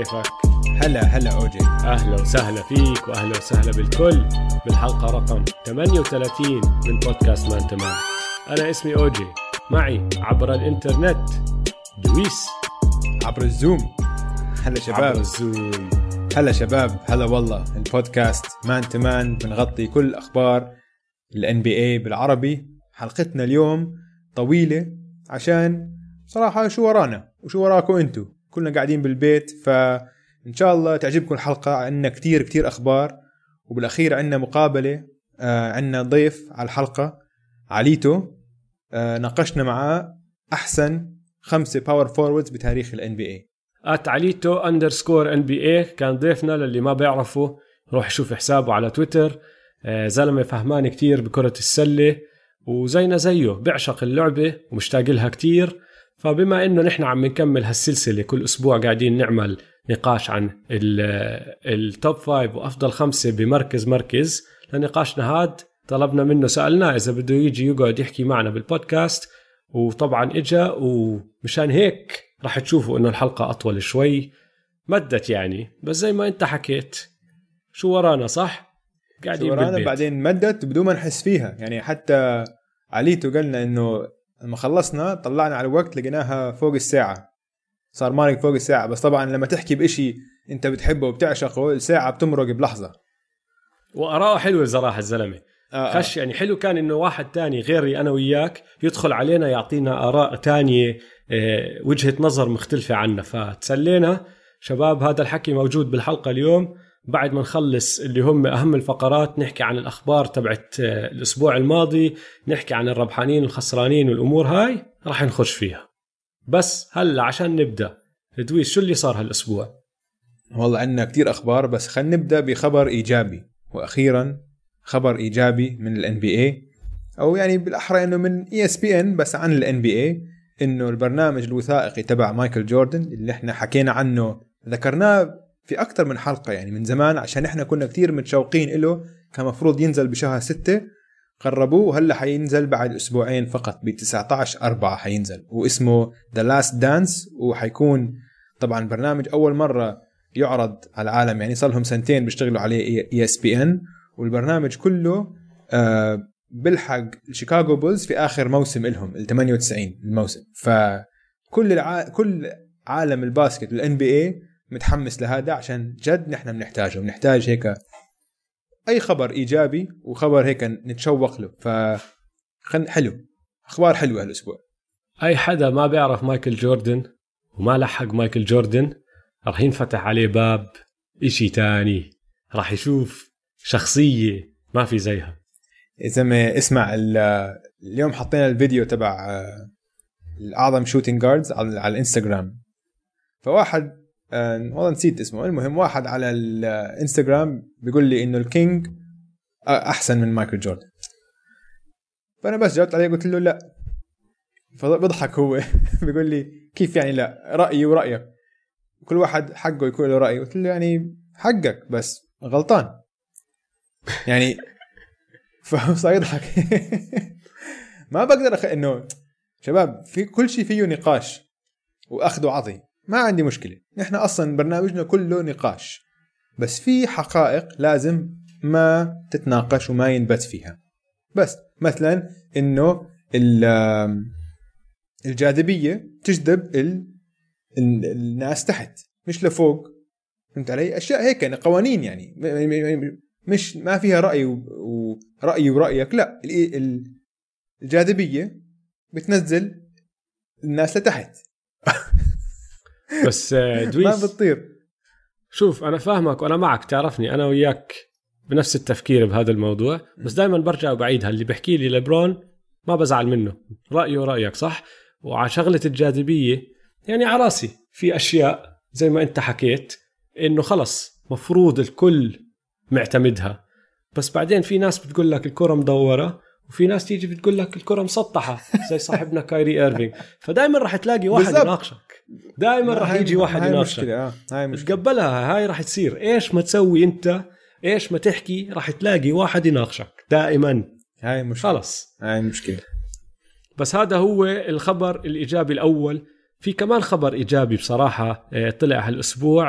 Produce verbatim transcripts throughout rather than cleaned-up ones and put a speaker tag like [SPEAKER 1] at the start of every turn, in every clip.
[SPEAKER 1] كيفك؟
[SPEAKER 2] هلا هلا أوجي.
[SPEAKER 1] أهلا وسهلا فيك وأهلا وسهلا بالكل بالحلقة رقم ثمانية وثلاثين من بودكاست مان تمان. أنا اسمي أوجي، معي عبر الإنترنت دويس
[SPEAKER 2] عبر الزوم. هلا شباب.
[SPEAKER 1] عبر الزوم.
[SPEAKER 2] هلا شباب. هلا والله. البودكاست مان تمان بنغطي كل أخبار ال إن بي إيه بالعربي. حلقتنا اليوم طويلة عشان صراحة شو ورانا وشو وراكم انتو، كلنا قاعدين بالبيت، فإن شاء الله تعجبكم الحلقة. عندنا كتير كتير أخبار، وبالأخير عندنا مقابلة. آه عندنا ضيف على الحلقة عليتو. آه ناقشنا معاه أحسن خمسة باور فوروردز بتاريخ ال إن بي إيه.
[SPEAKER 1] آت عليتو أندرسكور إن بي إيه كان ضيفنا. للي ما بيعرفه روح يشوف حسابه على تويتر. آه زلمة فهمان كتير بكرة السلة وزينا زيه، بيعشق اللعبة ومشتاق لها كتير. فبما انه نحن عم نكمل هالسلسلة، كل اسبوع قاعدين نعمل نقاش عن التوب فايف وافضل خمسة بمركز مركز. لنقاشنا هاد طلبنا منه، سألناه اذا بده يجي يقعد يحكي معنا بالبودكاست، وطبعا اجا. ومشان هيك راح تشوفوا انه الحلقة اطول شوي، مدت يعني، بس زي ما انت حكيت شو ورانا، صح؟
[SPEAKER 2] قاعدين بالبيت. بعدين مدت بدون ما نحس فيها يعني. حتى عليتو قالنا انه لما خلصنا طلعنا على الوقت لقيناها فوق الساعة، صار مارك فوق الساعة. بس طبعا لما تحكي بإشي انت بتحبه وبتعشقه الساعة بتمرق بلحظة.
[SPEAKER 1] وآراءه حلوة صراحة الزلمة. آه خش يعني حلو كان انه واحد تاني غيري انا وياك يدخل علينا يعطينا آراء تانية، اه وجهة نظر مختلفة عنا، فتسلينا شباب. هذا الحكي موجود بالحلقة اليوم. بعد ما نخلص اللي هم أهم الفقرات نحكي عن الأخبار تبعت الأسبوع الماضي، نحكي عن الربحانين والخسرانين والأمور هاي راح نخش فيها. بس هلأ عشان نبدأ، دويس شو اللي صار هالأسبوع؟
[SPEAKER 2] والله عندنا كتير أخبار، بس خلينا نبدأ بخبر إيجابي. وأخيرا خبر إيجابي من ال إن بي إيه، أو يعني بالأحرى إنه من إي إس بي إن بس عن ال إن بي إيه. إنه البرنامج الوثائقي تبع مايكل جوردن اللي إحنا حكينا عنه، ذكرناه في أكتر من حلقة يعني من زمان، عشان إحنا كنا كتير متشوقين إله. كان مفروض ينزل بشهر ستة، قربوه، وهلأ حينزل بعد أسبوعين فقط بتسعة عشر أربعة حينزل، واسمه The Last Dance. وحيكون طبعا برنامج أول مرة يعرض على العالم، يعني صار لهم سنتين بيشتغلوا عليه إي إس بي إن. والبرنامج كله آه بلحق شيكاغو بولز في آخر موسم إلهم ال ثمانية وتسعين الموسم. فكل الع... كل عالم الباسكت والإن بي إيه متحمس لهذا، عشان جد نحن بنحتاجه. بنحتاج هيك أي خبر إيجابي وخبر هيك نتشوق له. فخل حلو، أخبار حلوة هالأسبوع.
[SPEAKER 1] أي حدا ما بيعرف مايكل جوردن وما لحق مايكل جوردن راح ينفتح عليه باب إشي تاني، راح يشوف شخصية ما في زيها.
[SPEAKER 2] إذا ما اسمع، اليوم حطينا الفيديو تبع الأعظم شوتينج جاردز على الإنستغرام. فواحد أه والله نسيت اسمه، المهم واحد على الانستغرام بيقول لي انه الكينج احسن من مايكل جوردن. فانا بس جاوبت عليه قلت له لا. فبضحك هو بيقول لي كيف يعني لا، رأيي ورأيك، كل واحد حقه يكون له رأي. قلت له يعني حقك بس غلطان يعني. فصار يضحك. ما بقدر أخ... انه شباب في كل شيء فيه نقاش واخذ وعطي، ما عندي مشكلة. نحن أصلا برنامجنا كله نقاش، بس في حقائق لازم ما تتناقش وما ينبت فيها. بس مثلا إنه الجاذبية تجذب الناس تحت مش لفوق، فهمت علي؟ أشياء هيك يعني قوانين، يعني مش ما فيها رأي ورأي ورأيك، لا. الجاذبية بتنزل الناس لتحت.
[SPEAKER 1] بس دويس
[SPEAKER 2] ما بتطير.
[SPEAKER 1] شوف أنا فاهمك وأنا معك، تعرفني أنا وياك بنفس التفكير بهذا الموضوع، بس دايما برجع وبعيدها. اللي بحكي لي ليبرون ما بزعل منه، رأيه رأيك صح. وعلى شغلة الجاذبية يعني على راسي، في أشياء زي ما أنت حكيت إنه خلص مفروض الكل معتمدها، بس بعدين في ناس بتقول لك الكرة مدورة، وفي ناس تيجي بتقول لك الكرة مسطحة زي صاحبنا كايري إيرفينغ. فدايما راح تلاقي واحد يناقشك، دايما راح يجي واحد يناقشك.
[SPEAKER 2] آه. هاي مشكلة.
[SPEAKER 1] تقبلها، هاي راح تصير. ايش ما تسوي انت، ايش ما تحكي، راح تلاقي واحد يناقشك دائما.
[SPEAKER 2] هاي مشكلة.
[SPEAKER 1] خلص
[SPEAKER 2] هاي مشكلة.
[SPEAKER 1] بس هذا هو الخبر الإيجابي الأول. في كمان خبر إيجابي بصراحة طلع هالأسبوع.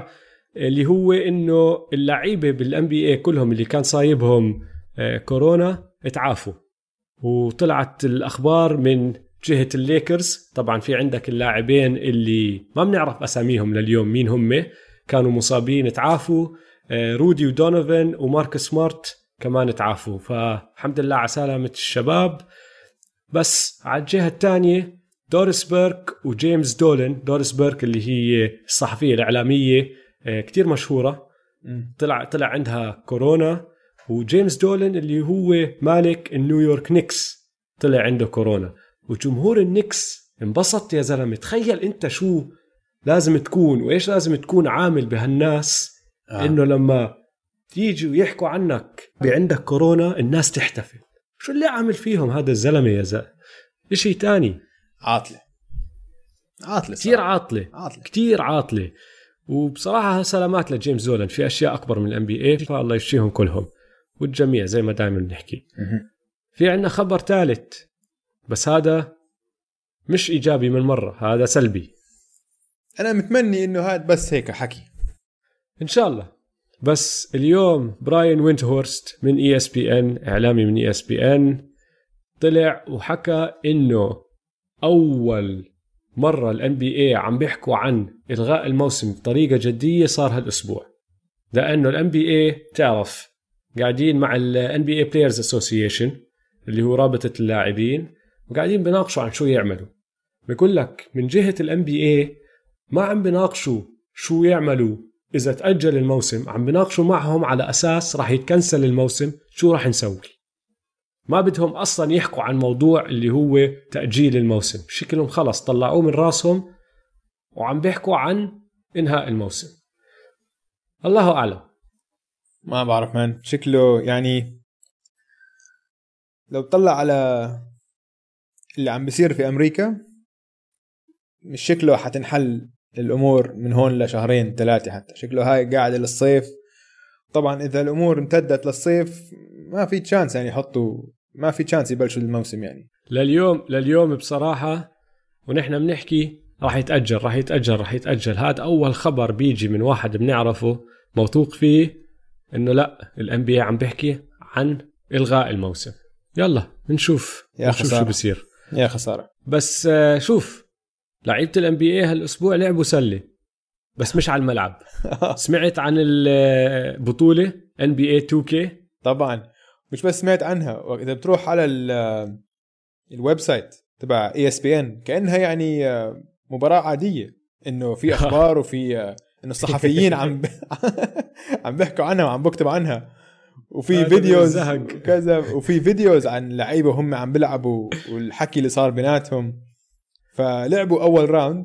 [SPEAKER 1] اللي هو إنه اللعيبة بالان بي اي كلهم اللي كان صايبهم كورونا اتعافوا. وطلعت الأخبار من جهة الليكرز، طبعا في عندك اللاعبين اللي ما بنعرف أساميهم لليوم مين هم، كانوا مصابين اتعافوا، رودي ودونوفن وماركس سمارت كمان اتعافوا، فالحمد لله على سلامة الشباب. بس على الجهة الثانية دوريس بيرك وجيمس دولن، دوريس بيرك اللي هي الصحفية الإعلامية كتير مشهورة، طلع طلع عندها كورونا، وجيمس دولن اللي هو مالك النيويورك نيكس طلع عنده كورونا. وجمهور النيكس انبسط يا زلمة. تخيل انت شو لازم تكون وايش لازم تكون عامل بهالناس آه. انه لما تيجي ويحكوا عنك بعندك كورونا الناس تحتفل. شو اللي عامل فيهم هذا الزلمة يا زلمة؟ اشي تاني.
[SPEAKER 2] عاطلة عاطلة
[SPEAKER 1] كتير عاطلة.
[SPEAKER 2] عاطلة
[SPEAKER 1] كتير عاطلة. وبصراحة سلامات لجيمس دولن، في أشياء أكبر من الان بي اي، فالله يشفيهم كلهم والجميع زي ما دائما نحكي. في عنا خبر ثالث بس هذا مش إيجابي من مرة، هذا سلبي.
[SPEAKER 2] أنا متمني إنه هذا بس هيك حكي
[SPEAKER 1] إن شاء الله. بس اليوم براين وينتهورست من إي إس بي إن، إعلامي من إي إس بي إن، طلع وحكى إنه أول مرة ال إن بي إيه عم بيحكوا عن إلغاء الموسم بطريقة جدية صار هالأسبوع، لأنه ال إن بي إيه تعرف قاعدين مع ال إن بي إيه Players Association اللي هو رابطة اللاعبين، وقاعدين بناقشوا عن شو يعملوا. بيقول لك من جهة ال إن بي إيه ما عم بناقشوا شو يعملوا إذا تأجل الموسم، عم بناقشوا معهم على أساس راح يتكنسل الموسم شو راح نسوي. ما بدهم أصلا يحكوا عن موضوع اللي هو تأجيل الموسم، شكلهم خلص طلعوه من راسهم وعم بيحكوا عن إنهاء الموسم. الله أعلم،
[SPEAKER 2] ما بعرف من شكله. يعني لو طلع على اللي عم بيصير في أمريكا مش شكله حتنحل الأمور من هون لشهرين ثلاثة، حتى شكله هاي قاعد للصيف. طبعا إذا الأمور امتدت للصيف ما في تشانس يعني يحطوا، ما في تشانس يبلشوا الموسم يعني
[SPEAKER 1] لليوم لليوم بصراحة. ونحن بنحكي راح يتأجل راح يتأجل راح يتأجل. هذا أول خبر بيجي من واحد بنعرفه موثوق فيه إنه لا ال إن بي إيه عم بيحكي عن إلغاء الموسم. يلا نشوف
[SPEAKER 2] يا
[SPEAKER 1] نشوف شو بيصير.
[SPEAKER 2] يا خسارة.
[SPEAKER 1] بس شوف لعيبة ال إن بي إيه هالأسبوع لعبوا سلة بس مش على الملعب. سمعت عن البطولة إن بي إيه تو كيه؟
[SPEAKER 2] طبعا مش بس سمعت عنها، وإذا بتروح على الويب سايت تبع إي إس بي إن كأنها يعني مباراة عادية، إنه في أخبار وفي إنه الصحفيين عم عم بيحكوا عنها وعم بكتبوا عنها، وفي فيديوز كذا، وفي فيديوز عن لعيبة هم عم بيلعبوا والحكي اللي صار بيناتهم. فلعبوا أول راوند،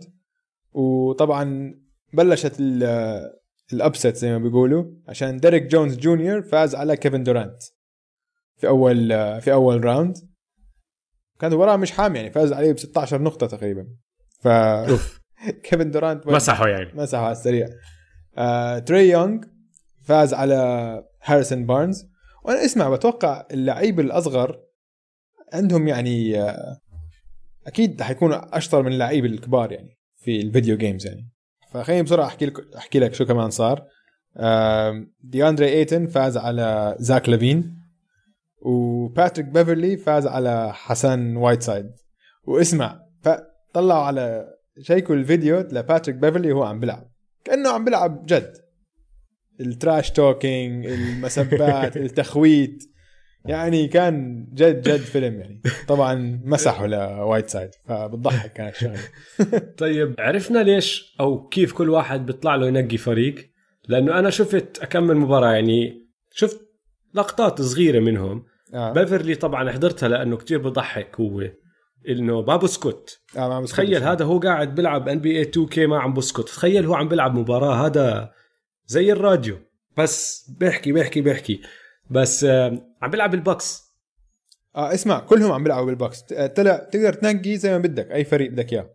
[SPEAKER 2] وطبعا بلشت الأبست زي ما بيقولوا، عشان ديريك جونز جونيور فاز على كيفن دورانت في أول في أول راوند. كان وراه مش حامي يعني، فاز عليه ب ستة عشر نقطة تقريبا. ف كيفن دورانت
[SPEAKER 1] مسحوا يعني
[SPEAKER 2] مسحوا على السريع. آه، تري يونغ فاز على هاريسون بارنز. وأنا اسمع بتوقع اللعيب الأصغر عندهم يعني آه أكيد حيكونوا أشطر من اللعيب الكبار يعني في الفيديو جيمز يعني. فخليني بسرعة أحكي لك أحكي لك شو كمان صار. آه، دياندري ايتن فاز على زاك لافين، وباتريك بيفرلي فاز على حسن وايتسايد. واسمع طلعوا على شيكوا الفيديو لباتريك بيفرلي وهو عم بلعب كأنه عم بلعب جد. التراش توكينج، المسبات، التخويت، يعني كان جد جد فيلم يعني. طبعا مسحوا لوايتسايد فبتضحك كانت شغله.
[SPEAKER 1] طيب عرفنا ليش أو كيف كل واحد بيطلع له ينقي فريق؟ لأنه أنا شفت أكمل مباراة يعني، شفت لقطات صغيرة منهم. آه. بيفرلي طبعا حضرتها لأنه كتير بضحك، هو إنه ما بسكت.
[SPEAKER 2] آه ما بسكت.
[SPEAKER 1] تخيل هذا هو قاعد بلعب إن بي إيه تو كيه ما عم بسكت. تخيل هو عم بلعب مباراة، هذا زي الراديو بس بيحكي بيحكي بيحكي بس آه عم بلعب البوكس.
[SPEAKER 2] آه اسمع كلهم عم بيلعبوا بالبوكس. طلع تقدر تنقي زي ما بدك أي فريق بدك إياه،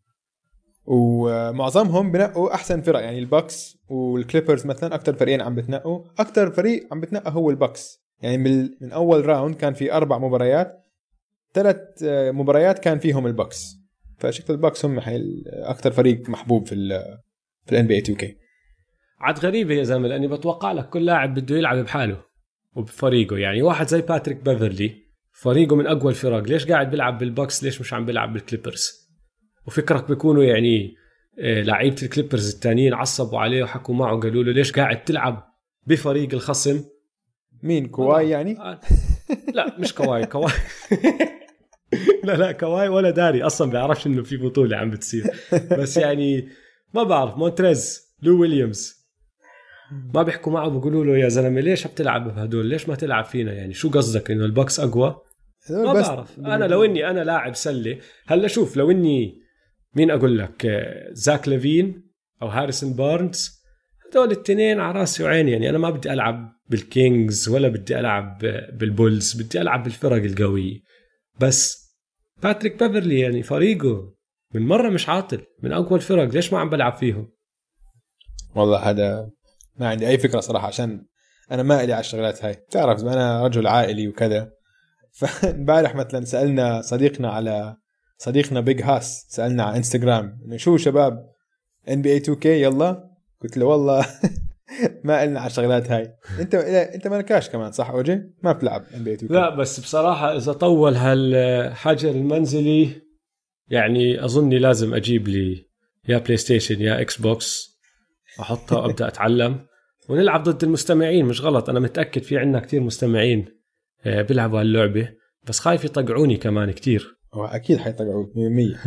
[SPEAKER 2] ومعظمهم بنقوا أحسن فرق يعني. البوكس والكليبرز مثلا أكتر فريقين عم بتنقوا، أكتر فريق عم بتنقى هو البوكس يعني. من من أول راوند كان في أربع مباريات، ثلاث مباريات كان فيهم البوكس. فشكل البوكس هم أكتر فريق محبوب في ال في ال إن بي إيه تو كيه.
[SPEAKER 1] عاد غريبة يا زلمة، لأني بتوقع لك كل لاعب بده يلعب بحاله وبفريقه. يعني واحد زي باتريك بيفرلي فريقه من أقوى الفرق، ليش قاعد بيلعب بالبوكس؟ ليش مش عم بيلعب بالكليبرز؟ وفكرك بيكونوا يعني لعيبة الكليبرز التانيين عصبوا عليه وحكوا معه قالوا له ليش قاعد تلعب بفريق الخصم؟
[SPEAKER 2] مين كواي يعني؟
[SPEAKER 1] آه. لا مش كواي كواي لا لا كواي ولا داري أصلا بيعرفش إنه في بطولة عم بتصير. بس يعني ما بعرف، مونتريز، لو ويليامز ما بيحكوا معه بيقولوا له يا زلمة ليش بتلعب بهدول؟ ليش ما تلعب فينا؟ يعني شو قصدك إنه البوكس أقوى؟ ما بعرف. أنا لو إني أنا لاعب سلة هلا شوف، لو إني مين أقول لك زاك ليفين أو هاريسون بارنز، هدول التنين على راسي وعيني. يعني أنا ما بدي ألعب بالكينجز ولا بدي ألعب بالبولز، بدي ألعب بالفرق القوية. بس باتريك بيفرلي يعني فريقه من مرة مش عاطل، من أقوى الفرق، ليش ما عم بلعب فيهم؟
[SPEAKER 2] والله هذا ما عندي أي فكرة صراحة، عشان أنا ما إلي على الشغلات هاي. تعرف أنا رجل عائلي وكذا. فامبارح مثلا سألنا صديقنا على صديقنا بيج هاس، سألنا على انستغرام إنه شو شباب إن بي إيه تو كيه يلا. قلت له والله ما قلنا على الشغلات هاي. انت انت ما لكاش كمان صح اوجي؟ ما بتلعب إن بي إيه تو كيه؟
[SPEAKER 1] لا بس بصراحة اذا طول هالحجر المنزلي يعني اظني لازم اجيب لي يا بلاي ستيشن يا اكس بوكس احطها وابدا اتعلم ونلعب ضد المستمعين. مش غلط، انا متأكد في عنا كتير مستمعين بيلعبوا هاللعبة، بس خايف يطقعوني كمان كتير.
[SPEAKER 2] اكيد حيطقعوك مية بالمية.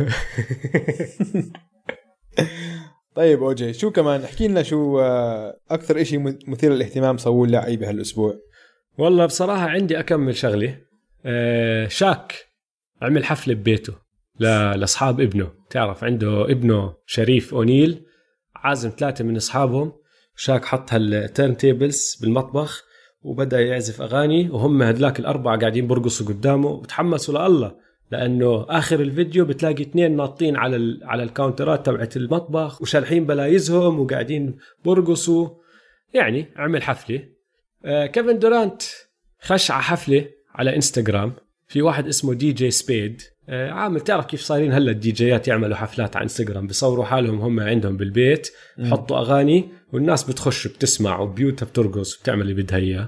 [SPEAKER 2] طيب اوجي، شو كمان احكي لنا شو اكثر اشي مثير للاهتمام صووا اللاعبين هالاسبوع؟
[SPEAKER 1] والله بصراحة عندي اكمل شغلة. أه شاك عمل حفلة ببيته لاصحاب ابنه. تعرف عنده ابنه شريف اونيل عازم ثلاثة من اصحابهم. شاك حط هالتيرن تيبلز بالمطبخ وبدأ يعزف اغاني، وهم هدلاك الاربعة قاعدين برقصوا قدامه وتحمسوا لله، لانه اخر الفيديو بتلاقي اثنين ناطين على ال على الكاونترات تبعت المطبخ وشالحين بلايزهم وقاعدين برقصوا. يعني عمل حفله. آه كيفن دورانت خش على حفله على انستغرام، في واحد اسمه دي جي سبيد. آه عامل، تعرف كيف صايرين هلا الدي جيات يعملوا حفلات على انستغرام، بيصوروا حالهم هم عندهم بالبيت، يحطوا اغاني والناس بتخش بتسمع وبيوتها بترقص وبتعمل اللي بدها اياه.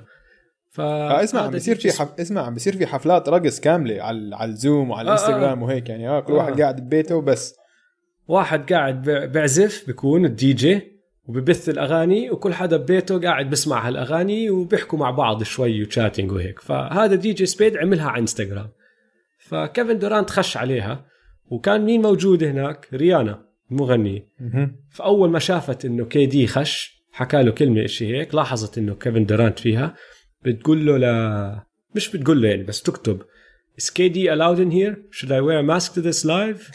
[SPEAKER 2] فاسمع عم بيصير في حف... اسمع عم بيصير في حفلات رقص كامله على على الزوم وعلى الانستغرام. آه وهيك يعني اه كل واحد آه. قاعد ببيته، بس
[SPEAKER 1] واحد قاعد بيعزف بيكون الدي جي وببث الاغاني، وكل حدا ببيته قاعد بسمع هالاغاني وبيحكوا مع بعض شوي وشاتنج وهيك. فهذا دي جي سبيد عملها على انستغرام. فكيفن دورانت خش عليها، وكان مين موجود هناك؟ ريانا المغنية. فاول ما شافت انه كي دي خش حكى له كلمه اشي هيك، لاحظت انه كيفن دورانت فيها، بتقول له لا مش بتقول له يعني بس تكتب is كي دي allowed in here should I wear a mask to this live.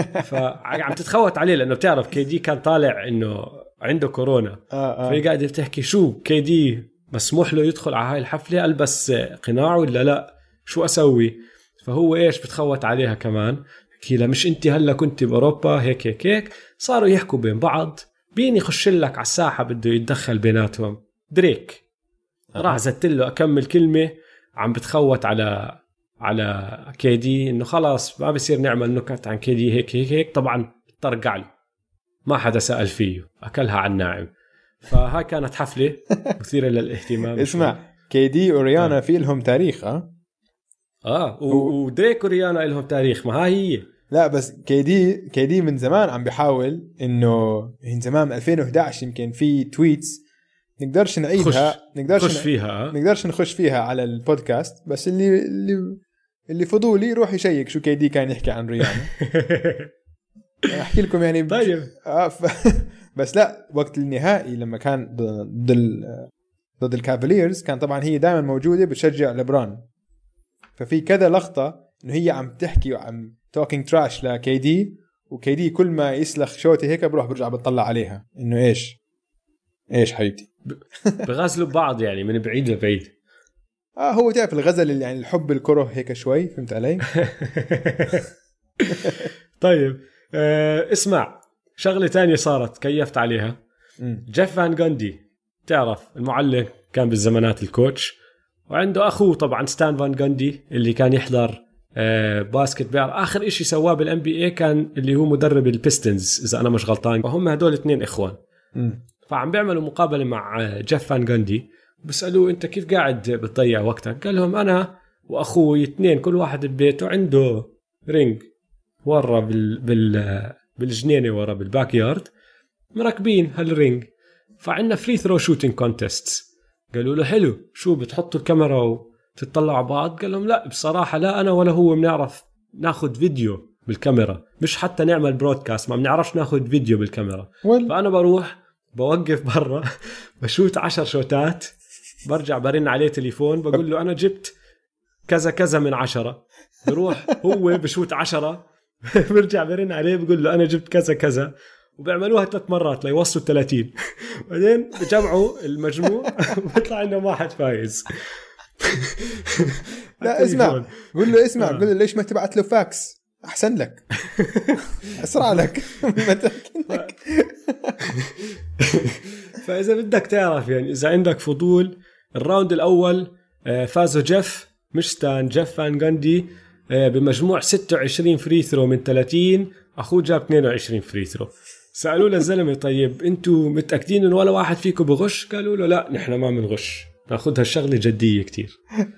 [SPEAKER 1] فعم تتخوت عليه لأنه بتعرف كي دي كان طالع إنه عنده كورونا. فهي قاعدة بتحكي شو كي دي مسموح له يدخل على هاي الحفلة، ألبس قناع ولا لا، شو أسوي؟ فهو إيش بتخوت عليها كمان، حكي لا مش أنت هلا كنت بأوروبا هيك هيك هيك. صاروا يحكوا بين بعض، بين يخش لك على الساحة بده يتدخل بيناتهم دريك. راح زدت له أكمل كلمة عم بتخوت على على كيدي إنه خلاص ما بصير نعمل نكت عن كيدي هيك هيك هيك. طبعا ترجع له، ما حدا سأل فيه، أكلها عن ناعم. فهاي كانت حفلة مثيرة للاهتمام.
[SPEAKER 2] اسمع كيدي وريانا آه. في لهم تاريخ اه
[SPEAKER 1] اه ودريك وريانا لهم تاريخ. ما هاي هي
[SPEAKER 2] لا بس كيدي كيدي من زمان عم بيحاول إنه من زمان ألفين وإحدى عشر يمكن في تويتس نقدرش نعيدها،
[SPEAKER 1] خش.
[SPEAKER 2] نقدرش
[SPEAKER 1] خش فيها
[SPEAKER 2] نقدرش نخش فيها على البودكاست، بس اللي اللي اللي فضولي يروح يشيك شو كيدي كان يحكي عن ريانا. احكي لكم يعني
[SPEAKER 1] طيب
[SPEAKER 2] آه ف... بس لا وقت النهائي لما كان ضد ال... ضد الكافاليرز كان طبعا هي دائما موجوده بتشجع لبران. ففي كذا لقطه انه هي عم تحكي وعم توكينج تراش لكيدي، وكيدي كل ما يسلخ شوتي هيك بروح برجع بتطلع عليها انه ايش ايش حبيبتي
[SPEAKER 1] بغازلوا بعض يعني من بعيد لبعيد.
[SPEAKER 2] اه هو تعرف الغزل اللي يعني الحب الكره هيك شوي، فهمت علي؟
[SPEAKER 1] طيب آه اسمع شغله تانية صارت كيفت عليها. م. جيف فان غاندي تعرف المعلق كان بالزمانات الكوتش، وعنده اخوه طبعا ستان فان غاندي اللي كان يحضر آه باسكت بيل. اخر اشي سواه بالان بي اي كان اللي هو مدرب البيستنز اذا انا مش غلطان. وهم هدول اثنين اخوان. م. فعم بيعملوا مقابلة مع جيف فان غاندي، بسألوه أنت كيف قاعد بتضيع وقتك؟ قال لهم أنا وأخوي اثنين كل واحد ببيته عنده رينج ورا بال... بال... بالجنينة ورا بالباك يارد مركبين هالرينج، فعنا فري ثرو شوتينج كونتيستس. قالوا له حلو، شو بتحطوا الكاميرا وتطلعوا بعض؟ قال لهم لا بصراحة لا أنا ولا هو بنعرف ناخد فيديو بالكاميرا، مش حتى نعمل برودكاست، ما بنعرفش ناخد فيديو بالكاميرا. well. فأنا بروح بوقف برا بشوت عشر شوتات، برجع برن عليه تليفون بقول له أنا جبت كذا كذا من عشرة، بروح هو بشوت عشرة برجع برن عليه بقول له أنا جبت كذا كذا، وبيعملوها ثلاث مرات ليوصلوا الثلاثين، بعدين بجمعوا المجموع وبيطلع لنا واحد فايز.
[SPEAKER 2] لا اسمع، قول له اسمع قول له ليش ما تبعت له فاكس أحسن لك أسرع لك.
[SPEAKER 1] فإذا بدك تعرف يعني إذا عندك فضول، الراوند الأول فازوا جيف مش ستان جيف فان غاندي بمجموع ستة وعشرين فري ثرو من ثلاثين، أخوه جاب اثنين وعشرين فري ثرو. سألوا له الزلمة طيب أنتوا متأكدين إن ولا واحد فيكم بغش؟ قالوا له لا نحن ما بنغش، ناخذ هالشغلة جدية كتير.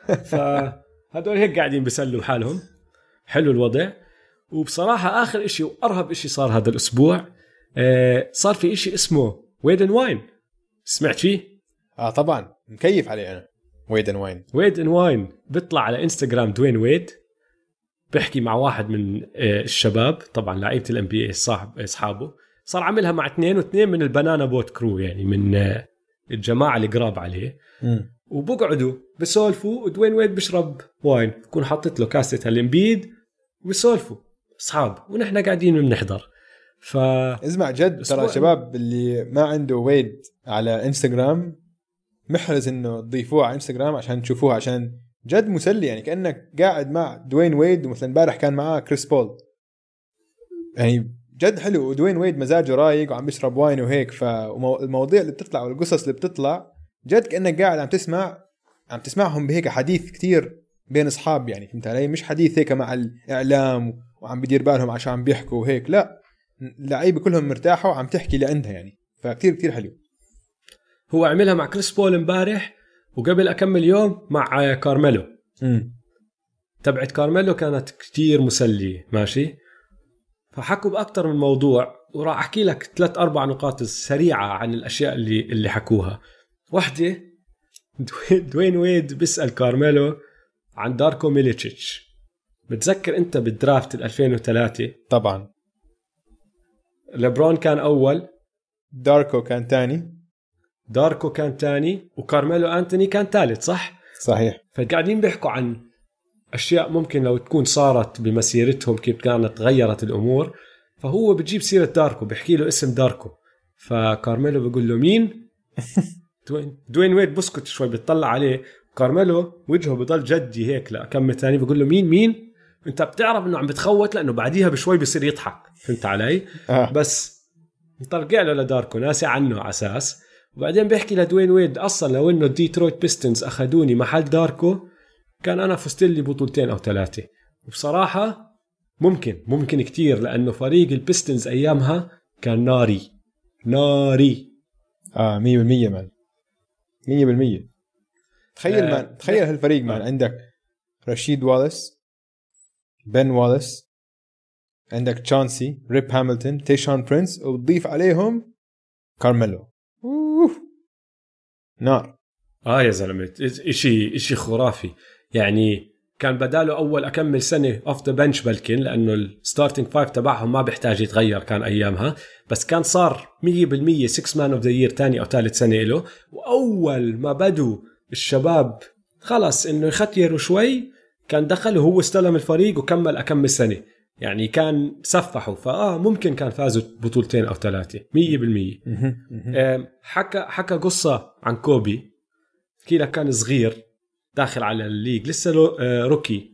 [SPEAKER 1] فهدول هيك قاعدين بيسلوا حالهم. حلو الوضع. وبصراحة آخر إشي وأرهب إشي صار هذا الأسبوع، صار في إشي اسمه ويد إن واين. سمعت فيه؟
[SPEAKER 2] آه طبعا مكيف عليه أنا. ويد إن واين
[SPEAKER 1] ويد إن واين بيطلع على إنستغرام دوين ويد، بيحكي مع واحد من الشباب طبعا لعيبة الام بي اي صاحب اصحابه، صار عملها مع اثنين واثنين من البنانا بوت كرو، يعني من الجماعة اللي قراب عليه. م. وبقعدوا بسولفوا، ودوين ويد بشرب واين، بكون حاطط له كاسة الامبيد وبسولفوا اصحاب، ونحن قاعدين بنحضر. ف
[SPEAKER 2] اسمع جد ترى شباب اللي ما عنده ويد على انستغرام محرز انه تضيفوه على انستغرام عشان تشوفوها، عشان جد مسلي، يعني كأنك قاعد مع دوين ويد، ومثلا امبارح كان معاه كريس بول، يعني جد حلو. ودوين ويد مزاجه رايق وعم بيشرب واين وهيك، فالمواضيع اللي بتطلع والقصص اللي بتطلع جد كأنك قاعد عم تسمع عم تسمعهم بهيك حديث كتير بين أصحاب، يعني فهمت علي؟ مش حديث هيك مع الإعلام وعم بدير بالهم عشان عم بيحكوا وهيك، لا اللعيبة كلهم مرتاحة وعم تحكي اللي عندها، يعني فكتير كتير حلو.
[SPEAKER 1] هو عملها مع كريس بول امبارح، وقبل أكمل يوم مع كارميلو.
[SPEAKER 2] امم
[SPEAKER 1] تبعت كارميلو كانت كتير مسلية ماشي. فحكوا بأكتر من موضوع، وراح أحكي لك ثلاث أربع نقاط سريعة عن الأشياء اللي اللي حكوها. واحدة، دوين ويد بيسأل كارميلو عن داركو ميليتشيتش. بتذكر أنت بالدرافت ألفين وثلاثة؟
[SPEAKER 2] طبعا.
[SPEAKER 1] ليبرون كان أول،
[SPEAKER 2] داركو كان تاني
[SPEAKER 1] داركو كان تاني وكارميلو أنتوني كان ثالث، صح؟
[SPEAKER 2] صحيح.
[SPEAKER 1] فقاعدين بيحكوا عن أشياء ممكن لو تكون صارت بمسيرتهم كيف كانت غيرت الأمور. فهو بتجيب سيرة داركو، بيحكي له اسم داركو، فكارميلو بيقول له مين؟ دوين دوين ويد بسكت شوي بيطلع عليه، كارميلو وجهه بضل جدي هيك لأكمل تاني، بيقول له مين مين؟ انت بتعرف انه عم بتخوت، لانه بعديها بشوي بيصير يضحك، فهمت علي؟
[SPEAKER 2] آه.
[SPEAKER 1] بس طرقع له لداركو ناسي عنه على اساس. وبعدين بيحكي لدوين ويد اصلا لو انه ديترويت بيستنز اخذوني محل داركو كان انا فزت لي بطولتين او ثلاثه. وبصراحه ممكن ممكن كتير، لانه فريق البيستنز ايامها كان ناري ناري.
[SPEAKER 2] اه مية بالمية مان، مية بالمية. تخيل آه مان، تخيل هالفريق مان. آه. عندك رشيد واليس، بن واليس، عندك تشانسي، ريب هامilton، تيشان برينس، وتضيف عليهم كارميلو. أوه. نار.
[SPEAKER 1] اه يا زلمه، اشي اشي خرافي. يعني كان بداله اول اكمل سنه اوف ذا بنش بلكن، لانه الستارتنج فايف تبعهم ما بيحتاج يتغير كان ايامها، بس كان صار مية بالمية سكس مان اوف ذا يير تاني او ثالث سنه له. واول ما بدوا الشباب خلص انه يختيروا شوي، كان دخل وهو استلم الفريق وكمل أكمل سنة، يعني كان سفحوا. فآه ممكن كان فازوا بطولتين أو ثلاثة مية بالمية. حكى حكى قصة عن كوبي، كيلا كان صغير داخل على الليج لسه روكي،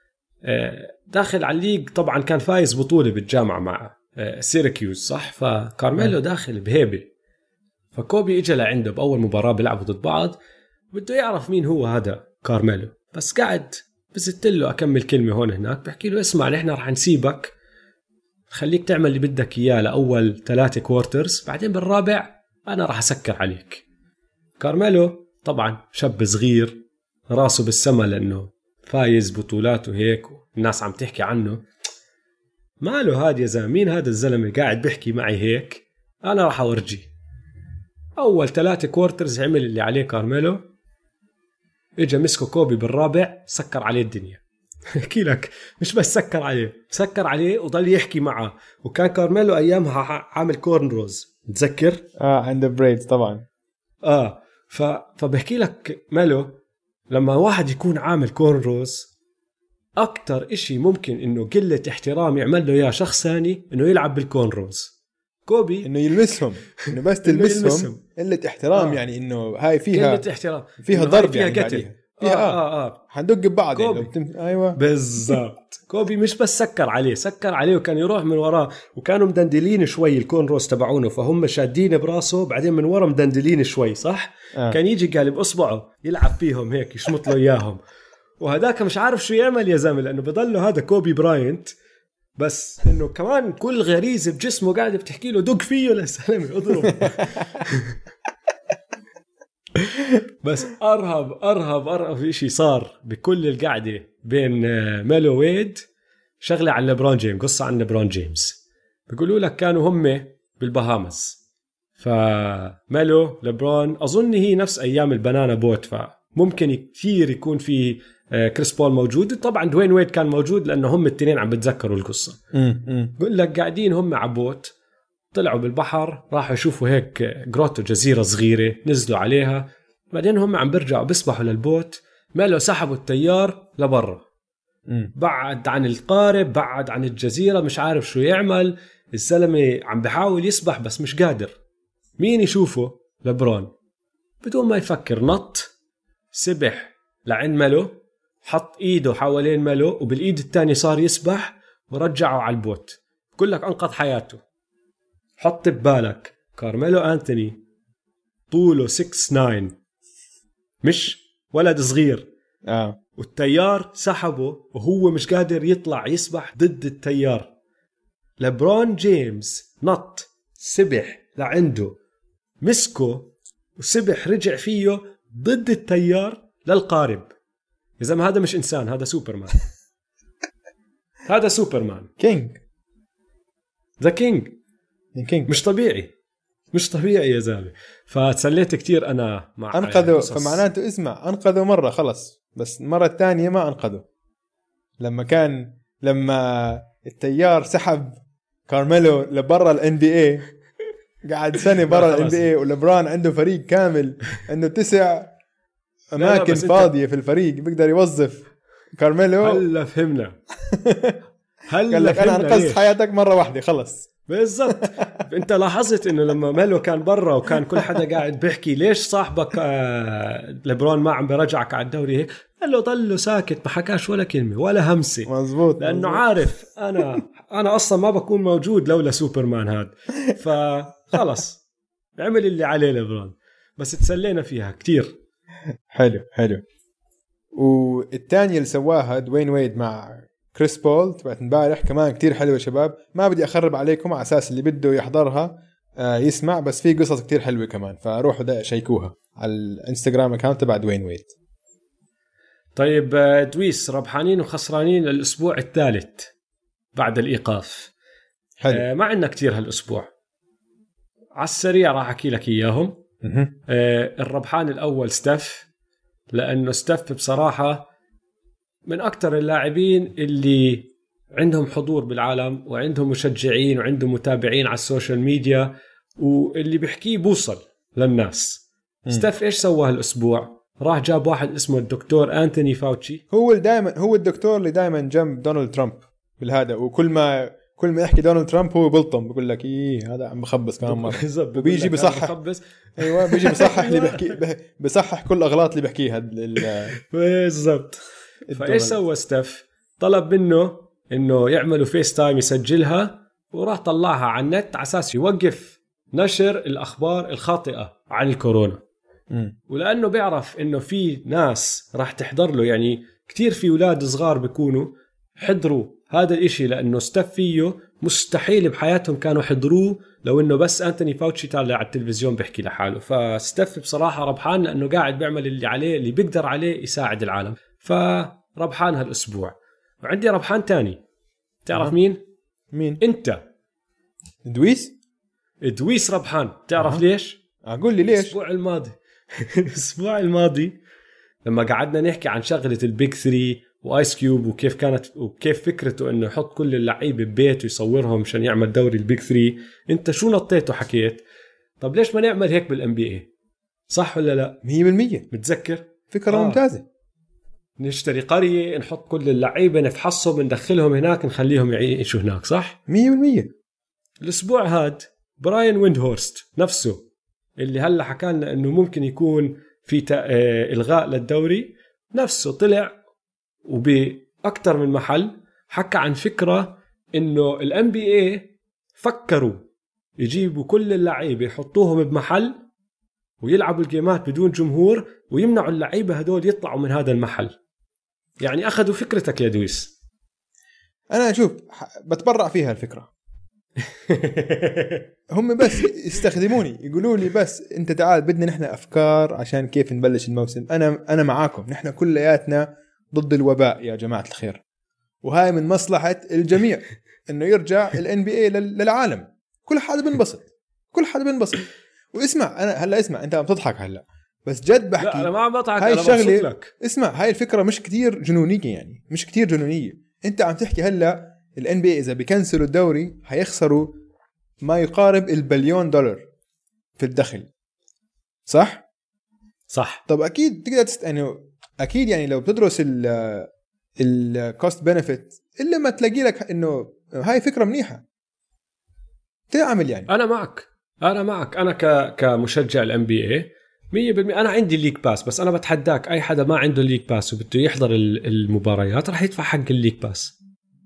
[SPEAKER 1] داخل على الليج طبعا كان فايز بطولة بالجامعة مع سيراكيوز صح. فكارميلو داخل بهيبة، فكوبي إجا لعنده بأول مباراة بيلعبوا ضد بعض، بده يعرف مين هو هذا كارميلو. بس قاعد بزت له أكمل كلمة هون هناك، بحكي له اسمع نحن رح نسيبك خليك تعمل اللي بدك إياه لأول ثلاثة كوارترز، بعدين بالرابع أنا راح أسكر عليك. كارميلو طبعا شاب صغير راسه بالسما لأنه فايز بطولات وهيك الناس عم تحكي عنه. ماله هاد يا زلمة؟ مين هذا الزلمة قاعد بيحكي معي هيك؟ أنا راح أورجي. أول ثلاثة كوارترز عمل اللي عليه كارميلو، إجا مسكو كوبي بالرابع سكر عليه الدنيا. احكي لك مش بس سكر عليه، سكر عليه وضل يحكي معه. وكان كارميلو أيامها عامل كورن روز، تذكر؟
[SPEAKER 2] آه عند بريدز طبعا.
[SPEAKER 1] آه ف... فبحكي لك ميلو لما واحد يكون عامل كورن روز أكتر إشي ممكن إنه قلة احترام يعمل له إياه شخص ثاني إنه يلعب بالكورن روز. كوبي
[SPEAKER 2] إنه يلمسهم، إنه بس تلمسهم قلة احترام. آه. يعني إنه هاي فيها
[SPEAKER 1] قلة احترام،
[SPEAKER 2] فيها ضرب،
[SPEAKER 1] فيها
[SPEAKER 2] يعني
[SPEAKER 1] قتل.
[SPEAKER 2] فيها
[SPEAKER 1] آه آه آه.
[SPEAKER 2] حندق ببعض يعني
[SPEAKER 1] بتم...
[SPEAKER 2] أيوة
[SPEAKER 1] بالضبط. كوبي مش بس سكر عليه، سكر عليه وكان يروح من وراه، وكانوا مدندلين شوي الكون روز تبعونه، فهم شادين براسه بعدين من ورا مدندلين شوي صح. آه. كان يجي قالب اصبعه يلعب فيهم هيك يشمط له اياهم. وهداك مش عارف شو يعمل يا زلمه، لانه بضله هذا كوبي براينت، بس انه كمان كل غريزه بجسمه قاعده بتحكي له دق فيه للزلمه اضرب. بس أرهب أرهب أرهب شيء صار بكل القعدة بين ميلو ويد شغلة عن ليبرون جيمس، قصة عن ليبرون جيمس. بيقولوا لك كانوا هم بالبهامس، فميلو ليبرون أظن هي نفس أيام البنانا بوت، فممكن كثير يكون في كريس بول موجود. طبعا دوين ويد كان موجود لأنه هم التنين عم بتذكروا القصة. بقول لك قاعدين هم عبوت، طلعوا بالبحر، راحوا يشوفوا هيك جروتو جزيرة صغيرة، نزلوا عليها، بعدين هم عم برجعوا بيسبحوا للبوت، مالوا سحبوا التيار لبرا، بعد عن القارب، بعد عن الجزيرة، مش عارف شو يعمل. الزلمة عم بحاول يسبح بس مش قادر. مين يشوفه؟ لبرون. بدون ما يفكر نط سبح لعند مالو، حط ايده حوالين مالو وبالإيد الثانية صار يسبح ورجعه على البوت. بقول لك أنقذ حياته. حط ببالك كارميلو أنتوني طوله ستة تسعة، مش ولد صغير.
[SPEAKER 2] آه.
[SPEAKER 1] والتيار سحبه وهو مش قادر يطلع يسبح ضد التيار. لبرون جيمس نط سبح لعنده، مسكه وسبح رجع فيه ضد التيار للقارب. إذا ما هذا مش إنسان، هذا سوبرمان. هذا سوبرمان
[SPEAKER 2] كينج،
[SPEAKER 1] ذا كينج
[SPEAKER 2] كينج.
[SPEAKER 1] مش طبيعي، مش طبيعي يا زلمه. فتسليت كتير انا مع
[SPEAKER 2] انقذوا، فمعناته اسمع انقذوا مره خلص، بس المره الثانيه ما انقذوا. لما كان لما التيار سحب كارميلو لبرا الان بي اي، قاعد سنه برا الان بي اي، ولبران عنده فريق كامل، عنده تسع اماكن فاضيه في الفريق بيقدر يوظف كارميلو.
[SPEAKER 1] هلا فهمنا.
[SPEAKER 2] هلا قال لك انا انقذت حياتك مره واحده خلص.
[SPEAKER 1] بالضبط. انت لاحظت انه لما ميلو كان برا وكان كل حدا قاعد بيحكي ليش صاحبك آه ليبرون ما عم برجعك على الدوري هيك، قال له ضله ساكت ما حكاش ولا كلمه ولا همسه.
[SPEAKER 2] مزبوط.
[SPEAKER 1] لانه
[SPEAKER 2] مزبوط.
[SPEAKER 1] عارف انا انا اصلا ما بكون موجود لولا سوبرمان هاد. فخلص عمل اللي عليه ليبرون، بس تسلينا فيها كتير.
[SPEAKER 2] حلو حلو. والثانيه اللي سواها دوين ويد مع كريس بول تبعت امبارح كمان كتير حلوة يا شباب. ما بدي أخرب عليكم على أساس اللي بده يحضرها آه يسمع، بس في قصص كتير حلوة كمان، فروحوا ده شيكوها على الانستغرام اكاونت تبع دوين ويد.
[SPEAKER 1] طيب دويس، ربحانين وخسرانين الأسبوع الثالث بعد الإيقاف.
[SPEAKER 2] حلو.
[SPEAKER 1] آه ما عندنا كتير هالأسبوع، على السريع راح أحكي لك إياهم. آه الربحان الأول ستيف، لأنه ستيف بصراحة من أكتر اللاعبين اللي عندهم حضور بالعالم وعندهم مشجعين وعندهم متابعين على السوشيال ميديا، واللي بيحكيه بوصل للناس. م. ستيف إيش سوى هالأسبوع؟ راح جاب واحد اسمه الدكتور أنتوني فاوتشي.
[SPEAKER 2] هو دائما هو الدكتور اللي دائما جنب دونالد ترامب بالهذا، وكل ما كل ما يحكي دونالد ترامب هو بلطم بيقول لك إيه هذا عم بخبص كمان مرة، وبيجي بيصحح. أيوة بيجي بيصحح اللي بيحكي، بيصحح كل الأغلاط اللي بيحكيها.
[SPEAKER 1] بالضبط. فايش سوى ستيف؟ طلب منه انه يعملوا فيس تايم يسجلها، وراح طلعها على النت على اساس يوقف نشر الاخبار الخاطئه عن الكورونا. م. ولانه بيعرف انه في ناس راح تحضر له، يعني كتير في اولاد صغار بيكونوا حضروا هذا الاشي لانه ستيف فيه مستحيل بحياتهم كانوا حضروه لو انه بس أنتوني فاوتشي طالع على التلفزيون بيحكي لحاله. فستيف بصراحة ربحان لانه قاعد بيعمل اللي عليه اللي بيقدر عليه يساعد العالم، فربحان هالاسبوع. وعندي ربحان تاني، تعرف أه. مين؟
[SPEAKER 2] مين؟
[SPEAKER 1] انت
[SPEAKER 2] دويس.
[SPEAKER 1] دويس ربحان. تعرف أه. ليش؟
[SPEAKER 2] اقول لي ليش.
[SPEAKER 1] الاسبوع الماضي الاسبوع الماضي لما قعدنا نحكي عن شغلة البيج ثري وايس كيوب وكيف كانت وكيف فكرته انه يحط كل اللعيبه ببيت ويصورهم عشان يعمل دوري البيج ثري، انت شو نطيت وحكيت طب ليش ما نعمل هيك بالان بي اي؟ صح ولا لا؟
[SPEAKER 2] مية بالمية
[SPEAKER 1] متذكر
[SPEAKER 2] فكره آه. ممتازه.
[SPEAKER 1] نشتري قريه، نحط كل اللعيبه، نفحصهم، ندخلهم هناك، نخليهم يعيشوا هناك. صح
[SPEAKER 2] مية بالمية.
[SPEAKER 1] الاسبوع هاد براين ويندهورست نفسه اللي هلا حكى لنا انه ممكن يكون في الغاء للدوري، نفسه طلع وبأكتر من محل حكى عن فكرة إنه ال إن بي إيه فكروا يجيبوا كل اللعيبة يحطوهم بمحل ويلعبوا الجيمات بدون جمهور ويمنعوا اللعيبة هدول يطلعوا من هذا المحل. يعني أخذوا فكرتك يا دويس.
[SPEAKER 2] أنا أشوف بتبرع فيها الفكرة. هم بس يستخدموني يقولوا لي بس أنت تعال بدنا نحن أفكار عشان كيف نبلش الموسم. أنا أنا معاكم، نحن كلياتنا ضد الوباء يا جماعة الخير، وهاي من مصلحة الجميع إنه يرجع ال إن بي إيه للعالم. كل حدا بنبسط، كل حدا بنبسط. واسمع أنا هلا اسمع أنت عم تضحك هلا بس جد بحكي.
[SPEAKER 1] لا أنا ما عم بضحك،
[SPEAKER 2] هاي
[SPEAKER 1] أنا
[SPEAKER 2] الشغلة
[SPEAKER 1] لك.
[SPEAKER 2] اسمع هاي الفكرة مش كتير جنونية، يعني مش كتير جنونية. أنت عم تحكي هلا ال إن بي إيه إذا بيكنسلوا الدوري هيخسروا ما يقارب البليون دولار في الدخل. صح؟
[SPEAKER 1] صح.
[SPEAKER 2] طب أكيد تقدر تست... يعني أكيد يعني لو بتدرس ال الكوست بنفيت إلا ما تلاقي لك إنه هاي فكرة منيحة تعمل. يعني
[SPEAKER 1] أنا معك أنا معك أنا ك كمشجع ال إن بي إيه مية بالمية. أنا عندي ليج باس، بس أنا بتحداك أي حدا ما عنده ليج باس وبده يحضر المباريات راح يدفع حق الليج باس.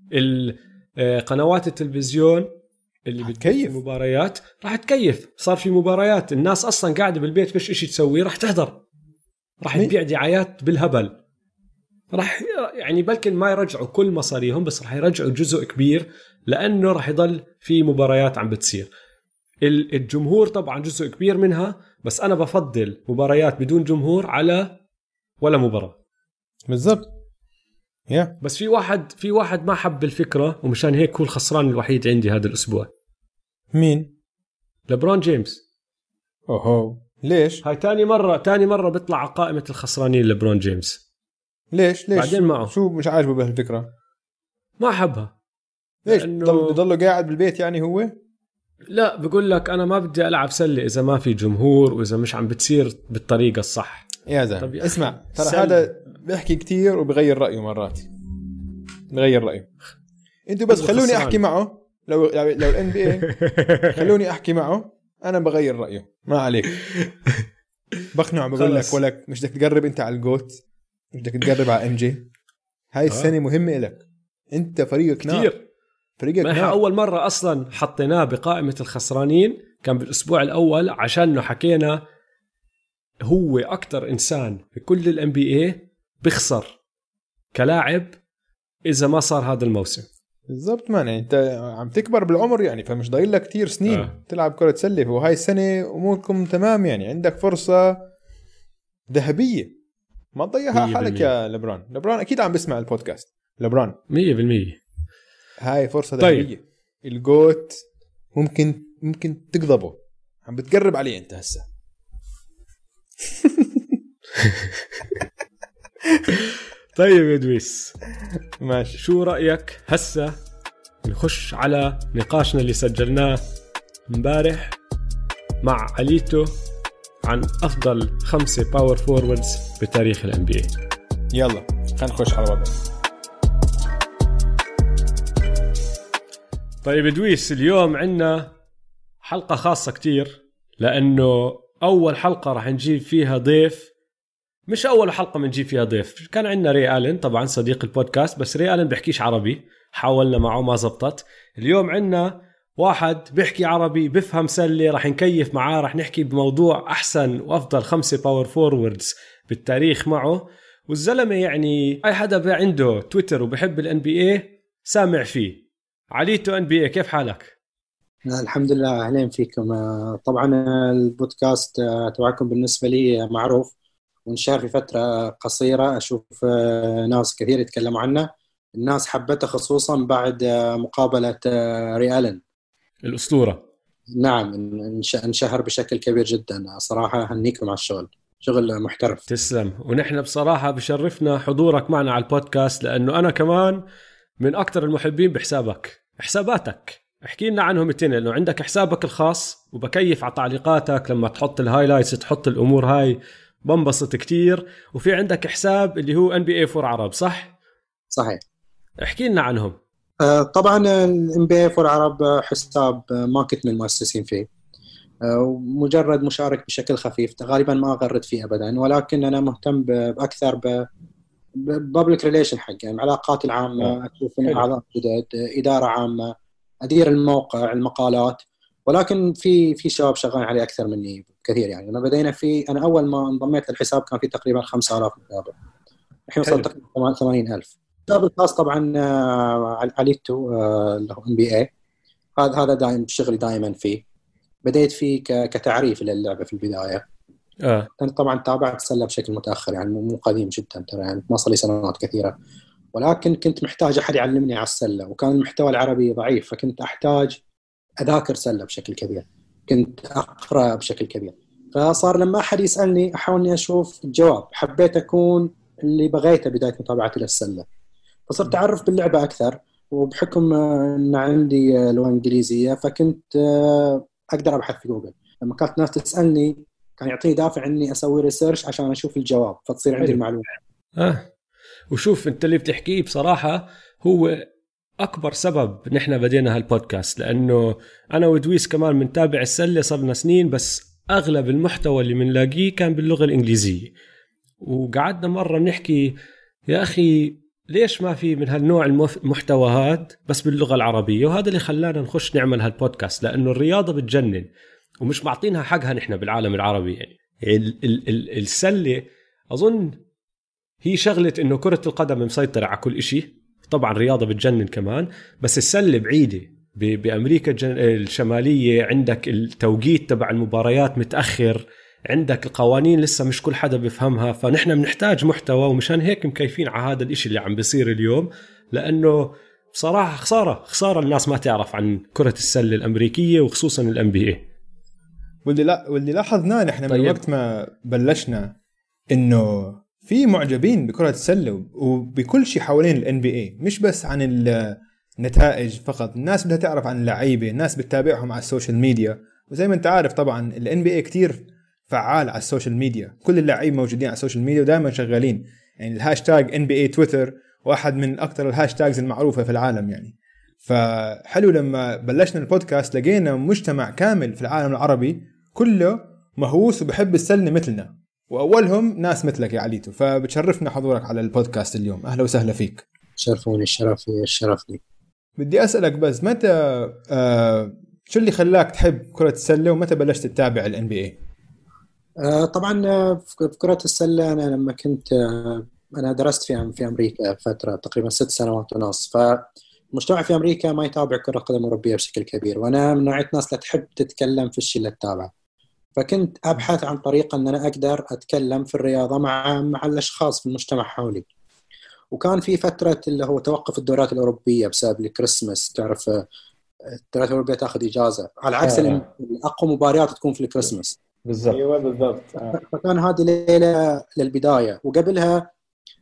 [SPEAKER 1] قنوات التلفزيون اللي بتكيف المباريات راح تكيف. صار في مباريات الناس أصلا قاعدة بالبيت فيش إشي تسوي، راح تحضر، راح تبيع دعايات بالهبل. راح يعني بلكن ما يرجعوا كل مصاريهم بس راح يرجعوا جزء كبير لأنه راح يضل في مباريات عم بتصير. الجمهور طبعا جزء كبير منها، بس أنا بفضل مباريات بدون جمهور على ولا مباراة.
[SPEAKER 2] بالضبط. yeah.
[SPEAKER 1] بس في واحد في واحد ما حب الفكرة ومشان هيك هو الخسران الوحيد عندي هذا الأسبوع.
[SPEAKER 2] مين؟
[SPEAKER 1] لبرون جيمس.
[SPEAKER 2] أوه ليش؟
[SPEAKER 1] هاي تاني مرة تاني مرة بيطلع على قائمة الخسرانين لبرون جيمس.
[SPEAKER 2] ليش ليش
[SPEAKER 1] بعدين معه
[SPEAKER 2] شو مش عاجبه بهالفكرة؟
[SPEAKER 1] ما حبها.
[SPEAKER 2] ليش ضل ضله قاعد بالبيت يعني هو؟
[SPEAKER 1] لا بقول لك أنا ما بدي ألعب سلة إذا ما في جمهور وإذا مش عم بتصير بالطريقة الصح.
[SPEAKER 2] يا زلمة اسمع ترى هذا بيحكي كتير وبغير رأيه مرات، بغير رأيه. انتوا بس خلوني احكي معه لو لو الان بي اي خلوني احكي معه انا بغير رأيه ما عليك. بقنع بقول لك ولك مش بدك تقرب انت على الجوت، مش بدك تقرب على ام جي. هاي السنة مهمة لك، انت فريقك نار، فريقك نار.
[SPEAKER 1] اول مرة اصلا حطيناه بقائمة الخسرانين كان بالاسبوع الاول عشان حكينا هو اكتر انسان بكل الام بي اي بيخسر كلاعب اذا ما صار هذا الموسم.
[SPEAKER 2] بالضبط مان، يعني انت عم تكبر بالعمر يعني فمش ضايل لك كتير سنين آه. تلعب كرة سلة، وهاي السنة اموركم تمام يعني عندك فرصة ذهبية ما تضيعها حالك يا لبران. لبران اكيد عم بسمع البودكاست. لبران
[SPEAKER 1] مية بالمية
[SPEAKER 2] هاي فرصة ذهبية. طيب. الجوت ممكن ممكن تقضبه، عم بتقرب عليه انت هسه.
[SPEAKER 1] طيب يا دويس
[SPEAKER 2] ماشي،
[SPEAKER 1] شو رأيك هسه نخش على نقاشنا اللي سجلناه امبارح مع عليتو عن أفضل خمسة باور فوروردز بتاريخ ال إن بي إيه.
[SPEAKER 2] يلا خلينا نخش على الوضع.
[SPEAKER 1] طيب دويس اليوم عنا حلقة خاصة كتير، لأنه أول حلقة راح نجيب فيها ضيف. مش أول حلقة منجيب فيها ضيف، كان عندنا ري آلن طبعا صديق البودكاست، بس ري آلن بيحكيش عربي، حاولنا معه ما زبطت. اليوم عنا واحد بيحكي عربي بفهم سلة، راح نكيف معاه، راح نحكي بموضوع أحسن وأفضل خمسة باور فوروردز بالتاريخ معه، والزلمه يعني اي حدا عنده تويتر وبحب الان بي اي سامع فيه. عليتو ان بي اي، كيف حالك؟
[SPEAKER 3] الحمد لله، اهلين فيكم. طبعا البودكاست تبعكم بالنسبه لي معروف وانشهر في فتره قصيره، اشوف ناس كثير يتكلموا عنه. الناس حبته خصوصا بعد مقابله ريالن
[SPEAKER 1] الاسطوره.
[SPEAKER 3] نعم، انشهر بشكل كبير جدا صراحه. هنيكم على الشغل، شغل محترف.
[SPEAKER 1] تسلم. ونحن بصراحه بشرفنا حضورك معنا على البودكاست، لانه انا كمان من اكثر المحبين بحسابك حساباتك. احكي لنا عنهم التنين، لانه عندك حسابك الخاص وبكيف على تعليقاتك لما تحط الهايلايتس، تحط الامور هاي بنبسط كتير. وفي عندك حساب اللي هو ان بي اي فور عرب، صح؟
[SPEAKER 3] صحيح.
[SPEAKER 1] احكي لنا عنهم.
[SPEAKER 3] آه طبعا الان بي اي فور عرب حساب ما كنت من المؤسسين فيه، آه مجرد مشارك بشكل خفيف، غالبا ما اغرد فيه ابدا، ولكن انا مهتم باكثر ب بابليك ريليشن حق يعني العلاقات العامه. اشوف اعضاء جدد، اداره عامه، ادير الموقع، المقالات. ولكن في في شباب شغالين عليه اكثر مني كثير. يعني انا بدينا فيه، انا اول ما انضميت للحساب كان في تقريبا خمسة آلاف متابع، الحين وصلت تقريبا ثمانين ألف. الحساب الخاص طبعا عليتو اللي هو ام بي اي، هذا هذا دائما شغلي دائما فيه. بديت فيه كتعريف للعبه في البدايه.
[SPEAKER 1] اه
[SPEAKER 3] أنا طبعا تابعت سلة بشكل متأخر، يعني مو قديم جدا ترى، يعني ما صار لي سنوات كثيرة، ولكن كنت محتاج أحد يعلمني على السلة، وكان المحتوى العربي ضعيف، فكنت أحتاج أذاكر سلة بشكل كبير، كنت أقرأ بشكل كبير. فصار لما أحد يسألني أحاول إني أشوف الجواب. حبيت أكون اللي بغيته بداية متابعتي للسلة، فصرت أعرف باللعبة أكثر. وبحكم أن عندي لغة إنجليزية فكنت أقدر أبحث في جوجل. لما كانت ناس تسألني كان يعطيني دافع اني اسوي ريسيرش عشان اشوف الجواب، فتصير عندي المعلومه.
[SPEAKER 1] اه وشوف انت اللي بتحكيه بصراحه هو اكبر سبب نحن بدينا هالبودكاست، لانه انا ودويس كمان منتابع السله صرنا سنين، بس اغلب المحتوى اللي منلاقيه كان باللغه الانجليزيه. وقعدنا مره نحكي يا اخي ليش ما في من هالنوع المحتوى هذا بس باللغه العربيه، وهذا اللي خلانا نخش نعمل هالبودكاست، لانه الرياضه بتجنن ومش معطينها حقها نحن بالعالم العربي. يعني ال- ال- ال- السلة أظن هي شغلة إنه كرة القدم مسيطرة على كل إشي، طبعا رياضة بتجنن كمان، بس السلة بعيدة. بأمريكا الشمالية عندك التوقيت تبع المباريات متأخر، عندك القوانين لسه مش كل حدا بيفهمها، فنحن بنحتاج محتوى. ومشان هيك مكيفين على هذا الإشي اللي عم بيصير اليوم، لأنه بصراحة خسارة خسارة الناس ما تعرف عن كرة السلة الأمريكية وخصوصا الام بي اي.
[SPEAKER 2] واللي لا واللي لاحظناه نحن طيب. من وقت ما بلشنا انه في معجبين بكرة السلة وبكل شيء حوالين الان بي اي، مش بس عن النتائج فقط. الناس بدها تعرف عن اللعيبة، الناس بتتابعهم على السوشيال ميديا، وزي ما انت عارف طبعا الان بي اي كتير فعال على السوشيال ميديا، كل اللعيبة موجودين على السوشيال ميديا ودائما شغالين. يعني الهاشتاج ان بي اي تويتر واحد من اكثر الهاشتاجز المعروفة في العالم. يعني فحلو لما بلشنا البودكاست لقينا مجتمع كامل في العالم العربي كله مهووس وبحب السلة مثلنا، وأولهم ناس مثلك يا عليتو. فبتشرفنا حضورك على البودكاست اليوم، أهلا وسهلا فيك.
[SPEAKER 3] شرفوني، الشرف الشرف لي.
[SPEAKER 2] بدي أسألك بس متى آه شو اللي خلاك تحب كرة السلة ومتى بلشت تتابع ال إن بي إيه؟
[SPEAKER 3] آه طبعا في كرة السلة أنا لما كنت آه أنا درست في في أمريكا فترة تقريبا ست سنوات ونص، فالمجتمع في أمريكا ما يتابع كرة قدم أوروبية بشكل كبير، وأنا من نوعية ناس لا تحب تتكلم في الشيء اللي تتابعه. فكنت أبحث عن طريقة أن أنا أقدر أتكلم في الرياضة مع مع الأشخاص في المجتمع حولي. وكان في فترة اللي هو توقف الدورات الأوروبية بسبب الكريسماس، تعرف الدورات الأوروبية تأخذ إجازة، على عكس آه. الأقوى مباريات تكون في الكريسماس.
[SPEAKER 2] بالضبط.
[SPEAKER 3] أيوة بالضبط. آه. فكان هذه ليلة للبداية. وقبلها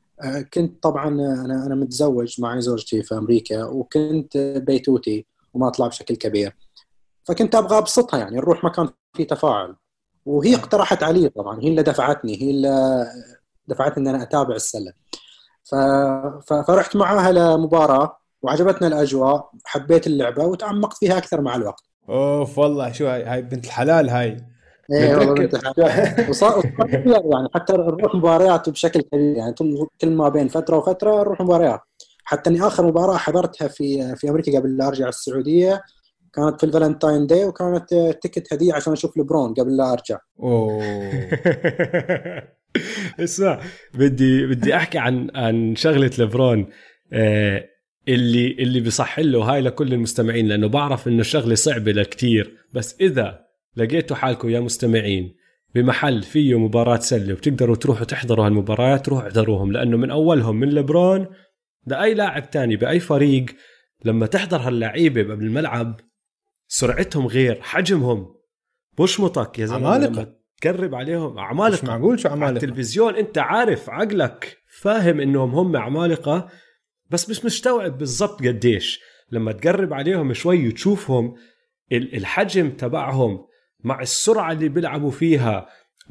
[SPEAKER 3] كنت طبعا أنا أنا متزوج مع زوجتي في أمريكا، وكنت بيتوتي وما أطلع بشكل كبير، فكنت أبغى أبسطها يعني نروح مكان فيه تفاعل. وهي اقترحت علي طبعا، هي اللي دفعتني هي اللي دفعتني ان انا اتابع السله. ف... فرحت معها لمباراه وعجبتنا الاجواء، حبيت اللعبه وتعمقت فيها اكثر مع الوقت.
[SPEAKER 2] اوف والله شو هاي هاي بنت الحلال هاي.
[SPEAKER 3] ايه والله بنت الحلال. وصار يعني حتى نروح مباريات بشكل كبير، يعني كل ما بين فتره وفتره نروح مباريات. حتى اني اخر مباراه حضرتها في في امريكا قبل لا ارجع السعوديه كانت في الفالنتاين داي، وكانت تيكت هدية عشان أشوف لبرون قبل لا أرجع.
[SPEAKER 2] أوه.
[SPEAKER 1] اسمع، بدي بدي احكي عن عن شغله ليبرون آه اللي اللي بيصح له هاي لكل المستمعين، لانه بعرف انه شغله صعبه لكتير. بس اذا لقيتوا حالكم يا مستمعين بمحل فيه مباراة سلة وبتقدروا تروحوا تحضروا هالمباريات، روحوا احضروهم، لانه من اولهم من ليبرون لأي لاعب تاني بأي فريق، لما تحضر هاللعيبة قبل الملعب سرعتهم غير، حجمهم بشمطك يا زلمة لما تقرب عليهم. عمالقة،
[SPEAKER 2] مش معقول شو عمالقة.
[SPEAKER 1] التلفزيون انت عارف، عقلك فاهم انهم هم عمالقة، بس مش مستوعب بالضبط قديش. لما تقرب عليهم شوي وتشوفهم الحجم تبعهم مع السرعة اللي بيلعبوا فيها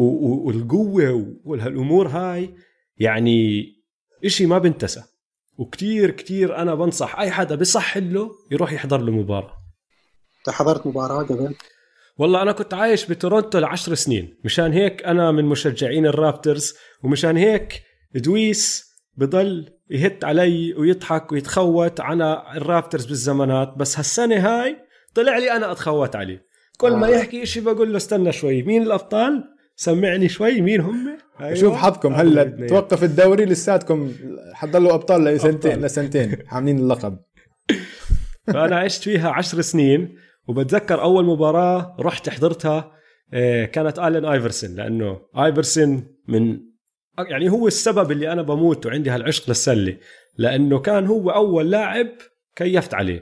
[SPEAKER 1] والقوة والهالأمور هاي، يعني إشي ما بنتسى. وكتير كتير أنا بنصح أي حدا بيصح له يروح يحضر له مباراة.
[SPEAKER 3] أنت حضرت مباراة قبل؟
[SPEAKER 1] والله أنا كنت عايش بتورونتو لعشر سنين، مشان هيك أنا من مشجعين الرابترز، ومشان هيك دويس بضل يهت علي ويضحك ويتخوت على الرابترز بالزمانات. بس هالسنة هاي طلع لي أنا أتخوت عليه، كل ما يحكي إشي بقول له استنى شوي، مين الأبطال؟ سمعني شوي مين هم.
[SPEAKER 2] أيوة. شوف حظكم هلا توقف الدوري لساتكم حضلوا أبطال لسنتين لسنتين حاملين اللقب.
[SPEAKER 1] فأنا عشت فيها عشر سنين، وبتذكر أول مباراة رحت حضرتها كانت آلين آيفرسون، لأنه آيفرسون من يعني هو السبب اللي أنا بموت وعندي هالعشق للسلة، لأنه كان هو أول لاعب كيفت عليه.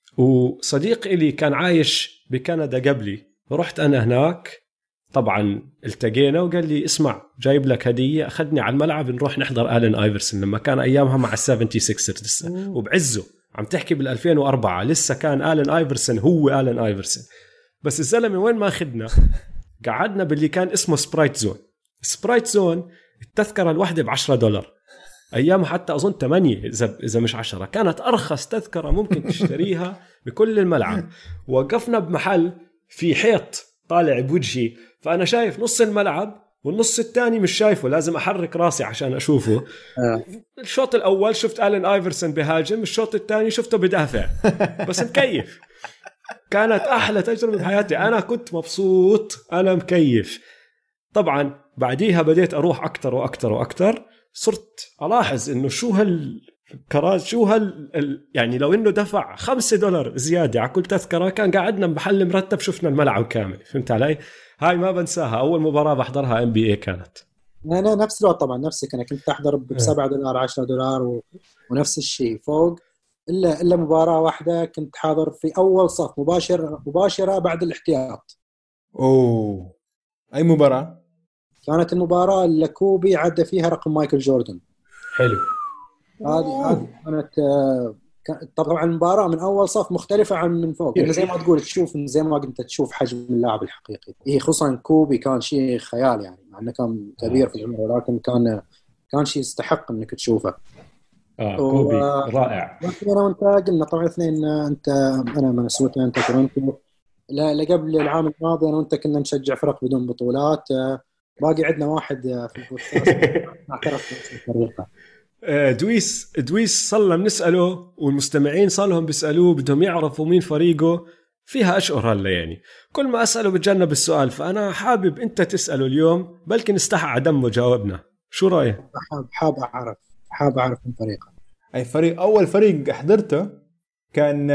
[SPEAKER 1] وصديق إلي كان عايش بكندا قبلي، رحت أنا هناك طبعا التقينا وقال لي اسمع جايب لك هدية، أخذني على الملعب نروح نحضر آلين آيفرسون لما كان أيامها مع السفنتي سيكسرز لسه وبعزه، عم تحكي بالألفين وأربعة لسه كان آلين آيفرسون هو آلين آيفرسون. بس الزلمة وين ما أخذنا قعدنا باللي كان اسمه سبرايت زون. سبرايت زون التذكرة الواحدة بعشرة دولار أيام، حتى أظن ثمانية إذا إذا مش عشرة، كانت أرخص تذكرة ممكن تشتريها بكل الملعب. وقفنا بمحل في حيط طالع بوجهي، فأنا شايف نص الملعب والنص الثاني مش شايفه، لازم أحرك راسي عشان أشوفه. الشوط الأول شفت آلين آيفرسون بهاجم، الشوط الثاني شفته بدافع بس مكيف. كانت أحلى تجربة بحياتي، أنا كنت مبسوط، أنا مكيف. طبعا بعديها بديت أروح أكتر وأكتر وأكتر، صرت ألاحظ إنه شو هالكراز، شو هال يعني لو إنه دفع خمسة دولار زيادة على كل تذكرة كان قاعدنا بمحل مرتب شفنا الملعب كامل. فهمت علي؟ هاي ما بنساها، أول مباراة بحضرها إن بي إيه كانت.
[SPEAKER 3] أنا نفس الوقت طبعا نفسك، أنا كنت أحضر بسبعة دولار عشرة دولار و... ونفس الشيء فوق، إلا إلا مباراة واحدة كنت حاضر في أول صف مباشر مباشرة بعد الاحتياط.
[SPEAKER 2] أوه، أي مباراة؟
[SPEAKER 3] كانت المباراة اللي كوبي عدى فيها رقم مايكل جوردن.
[SPEAKER 1] حلو.
[SPEAKER 3] هذه هذه كانت طبعا المباراة من أول صف مختلفة عن من فوق، يعني زي ما تقول تشوف زي ما كنت تشوف حجم اللاعب الحقيقي. إيه خصوصا كوبي كان شيء خيال، يعني مع أنه كان كبير في العمر ولكن كان كان شيء يستحق إنك تشوفه.
[SPEAKER 1] آه كوبي و... رائع.
[SPEAKER 3] أنا وأنت قلنا طبعا اثنين، أنت أنا مينيسوتا أنت تورنتو. لا قبل العام الماضي أنا وأنت كنا نشجع فرق بدون بطولات، باقي عندنا واحد في البودكاست نعترف بالطريقة.
[SPEAKER 1] دويس دويس صلنا بنسأله والمستمعين صالهم بيسألوه، بدهم يعرفوا مين فريقه فيها أشهر هلا، يعني كل ما أسأله بتجنب السؤال، فأنا حابب أنت تسأله اليوم بلكن استحى عدمه جاوبنا. شو رأيك؟
[SPEAKER 3] حاب حاب أعرف حاب أعرف من فريقه.
[SPEAKER 2] أي فريق؟ أول فريق حضرته كان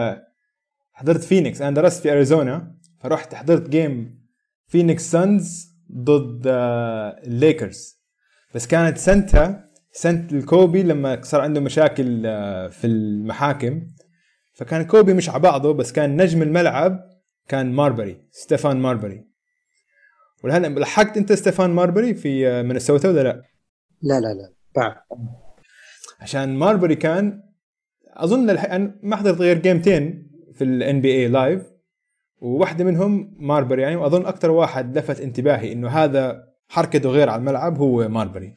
[SPEAKER 2] حضرت فينيكس، أنا درست في أريزونا، فرحت حضرت جيم فينيكس سانز ضد الليكرز. بس كانت سنتها سنة الكوبي لما صار عنده مشاكل في المحاكم، فكان كوبي مش على بعضه، بس كان نجم الملعب كان ماربري، ستيفان ماربري. ولهلا لحقت انت ستيفان ماربري في مينيسوتا ولا لا؟
[SPEAKER 3] لا لا لا بعد،
[SPEAKER 2] عشان ماربري كان اظن الح... ما حضرت غير جيمتين في الان بي اي لايف، وواحده منهم ماربري يعني، واظن اكتر واحد لفت انتباهي انه هذا حركته غير على الملعب هو ماربري.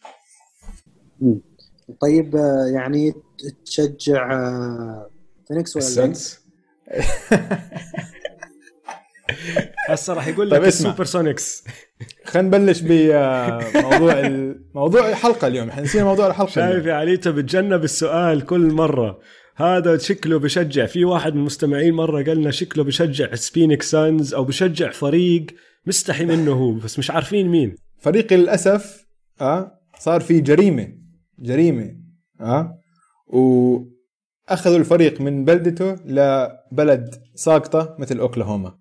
[SPEAKER 3] طيب يعني تشجع فينيكس ولا
[SPEAKER 1] السنس؟ هسه راح يقول لك
[SPEAKER 2] طيب
[SPEAKER 1] السوبر سونيكس.
[SPEAKER 2] خلينا نبلش بموضوع الموضوع الحلقه اليوم، حنسينا موضوع الحلقه.
[SPEAKER 1] شايف يا علي بتجنب السؤال كل مره. هذا شكله بشجع، في واحد من المستمعين مره قالنا شكله بشجع سبينيك سانز او بشجع فريق مستحي منه هو، بس مش عارفين مين
[SPEAKER 2] فريقي. للاسف اه صار في جريمه جريمه اه واخذوا الفريق من بلدته لبلد ساقطه مثل اوكلاهوما.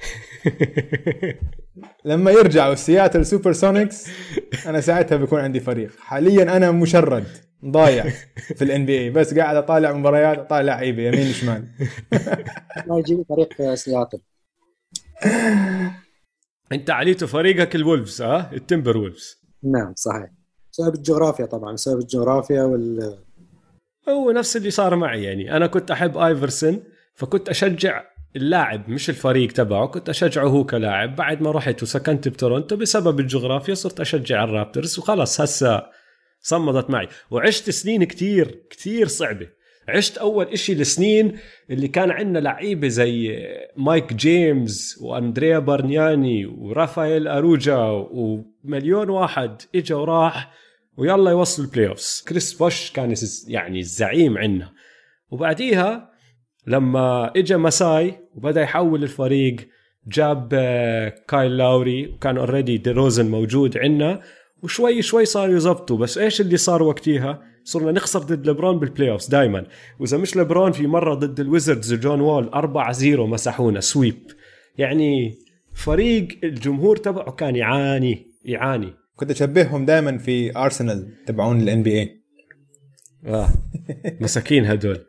[SPEAKER 2] لما يرجعوا سياتل سوبر سونيكس انا ساعتها بيكون عندي فريق. حاليا انا مشرد ضايع في الان بي اي، بس قاعد اطالع مباريات اطالع لعيبه يمين وشمال.
[SPEAKER 3] ما يجيب فريق سياتل.
[SPEAKER 1] انت عليته فريقك الولفز اه التمبر وولفز.
[SPEAKER 3] نعم صحيح، بسبب الجغرافيا طبعا، بسبب الجغرافيا وال
[SPEAKER 1] هو نفس اللي صار معي. يعني انا كنت احب ايفرسون فكنت اشجع اللاعب مش الفريق تبعه، كنت اشجعه هو كلاعب. بعد ما رحت وسكنت بتورنتو بسبب الجغرافيا صرت اشجع الرابترز وخلاص هسه صمدت معي. وعشت سنين كتير كتير صعبة. عشت أول إشي السنين اللي كان عندنا لعيبة زي مايك جيمس وأندريا بارنياني ورافائيل أروجا ومليون واحد إجا وراح ويلا يوصل البلاي أوفس. كريس بوش كان يعني الزعيم عنا. وبعديها لما إجا مساي وبدأ يحول الفريق جاب كايل لاوري وكان اوريدي دي روزن موجود عنا وشوي شوي صار يزبطوا. بس ايش اللي صار وقتها؟ صرنا نخسر ضد لبرون بالبلاي اوفز دايما، واذا مش لبرون في مره ضد الويزردز جون وول أربعة صفر مسحونا سويب. يعني فريق الجمهور تبعه كان يعاني يعاني.
[SPEAKER 2] كنت اشبههم دائما في ارسنال تبعون الان بي اي.
[SPEAKER 1] اه مساكين هدول.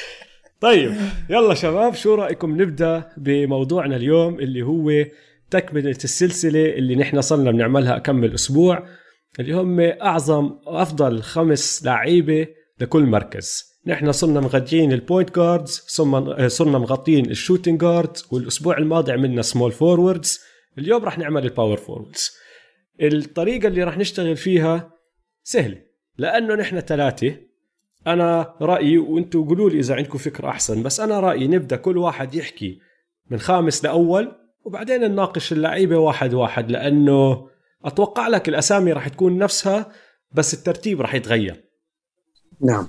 [SPEAKER 1] طيب يلا شباب، شو رايكم نبدا بموضوعنا اليوم اللي هو تكملة السلسلة اللي نحن صلنا بنعملها أكمل أسبوع، اللي هم أعظم وأفضل خمس لعيبة لكل مركز. نحن صرنا مغطين البوينت جاردز، صرنا مغطين الشوتينج جاردز، والأسبوع الماضي عملنا سمول فوروردز. اليوم رح نعمل الباور فوروردز. الطريقة اللي رح نشتغل فيها سهلة لأنه نحن ثلاثة. أنا رأيي وأنتوا قولوا لي إذا عندكم فكرة أحسن، بس أنا رأيي نبدأ كل واحد يحكي من خامس لأول وبعدين نناقش اللعيبة واحد واحد، لأنه أتوقع لك الأسامي راح تكون نفسها بس الترتيب راح يتغير.
[SPEAKER 3] نعم.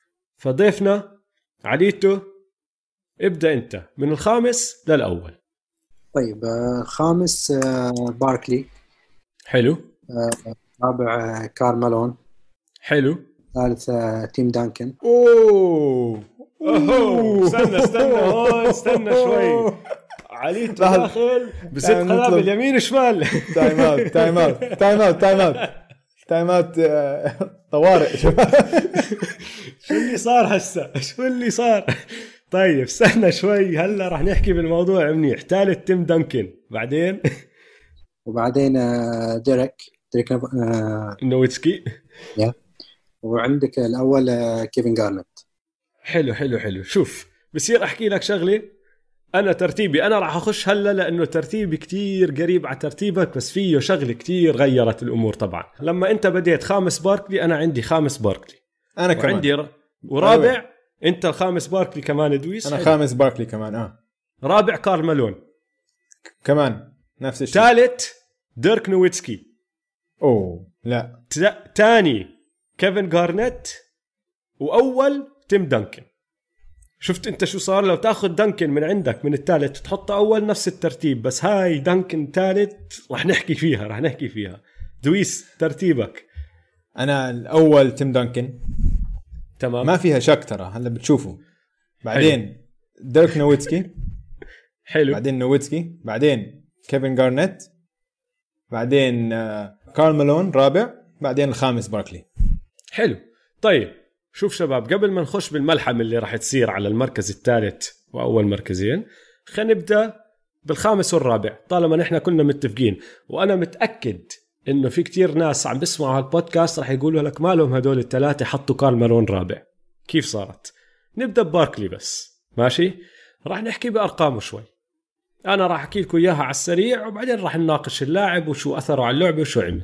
[SPEAKER 1] فضيفنا عليتو ابدأ أنت من الخامس للأول.
[SPEAKER 3] طيب خامس باركلي.
[SPEAKER 1] حلو.
[SPEAKER 3] رابع كارمالون.
[SPEAKER 1] حلو.
[SPEAKER 3] ثالث تيم دانكن.
[SPEAKER 2] أوه
[SPEAKER 1] أوه استنى استنى أوه استنى شوي. علي داخل بست قنابل يمين شمال.
[SPEAKER 2] تايم اوت تايم اوت تايم اوت تايم اوت تايم اوت طوارئ.
[SPEAKER 1] شو اللي صار هسه؟ شو اللي صار؟ طيب استنى شوي، هلا راح نحكي بالموضوع منيح. ثالث تيم دانكن، بعدين
[SPEAKER 3] وبعدين ديريك ديريك
[SPEAKER 1] نويتسكي.
[SPEAKER 3] يا وعندك الاول كيفن جارنت.
[SPEAKER 1] حلو حلو حلو. شوف بصير احكي لك شغله. أنا ترتيبي أنا راح أخش هلا لأنه ترتيبي كتير قريب على ترتيبك، بس فيه شغلة كتير غيرت الأمور. طبعا لما أنت بديت خامس باركلي أنا عندي خامس باركلي.
[SPEAKER 2] أنا كمان
[SPEAKER 1] عندي ر... ورابع أيوة. أنت الخامس باركلي كمان دويس.
[SPEAKER 2] أنا خامس باركلي كمان. آه
[SPEAKER 1] رابع كارمالون
[SPEAKER 2] كمان نفس الشيء.
[SPEAKER 1] ثالث ديرك نويتسكي.
[SPEAKER 2] أوه لا.
[SPEAKER 1] تاني كيفن جارنيت. وأول تيم دانكن. شفت انت شو صار؟ لو تاخذ دانكن من عندك من الثالث تحطه اول نفس الترتيب، بس هاي دانكن ثالث رح نحكي فيها رح نحكي فيها. دويس ترتيبك.
[SPEAKER 2] انا الاول تيم دانكن
[SPEAKER 1] تمام
[SPEAKER 2] ما فيها شك ترى، هلا بتشوفوا. بعدين حلو. ديرك نويتسكي.
[SPEAKER 1] حلو.
[SPEAKER 2] بعدين نويتسكي، بعدين كيفن جارنيت، بعدين كارمالون رابع، بعدين الخامس باركلي.
[SPEAKER 1] حلو. طيب شوف شباب، قبل ما نخش بالملحمة اللي راح تصير على المركز الثالث وأول مركزين، خلينا نبدأ بالخامس والرابع طالما نحن كنا متفقين. وأنا متأكد إنه في كتير ناس عم بسمعوا هالبودكاست راح يقولوا لك مالهم هدول الثلاثة حطوا كارمالون رابع، كيف صارت؟ نبدأ بباركلي بس ماشي. راح نحكي بأرقامه شوي. أنا راح أحكي لكم إياها على السريع وبعدين راح نناقش اللاعب وشو أثره على اللعبة وشو عمل.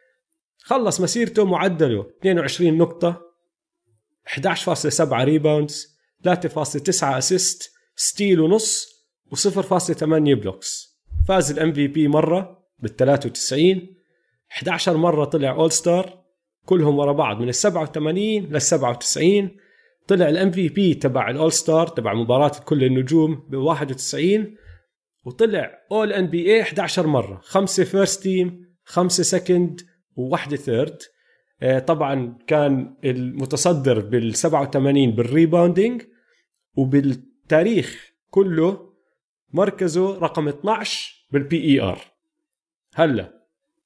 [SPEAKER 1] خلص مسيرته معدله اثنين وعشرين نقطة، إحدى عشر فاصلة سبعة ريباوندز، ثلاثة فاصلة تسعة أسيست، ستيل ونص، وصفر فاصلة ثمانية بلوكس. فاز الام في بي مرة بالثلاثة وتسعين، إحدى عشر مرة طلع أول ستار كلهم ورا بعض من السبعة وثمانين للسبعة وتسعين. طلع الام في بي تبع الأول ستار تبع مباراة كل النجوم بواحد وتسعين، وطلع أول ان بي اي إحدى عشر مرة، خمسة فيرست تيم، خمسة سكند، وواحدة ثيرد. طبعا كان المتصدر بالسبعة وثمانين بالريباوندينج، وبالتاريخ كله مركزه رقم اثناشر بالبي اي ار. هلا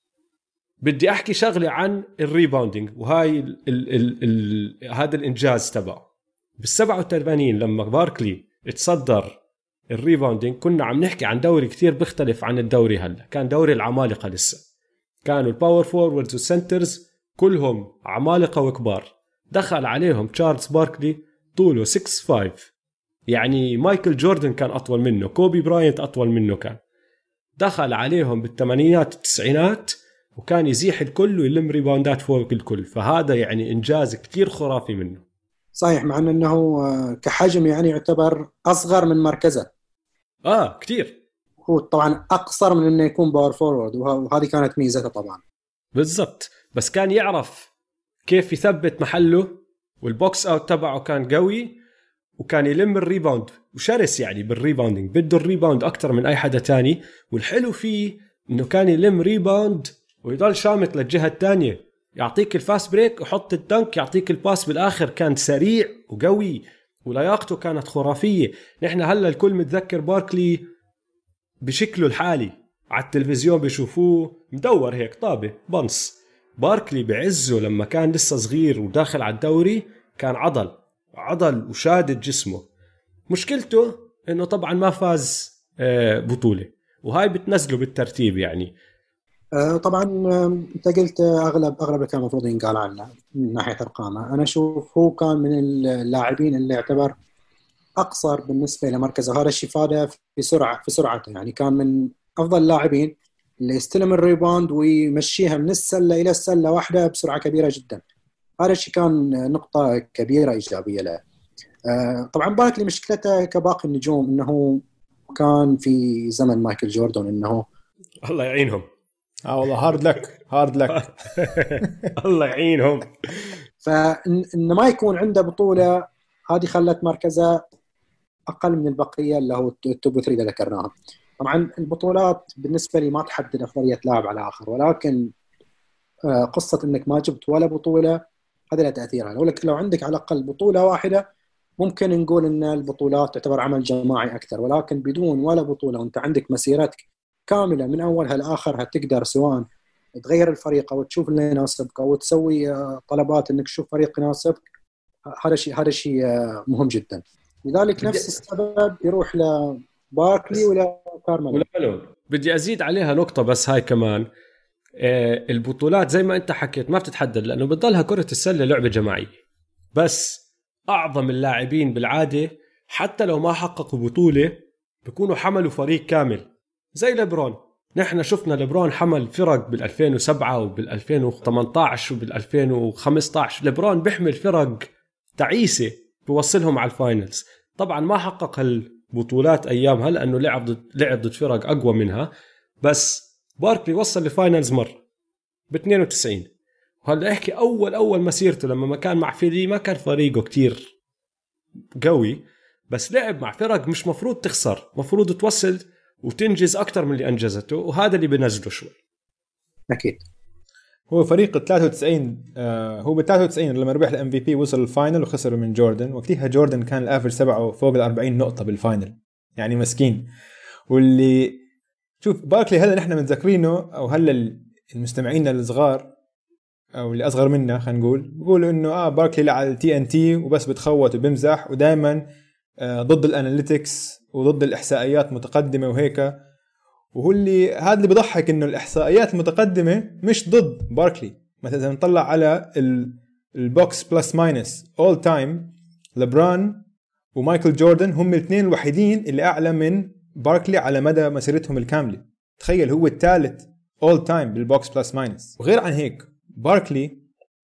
[SPEAKER 1] بدي احكي شغله عن الريباوندينج، وهاي ال ال ال ال هذا الانجاز تبعه. بالسبعة وثمانين لما باركلي تصدر الريباوندينج كنا عم نحكي عن دوري كتير بيختلف عن الدوري هلا. كان دوري العمالقه، لسه كانوا الباور فوروردز والسنترز كلهم عمالقه وكبار. دخل عليهم تشارلز باركلي طوله ستة خمسة، يعني مايكل جوردن كان اطول منه، كوبي براينت اطول منه. كان دخل عليهم بالثمانينات التسعينات وكان يزيح الكل ويلم ريباوندات فوق الكل. فهذا يعني إنجاز كتير خرافي منه.
[SPEAKER 3] صحيح، مع أنه كحجم يعني يعتبر أصغر من مركزه.
[SPEAKER 1] آه كتير.
[SPEAKER 3] هو طبعا أقصر من أنه يكون باور فورورد، وهذه كانت ميزته طبعا.
[SPEAKER 1] بالضبط، بس كان يعرف كيف يثبت محله، والبوكس أوت تبعه كان قوي، وكان يلم الريباوند وشرس يعني بالريباوندينج، بده الريباوند أكتر من أي حدا تاني. والحلو فيه إنه كان يلم ريباوند ويضل شامت للجهة الثانية، يعطيك الفاست بريك وحط الدنك، يعطيك الباس بالآخر. كان سريع وقوي ولياقته كانت خرافية. نحن هلا الكل متذكر باركلي بشكله الحالي، على التلفزيون بيشوفوه مدور هيك طابة بنص. باركلي بعزه لما كان لسه صغير وداخل على الدوري كان عضل عضل وشادد جسمه. مشكلته إنه طبعا ما فاز بطولة، وهاي بتنزله بالترتيب يعني.
[SPEAKER 3] طبعا انت قلت اغلب اغلب اللي كان المفروض ينقال عنه من ناحيه ارقامه. انا اشوف هو كان من اللاعبين اللي يعتبر اقصر بالنسبه لمركزه. هذا الشيء فاده في سرعه في سرعته، يعني كان من افضل اللاعبين اللي يستلم الريباوند ويمشيها من السله الى السله واحده بسرعه كبيره جدا. هذا الشيء كان نقطه كبيره ايجابيه له. طبعا باركلي مشكلته كباقي النجوم انه كان في زمن مايكل جوردن انه
[SPEAKER 1] الله يعينهم.
[SPEAKER 2] اه والله هارد لك هارد لك
[SPEAKER 1] الله يعينهم.
[SPEAKER 3] فإن ما يكون عنده بطولة هذه خلت مركزه أقل من البقية اللي هو التوب ثري اللي ذكرناها. طبعا البطولات بالنسبة لي ما تحدد أفضلية لاعب على آخر، ولكن قصة إنك ما جبت ولا بطولة هذا لا تأثيرها. لو لك لو عندك على الأقل بطولة واحدة ممكن نقول إن البطولات تعتبر عمل جماعي أكثر، ولكن بدون ولا بطولة وأنت عندك مسيرتك كاملة من أولها لآخرها تقدر سواء تغير الفريق أو تشوف اللي يناسبك أو تسوي طلبات إنك تشوف فريق يناسبك. هذا شيء هذا شيء مهم جدا. لذلك نفس السبب يروح لباركلي ولا كارميلو.
[SPEAKER 1] بدي أزيد عليها نقطة بس هاي كمان. البطولات زي ما أنت حكيت ما بتتحدد، لأنه بتضلها كرة السلة لعبة جماعية. بس أعظم اللاعبين بالعادة حتى لو ما حققوا بطولة بيكونوا حملوا فريق كامل، زي ليبرون. نحن شفنا ليبرون حمل فرق بالألفين وسبعة وبالألفين وثمانية عشر وبالألفين وخمسة عشر. ليبرون بيحمل فرق تعيسة بيوصلهم على الفاينلز. طبعا ما حقق البطولات أيامها لأنه لعب ضد لعب ضد فرق أقوى منها، بس باركلي وصل للفاينلز مرة ب اثنين وتسعين. وهلا احكي أول أول مسيرته لما ما كان مع فيلي ما كان فريقه كتير قوي، بس لعب مع فرق مش مفروض تخسر، مفروض توصل وتنجز أكتر من اللي أنجزته، وهذا اللي بنزله شوي.
[SPEAKER 3] أكيد.
[SPEAKER 2] هو فريق ثلاثة وتسعين آه هو ب ثلاثة وتسعين لما ربح الام في بي وصل الفاينل وخسر من جوردن. وقتها جوردن كان الافرج سبعه فوق ال أربعين نقطة بالفاينل، يعني مسكين. واللي شوف باركلي هلا نحن متذكرينه، او هلا المستمعين الصغار او اللي اصغر منا خلينا نقول بيقولوا انه اه باركلي لعب التي ان تي وبس بتخوت وبمزح، ودائما آه ضد الاناليتكس وضد الاحصائيات متقدمه وهيك. وهو اللي هذا اللي بضحك انه الاحصائيات المتقدمه مش ضد باركلي. مثلا اذا نطلع على البوكس بلس ماينس اول تايم، ليبرون ومايكل جوردن هم الاثنين الوحيدين اللي اعلى من باركلي على مدى مسيرتهم الكامله. تخيل هو الثالث اول تايم بالبوكس بلس ماينس. وغير عن هيك باركلي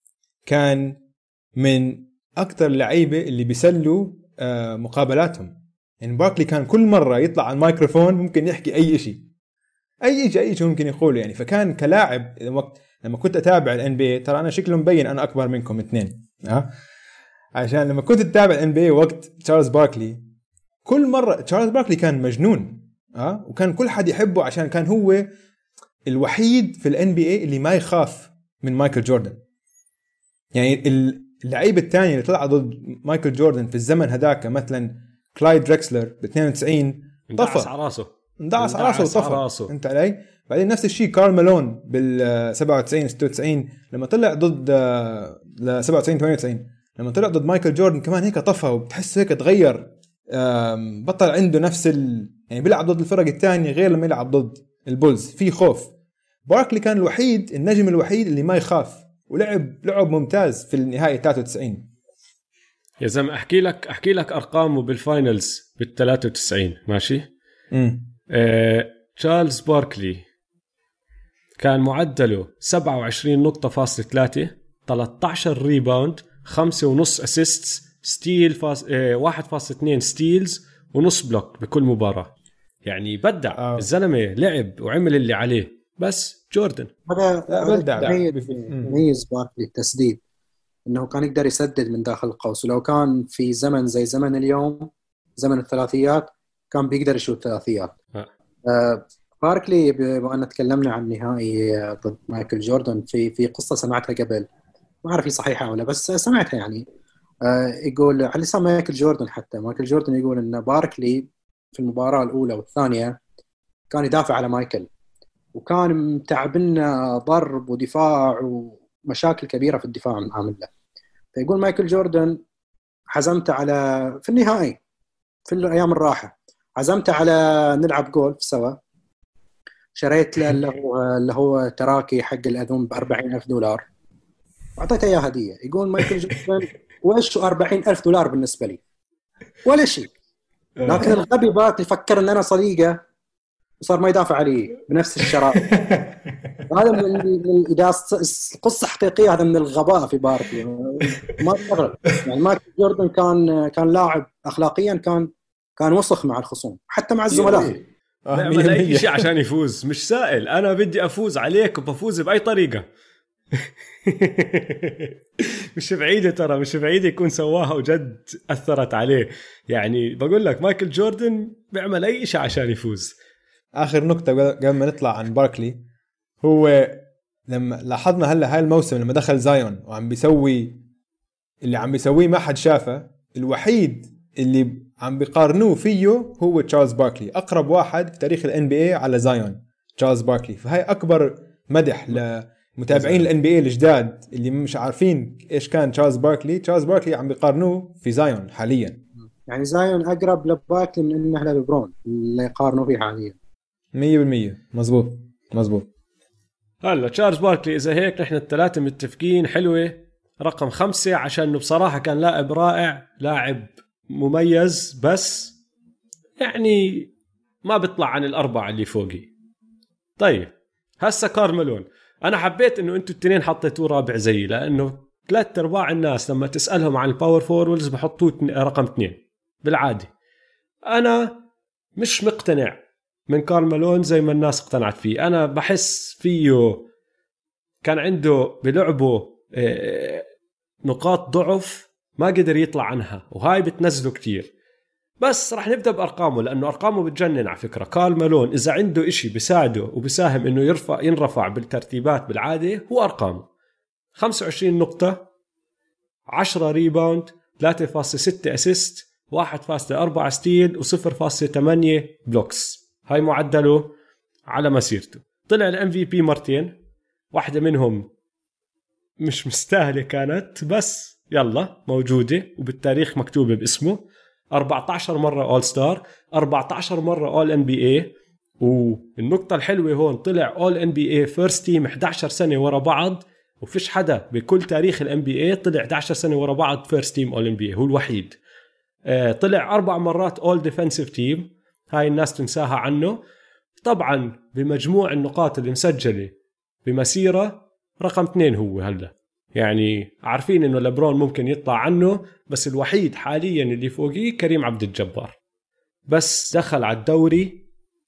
[SPEAKER 2] كان من اكثر اللعيبه اللي بيسلوا مقابلاتهم. يعني باركلي كان كل مره يطلع على الميكروفون ممكن يحكي اي شيء اي شيء اي شيء ممكن يقوله. يعني فكان كلاعب وقت لما كنت اتابع الان بي ترى انا شكله مبين انا اكبر منكم اثنين ها عشان لما كنت اتابع الان بي وقت تشارلز باركلي كل مره تشارلز باركلي كان مجنون ها وكان كل حد يحبه عشان كان هو الوحيد في الان بي اي اللي ما يخاف من مايكل جوردن. يعني اللعيبه الثانيه اللي طلع ضد مايكل جوردن في الزمن هذاك مثلا كلايد دريكسلر ب اثنين وتسعين
[SPEAKER 1] طفى على راسه
[SPEAKER 2] اندعس على راسه وطفى انت علي. بعدين نفس الشيء كارل مالون بال سبعة وتسعين ستة وتسعين لما طلع ضد ل سبعة وتسعين ثمانية وتسعين لما طلع ضد مايكل جوردن كمان هيك طفى وبتحس هيك تغير بطل عنده نفس ال... يعني بيلعب ضد الفرق الثانيه غير لما يلعب ضد البولز في خوف. باركلي كان الوحيد النجم الوحيد اللي ما يخاف ولعب لعب ممتاز في النهائي ثلاثة وتسعين.
[SPEAKER 1] يا زلمه احكي لك احكي لك ارقامه بالفاينلز بال ثلاثة وتسعين ماشي.
[SPEAKER 2] امم
[SPEAKER 1] آه، تشارلز باركلي كان معدله سبعة وعشرين نقطة فاصلة ثلاثة ثلاثة عشر ريباوند خمسة ونص اسيستس ستيل فاس... آه، واحد فاصلة اثنين ستيلز ونص بلوك بكل مباراة. يعني بدع آه. الزلمة لعب وعمل اللي عليه. بس جوردن
[SPEAKER 3] هذا بدع ميز باركلي التسديد انه كان يقدر يسدد من داخل القوس. ولو كان في زمن زي زمن اليوم زمن الثلاثيات كان بيقدر يشوت ثلاثيات. آه. آه باركلي بما أن تكلمنا عن نهائي ضد مايكل جوردن في في قصة سمعتها قبل ما أعرف هي صحيحة ولا بس سمعتها يعني. آه يقول على لسان مايكل جوردن حتى مايكل جوردن يقول أن باركلي في المباراة الأولى والثانية كان يدافع على مايكل وكان متعبنا ضرب ودفاع ومشاكل كبيرة في الدفاع عامل له. فيقول مايكل جوردن حزمت على في النهائي في الأيام الراحة عزمت على نلعب جولف سوا. شريت له اللي هو اللي هو تراكي حق الأذون بأربعين ألف دولار وأعطيته إياه هدية. يقول مايكل جوردن وإيش أربعين ألف دولار بالنسبة لي ولا شيء. لكن الغبي بات يفكر إن أنا صديقه وصار ما يدافع عليه بنفس الشرائط. هذا من إذا قصة حقيقية هذا من الغباء في باركلي ما استغرب. يعني مايكل جوردن كان كان لاعب أخلاقيا كان كان وسخ مع الخصوم حتى مع الزملاء.
[SPEAKER 1] بيعمل أي شيء عشان يفوز مش سائل أنا بدي أفوز عليك وبفوز بأي طريقة. مش بعيدة ترى مش بعيدة يكون سواها وجد أثرت عليه. يعني بقول لك مايكل جوردن بيعمل أي شيء عشان يفوز.
[SPEAKER 2] آخر نقطة قبل ما نطلع عن باركلي هو لما لاحظنا هلا هاي الموسم لما دخل زايون وعم بيسوي اللي عم بيسويه ما حد شافه. الوحيد اللي عم بيقارنوه فيه هو تشارلز باركلي أقرب واحد في تاريخ ال إن بي إيه على زايون تشارلز باركلي. فهاي أكبر مدح لمتابعين ال إن بي إيه الجداد اللي مش عارفين إيش كان تشارلز باركلي. تشارلز باركلي عم بيقارنوه في زايون حاليا.
[SPEAKER 3] يعني زايون أقرب لباركلي من إنه لبرون اللي يقارنوه فيه حاليا.
[SPEAKER 2] مية بالمية مزبوط مزبوط.
[SPEAKER 1] هلا تشارلز باركلي إذا هيك نحن الثلاثة متفقين حلوة. رقم خمسة عشان بصراحة كان لاعب رائع لاعب مميز بس يعني ما بيطلع عن الأربعة اللي فوقي. طيب هسا كارميلون أنا حبيت إنه أنتوا التنين حطيتوه رابع زي لأنه ثلاثة أرباع الناس لما تسألهم عن الباور فورولز بحطوه رقم اثنين بالعادي. أنا مش مقتنع من كارميلون زي ما الناس اقتنعت فيه. أنا بحس فيه كان عنده بلعبه نقاط ضعف ما قدر يطلع عنها وهاي بتنزله كتير. بس رح نبدأ بأرقامه لأنه أرقامه بتجنن على فكرة. كارل مالون إذا عنده إشي بيساعده وبيساهم إنه يرفع ينرفع بالترتيبات بالعادة هو أرقامه خمسة وعشرين نقطة عشرة ريباوند ثلاثة فاصلة ستة أسيست واحد فاصلة أربعة ستيل وصفر فاصلة ثمانية بلوكس. هاي معدله على مسيرته. طلع الام في بي مرتين واحدة منهم مش مستاهلة كانت بس يلا موجودة وبالتاريخ مكتوبة باسمه. أربعة عشر مرة أول ستار أربعة عشر مرة أول ان بي اي. والنقطة الحلوة هون طلع أول ان بي اي فيرست تيم إحدى عشرة سنة ورا بعض وفيش حدا بكل تاريخ الان بي اي طلع إحدى عشرة سنة ورا بعض فيرست تيم أول ان بي اي هو الوحيد. آه طلع أربع مرات أول ديفنسيف تيم هاي الناس تنساها عنه. طبعا بمجموع النقاط اللي مسجلة بمسيرة رقم اثنين هو هلا. يعني عارفين انه لبرون ممكن يطلع عنه بس الوحيد حاليا اللي فوقيه كريم عبد الجبار. بس دخل على الدوري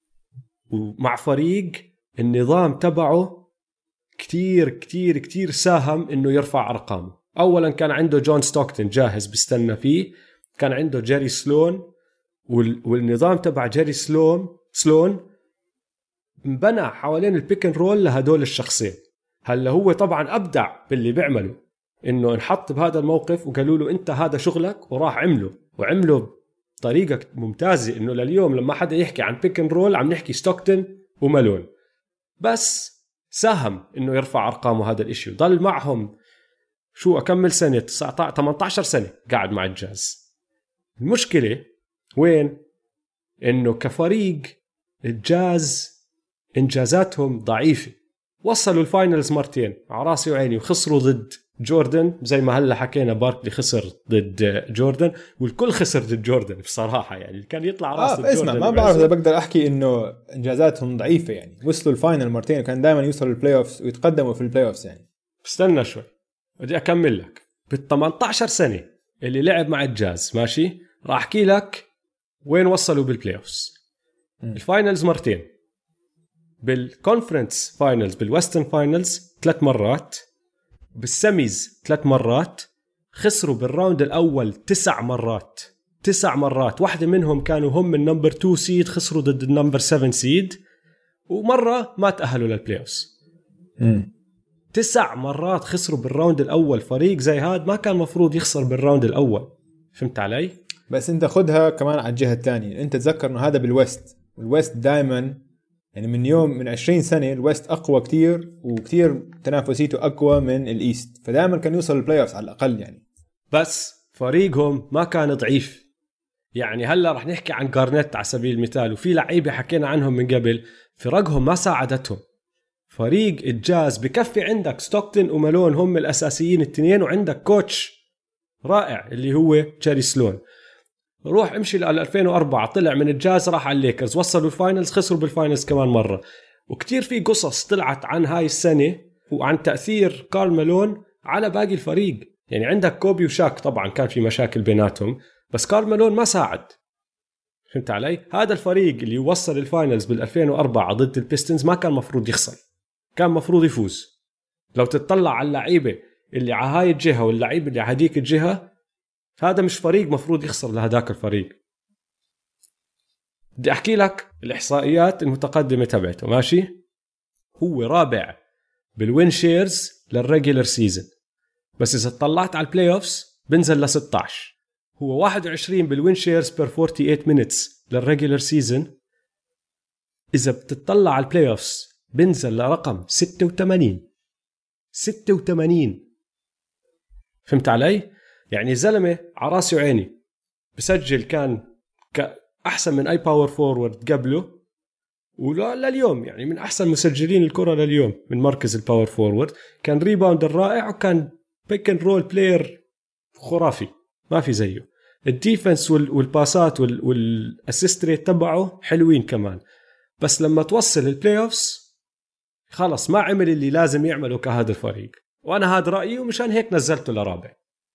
[SPEAKER 1] ومع فريق النظام تبعه كتير كتير كتير ساهم انه يرفع ارقامه. اولا كان عنده جون ستوكتون جاهز بيستنى فيه. كان عنده جيري سلون والنظام تبع جيري سلون سلون مبنى حوالين البيك اند رول لهدول الشخصين. هلا هو طبعا أبدع باللي بيعمله، إنه انحط بهذا الموقف وقالوا له أنت هذا شغلك، وراح عمله وعمله بطريقة ممتازة. إنه لليوم لما حدا يحكي عن بيك اند رول عم نحكي ستوكتون ومالون، بس ساهم إنه يرفع أرقامه هذا الإشي، وضل معهم شو أكمل سنة ثمانية عشر سنة قاعد مع الجاز. المشكلة وين؟ إنه كفريق الجاز إنجازاتهم ضعيفة. وصلوا الفاينلز مرتين على راسي وعيني، وخسروا ضد جوردن زي ما هلا حكينا، باركلي خسر ضد جوردن والكل خسر ضد جوردن بصراحة. يعني كان يطلع راس
[SPEAKER 2] آه اسمع، ما بعرف إذا بقدر أحكي إنه إنجازاتهم ضعيفة. يعني وصلوا الفاينل مرتين وكان دائما يوصلوا البلاي أوفس ويتقدموا في البلاي أوفس. يعني
[SPEAKER 1] استنى شوي بدي أكمل لك. بال ثمانية عشر سنة اللي لعب مع الجاز ماشي، راح أحكي لك وين وصلوا بالبلاي أوفس. الفاينلز مرتين، بالكونفرنس فاينلز بالويسترن فاينلز ثلاث مرات، بالسيميز ثلاث مرات، خسروا بالراوند الأول تسع مرات تسع مرات واحدة منهم كانوا هم النمبر تو سيد، خسروا ضد النمبر سفن سيد، ومرة ما تأهلوا للبلاي أوفس. تسع مرات خسروا بالراوند الأول. فريق زي هاد ما كان مفروض يخسر بالراوند الأول، فهمت علي؟
[SPEAKER 2] بس انت خدها كمان على الجهة الثانية، انت تذكر انه هذا بالويست، والويست دائما يعني من يوم من عشرين سنة الويست أقوى كتير، وكتير تنافسيته أقوى من الإيست، فدائما كان يوصل البلاي أوفس على الأقل. يعني
[SPEAKER 1] بس فريقهم ما كان ضعيف. يعني هلا رح نحكي عن غارنيت على سبيل المثال، وفي لعيبة حكينا عنهم من قبل، فرقهم ما ساعدتهم. فريق الجاز بكفي عندك ستوكتون ومالون هم الأساسيين التنين، وعندك كوتش رائع اللي هو جيري سلون. روح امشي ل ألفين وأربعة، طلع من الجاز راح على الليكرز، وصلوا الفاينلز، خسروا بالفاينلز كمان مرة. وكتير في قصص طلعت عن هاي السنة وعن تأثير كارل مالون على باقي الفريق. يعني عندك كوبي وشاك طبعا كان في مشاكل بيناتهم، بس كارل مالون ما ساعد، فهمت علي؟ هذا الفريق اللي وصل الفاينلز بال2004 ضد البيستنز ما كان مفروض يخسر، كان مفروض يفوز. لو تتطلع على اللعيبة اللي على هاي الجهة واللعيبة اللي على هديك الجهة، هذا مش فريق مفروض يخسر لهداك الفريق. بدي أحكي لك الإحصائيات المتقدمة تبعته ماشي. هو رابع بالوين شيرز للريجولر سيزن، بس إذا تطلعت على البلاي أوفس بنزل ل ستة عشر. هو واحد وعشرين بالوين شيرز بير أربعة وأربعين مينتس للريجولر سيزن، إذا بتطلع على البلاي أوفس بنزل لرقم ستة وثمانين ستة وثمانين، فهمت علي؟ يعني زلمة عراسي وعيني بسجل، كان أحسن من أي باور فورورد قبله، ولا لليوم يعني من أحسن مسجلين الكرة لليوم من مركز الباور فورورد. كان ريباوند الرائع، وكان بيك اند رول بلاير خرافي ما في زيه. الديفنس والباسات والاسيست ريت تبعه حلوين كمان، بس لما توصل البلاي اوفس خلص ما عمل اللي لازم يعمله كهذا الفريق. وأنا هذا رأيي، ومشان هيك نزلته لرابع.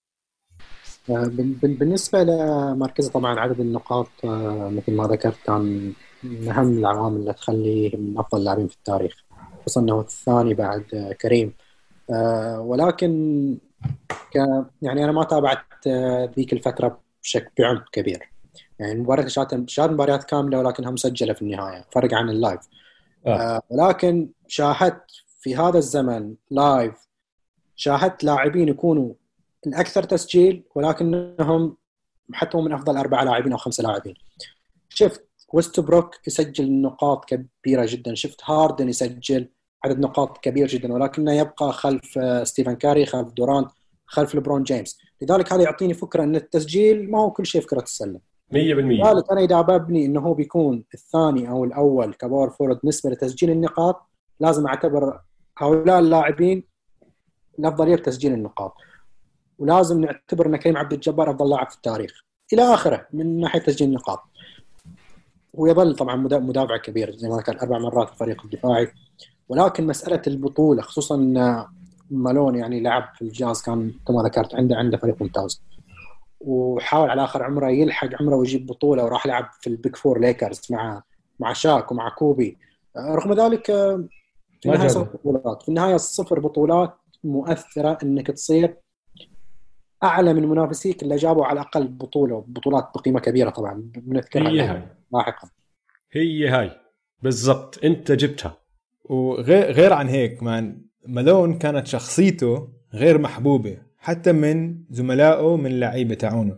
[SPEAKER 3] بالنسبة لمركزه طبعا عدد النقاط مثل ما ذكرت كان من أهم العوامل اللي تخليه من أفضل اللاعبين في التاريخ، خصوصا أنه الثاني بعد كريم. ولكن ك يعني أنا ما تابعت ذيك الفترة بشكل بعمق كبير. يعني المباريات شاهدت شاهدت مباريات كاملة ولكنها مسجلة في النهاية، فرق عن اللايف. آه. ولكن شاهدت في هذا الزمن لايف، شاهدت لاعبين يكونوا الأكثر تسجيل ولكنهم حتى من أفضل أربعة لاعبين أو خمسة لاعبين. شفت ويستبروك يسجل نقاط كبيرة جدا، شفت هاردن يسجل عدد نقاط كبير جدا ولكنه يبقى خلف ستيفن كاري، خلف دورانت، خلف لبرون جيمس. لذلك هذا يعطيني فكرة أن التسجيل ما هو كل شيء في كرة السلة
[SPEAKER 1] مية بالمية.
[SPEAKER 3] لذلك أنا إذا ببني أنه هو بيكون الثاني أو الأول كباور فورد بالنسبة لتسجيل النقاط، لازم أعتبر هؤلاء اللاعبين الأفضلية بتسجيل النقاط، ولازم نعتبر أن كريم عبد الجبار أفضل لاعب في التاريخ إلى آخره من ناحية تسجيل النقاط. ويظل طبعا مدافع كبير زي ما كان أربع مرات الفريق الدفاعي. ولكن مسألة البطولة خصوصا مالون يعني لعب في الجاز، كان كما ذكرت عنده عنده فريق ممتاز، وحاول على آخر عمره يلحق عمره ويجيب بطولة، وراح لعب في البيك فور ليكرز مع مع شاك ومع كوبي. رغم ذلك في النهاية صفر بطولات، في النهاية صفر بطولات مؤثرة إنك تصير أعلى من منافسيك اللي جابوا على الأقل بطولة بطولات بقيمة كبيرة. طبعا بنذكرها لاحقا.
[SPEAKER 1] هي هاي بالضبط أنت جبتها.
[SPEAKER 2] وغير غير عن هيك مان، مالون كانت شخصيته غير محبوبة حتى من زملائه من اللعيبة تاعونه.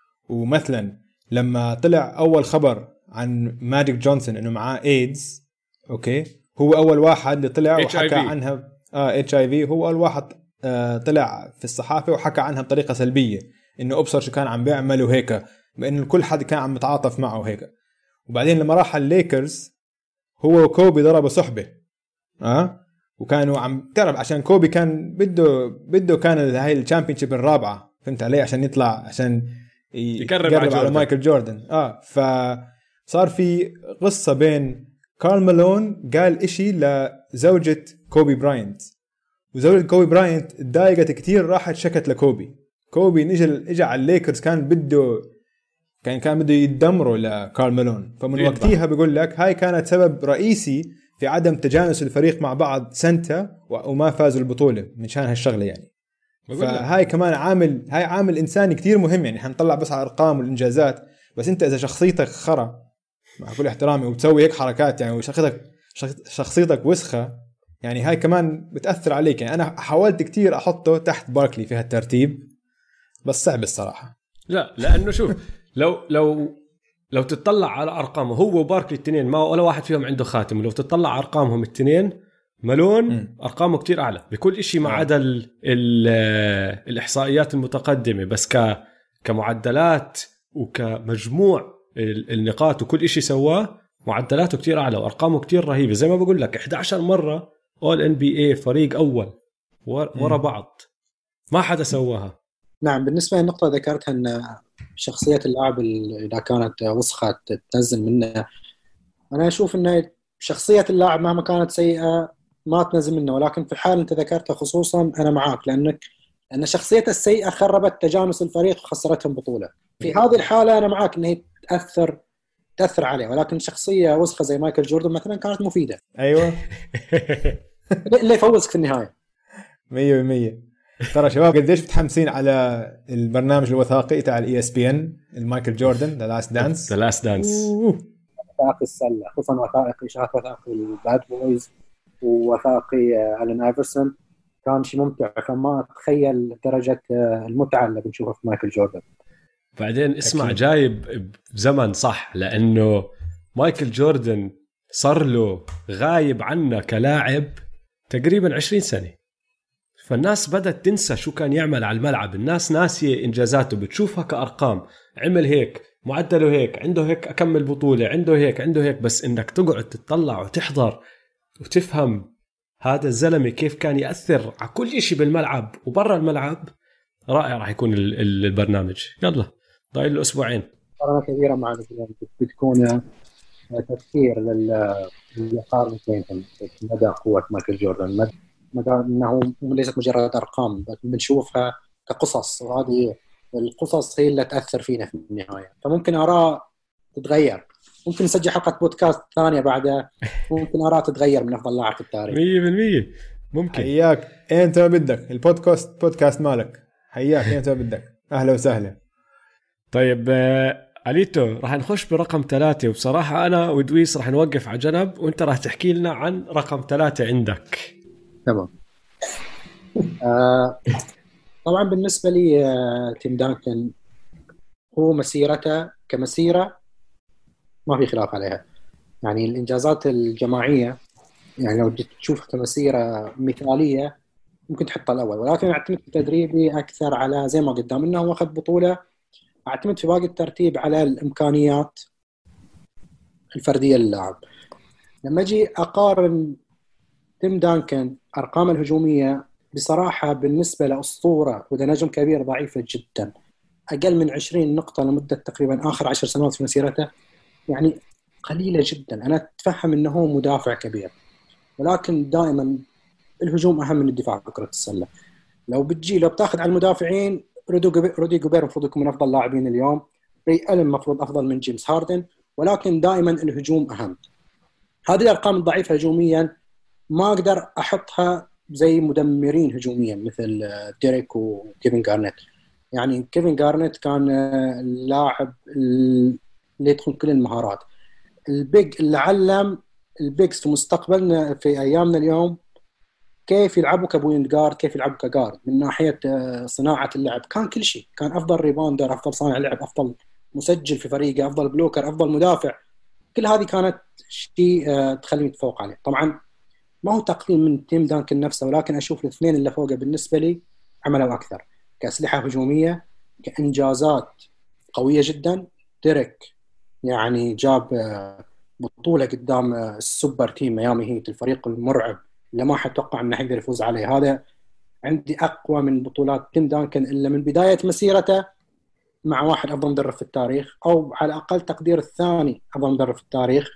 [SPEAKER 2] ومثلا لما طلع أول خبر عن ماجيك جونسون إنه معاه إيدز، أوكي، هو أول واحد اللي طلع وحكى عنها آه إتش آي في. هو أول واحد آه طلع في الصحافة وحكى عنها بطريقة سلبية، إنه أبصر شو كان عم بيعمل وهيك، بأن كل حد كان عم يتعاطف معه وهيك. وبعدين لما راح الليكرز هو وكوبي ضربوا صحبة، آه وكانوا عم تعرف عشان كوبي كان بده بده كان هاي الشامبيونشيب الرابعة، فهمت علي، عشان يطلع عشان يقرب, يقرب على مايكل جوردن. اه فصار في قصة بين كارل مالون قال إشي لزوجة كوبي براينت، وزوجة كوبي براينت اتضايقت كتير، راحت شكت لكوبي. كوبي نجي اجى على الليكرز كان بده كان كان بده يدمروا لكارل مالون. فمن وقتها بيقول لك هاي كانت سبب رئيسي في عدم تجانس الفريق مع بعض سنة وما فازوا البطولة من شان هالشغلة يعني. فهاي كمان عامل هاي عامل إنساني كتير مهم يعني. حنطلع بس على الأرقام والإنجازات، بس أنت إذا شخصيتك خرا مع كل احترامي وبتسوي هيك حركات يعني، وشخصيتك شخصيتك وسخة يعني، هاي كمان بتأثر عليك يعني. أنا حاولت كتير أحطه تحت باركلي في هالترتيب بس صعب الصراحة.
[SPEAKER 1] لا لأنه شوف لو لو لو تطلع على أرقامه هو وباركلي التنين ما ولا واحد فيهم عنده خاتم، لو تطلع على أرقامهم التنين مالون م. أرقامه كتير أعلى بكل إشي ما عدا ال ال الإحصائيات المتقدمة، بس ك كمعدلات وكمجموع النقاط وكل إشي سواه معدلاته كتير أعلى وأرقامه كتير رهيبة. زي ما بقول لك إحدى عشرة مرة أول إن بي إيه فريق أول ورا بعض، ما حدا سواها.
[SPEAKER 3] نعم، بالنسبة للنقطة ذكرتها أن شخصية اللاعب إذا كانت وسخة تنزل منه، أنا أشوف أن شخصية اللاعب مهما كانت سيئة ما تنزل منه، ولكن في الحال أنت ذكرتها خصوصا أنا معاك، لأنك أن شخصيته السيئة خربت تجانس الفريق وخسرتهم بطولة. في هذه الحالة أنا معاك أنه تأثر تأثر عليه، ولكن شخصية وسخة زي مايكل جوردن مثلا كانت مفيدة.
[SPEAKER 2] أيوة
[SPEAKER 3] اللي يفوزك في النهاية.
[SPEAKER 2] مية بالمية. ترى شباب قديش متحمسين على البرنامج الوثائقي تاع الاي اس بي ان المايكل جوردن ذا لاست دانس.
[SPEAKER 1] ذا لاست دانس
[SPEAKER 3] وثائقي السلة، خصوصا وثائقي شاهد وثائقي الباد بويز ووثائقي ألين ايفرسون، كان شيء ممتع. فما أتخيل درجة المتعة اللي بنشوفها في مايكل جوردن.
[SPEAKER 1] بعدين اسمع جايب بزمن صح، لأنه مايكل جوردن صار له غايب عنا كلاعب تقريبا عشرين سنة، فالناس بدأت تنسى شو كان يعمل على الملعب. الناس ناسية إنجازاته، بتشوفها كأرقام، عمل هيك، معدله هيك، عنده هيك أكمل بطولة، عنده هيك عنده هيك بس إنك تقعد تتطلع وتحضر وتفهم هذا الزلمة كيف كان يأثر على كل إشي بالملعب وبرا الملعب، رائع. راح يكون البرنامج. يلا ضايل له أسبوعين.
[SPEAKER 3] قرارة كبيرة معنا بتكون تفسير للقارن بينهم مدى قوة مايكل جوردن، مدى أنه ليست مجرد أرقام بنشوفها كقصص، وهذه القصص هي اللي تأثر فينا في النهاية. فممكن آراء تتغير، ممكن نسجل حلقة بودكاست ثانية بعدها، ممكن آراء تتغير من أفضل لاعب في التاريخ.
[SPEAKER 1] مية بالمية ممكن.
[SPEAKER 2] حياك أنت ما بدك البودكاست بودكاست مالك، حياك أنت ما بدك. أهلا وسهلا.
[SPEAKER 1] طيب أليتو راح نخش برقم ثلاثة، وبصراحة أنا ودويس راح نوقف على جنب وأنت راح تحكي لنا عن رقم ثلاثة عندك.
[SPEAKER 3] تمام. آه طبعا بالنسبة لي آه تيم دانكن هو مسيرته كمسيرة ما في خلاف عليها، يعني الإنجازات الجماعية يعني لو تشوف كمسيرة مثالية ممكن تحطها الأول، ولكن أعتمد في تدريبي أكثر على زي ما قدام إنه هو أخذ بطولة، أعتمد في باقي الترتيب على الإمكانيات الفردية للاعب. لما أجي أقارن تيم دانكن أرقام الهجومية بصراحة بالنسبة لأسطورة وده نجم كبير ضعيفة جدا، أقل من عشرين نقطة لمدة تقريبا آخر عشر سنوات في مسيرته، يعني قليلة جدا. أنا أتفهم أنه هو مدافع كبير، ولكن دائما الهجوم أهم من الدفاع في كرة السلة. لو بتجي لو بتاخذ على المدافعين، رودي جوبير المفروض يكون من أفضل لاعبين اليوم، ري ألين المفروض أفضل من جيمس هاردن، ولكن دائما الهجوم أهم. هذه الأرقام الضعيفة هجوميا ما أقدر أحطها زي مدمرين هجوميا مثل ديريك وكيفن غارنيت. يعني كيفن غارنيت كان اللاعب اللي يدخل كل المهارات، البيج اللي علم البيجز في مستقبلنا في أيامنا اليوم كيف يلعبوا كبوينت جارد، كيف يلعبوا كجارد، من ناحيه صناعه اللعب كان كل شيء، كان افضل ريباوندر، افضل صانع لعب، افضل مسجل في فريقه، افضل بلوكر، افضل مدافع. كل هذه كانت شيء تخليني اتفوق عليه. طبعا ما هو تقليل من تيم دانكن نفسه، ولكن اشوف الاثنين اللي فوقه بالنسبه لي عملوا اكثر كاسلحه هجوميه، كانجازات قويه جدا. ديريك يعني جاب بطوله قدام السوبر تيم ميامي هيت، الفريق المرعب اللي ما حد توقع انه يقدر يفوز عليه. هذا عندي اقوى من بطولات تيم دانكن الا من بدايه مسيرته مع واحد افضل مدرب في التاريخ، او على اقل تقدير الثاني افضل مدرب في التاريخ.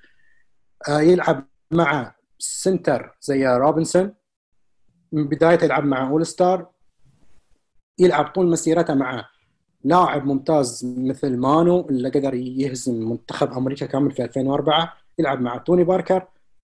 [SPEAKER 3] يلعب مع سنتر زي روبنسون من بدايته، يلعب مع اول ستار، يلعب طول مسيرته مع لاعب ممتاز مثل مانو اللي قدر يهزم منتخب امريكا كامل في ألفين وأربعة، يلعب مع توني باركر.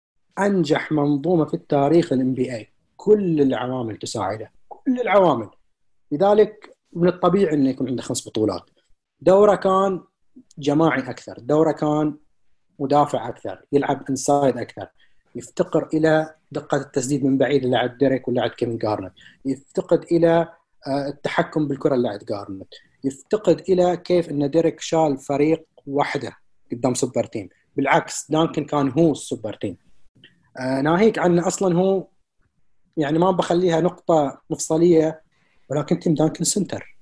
[SPEAKER 3] انجح منظومه في التاريخ الام بي اي، كل العوامل تساعده، كل العوامل. لذلك من الطبيعي انه يكون عنده خمس بطولات. دوره كان جماعي اكثر، دوره كان مدافع اكثر، يلعب انسايد اكثر، يفتقر الى دقه التسديد من بعيد اللي عند ديريك واللي عند كيفن جارنت، يفتقد الى التحكم بالكره اللي عند جارنت، يفتقد الى كيف ان ديريك شال فريق وحده قدام سوبر تيم. بالعكس دانكن كان هو السوبر تيم. آه ناهيك عنه اصلا هو يعني ما بخليها نقطه مفصليه، ولكن تيم دانكن سنتر.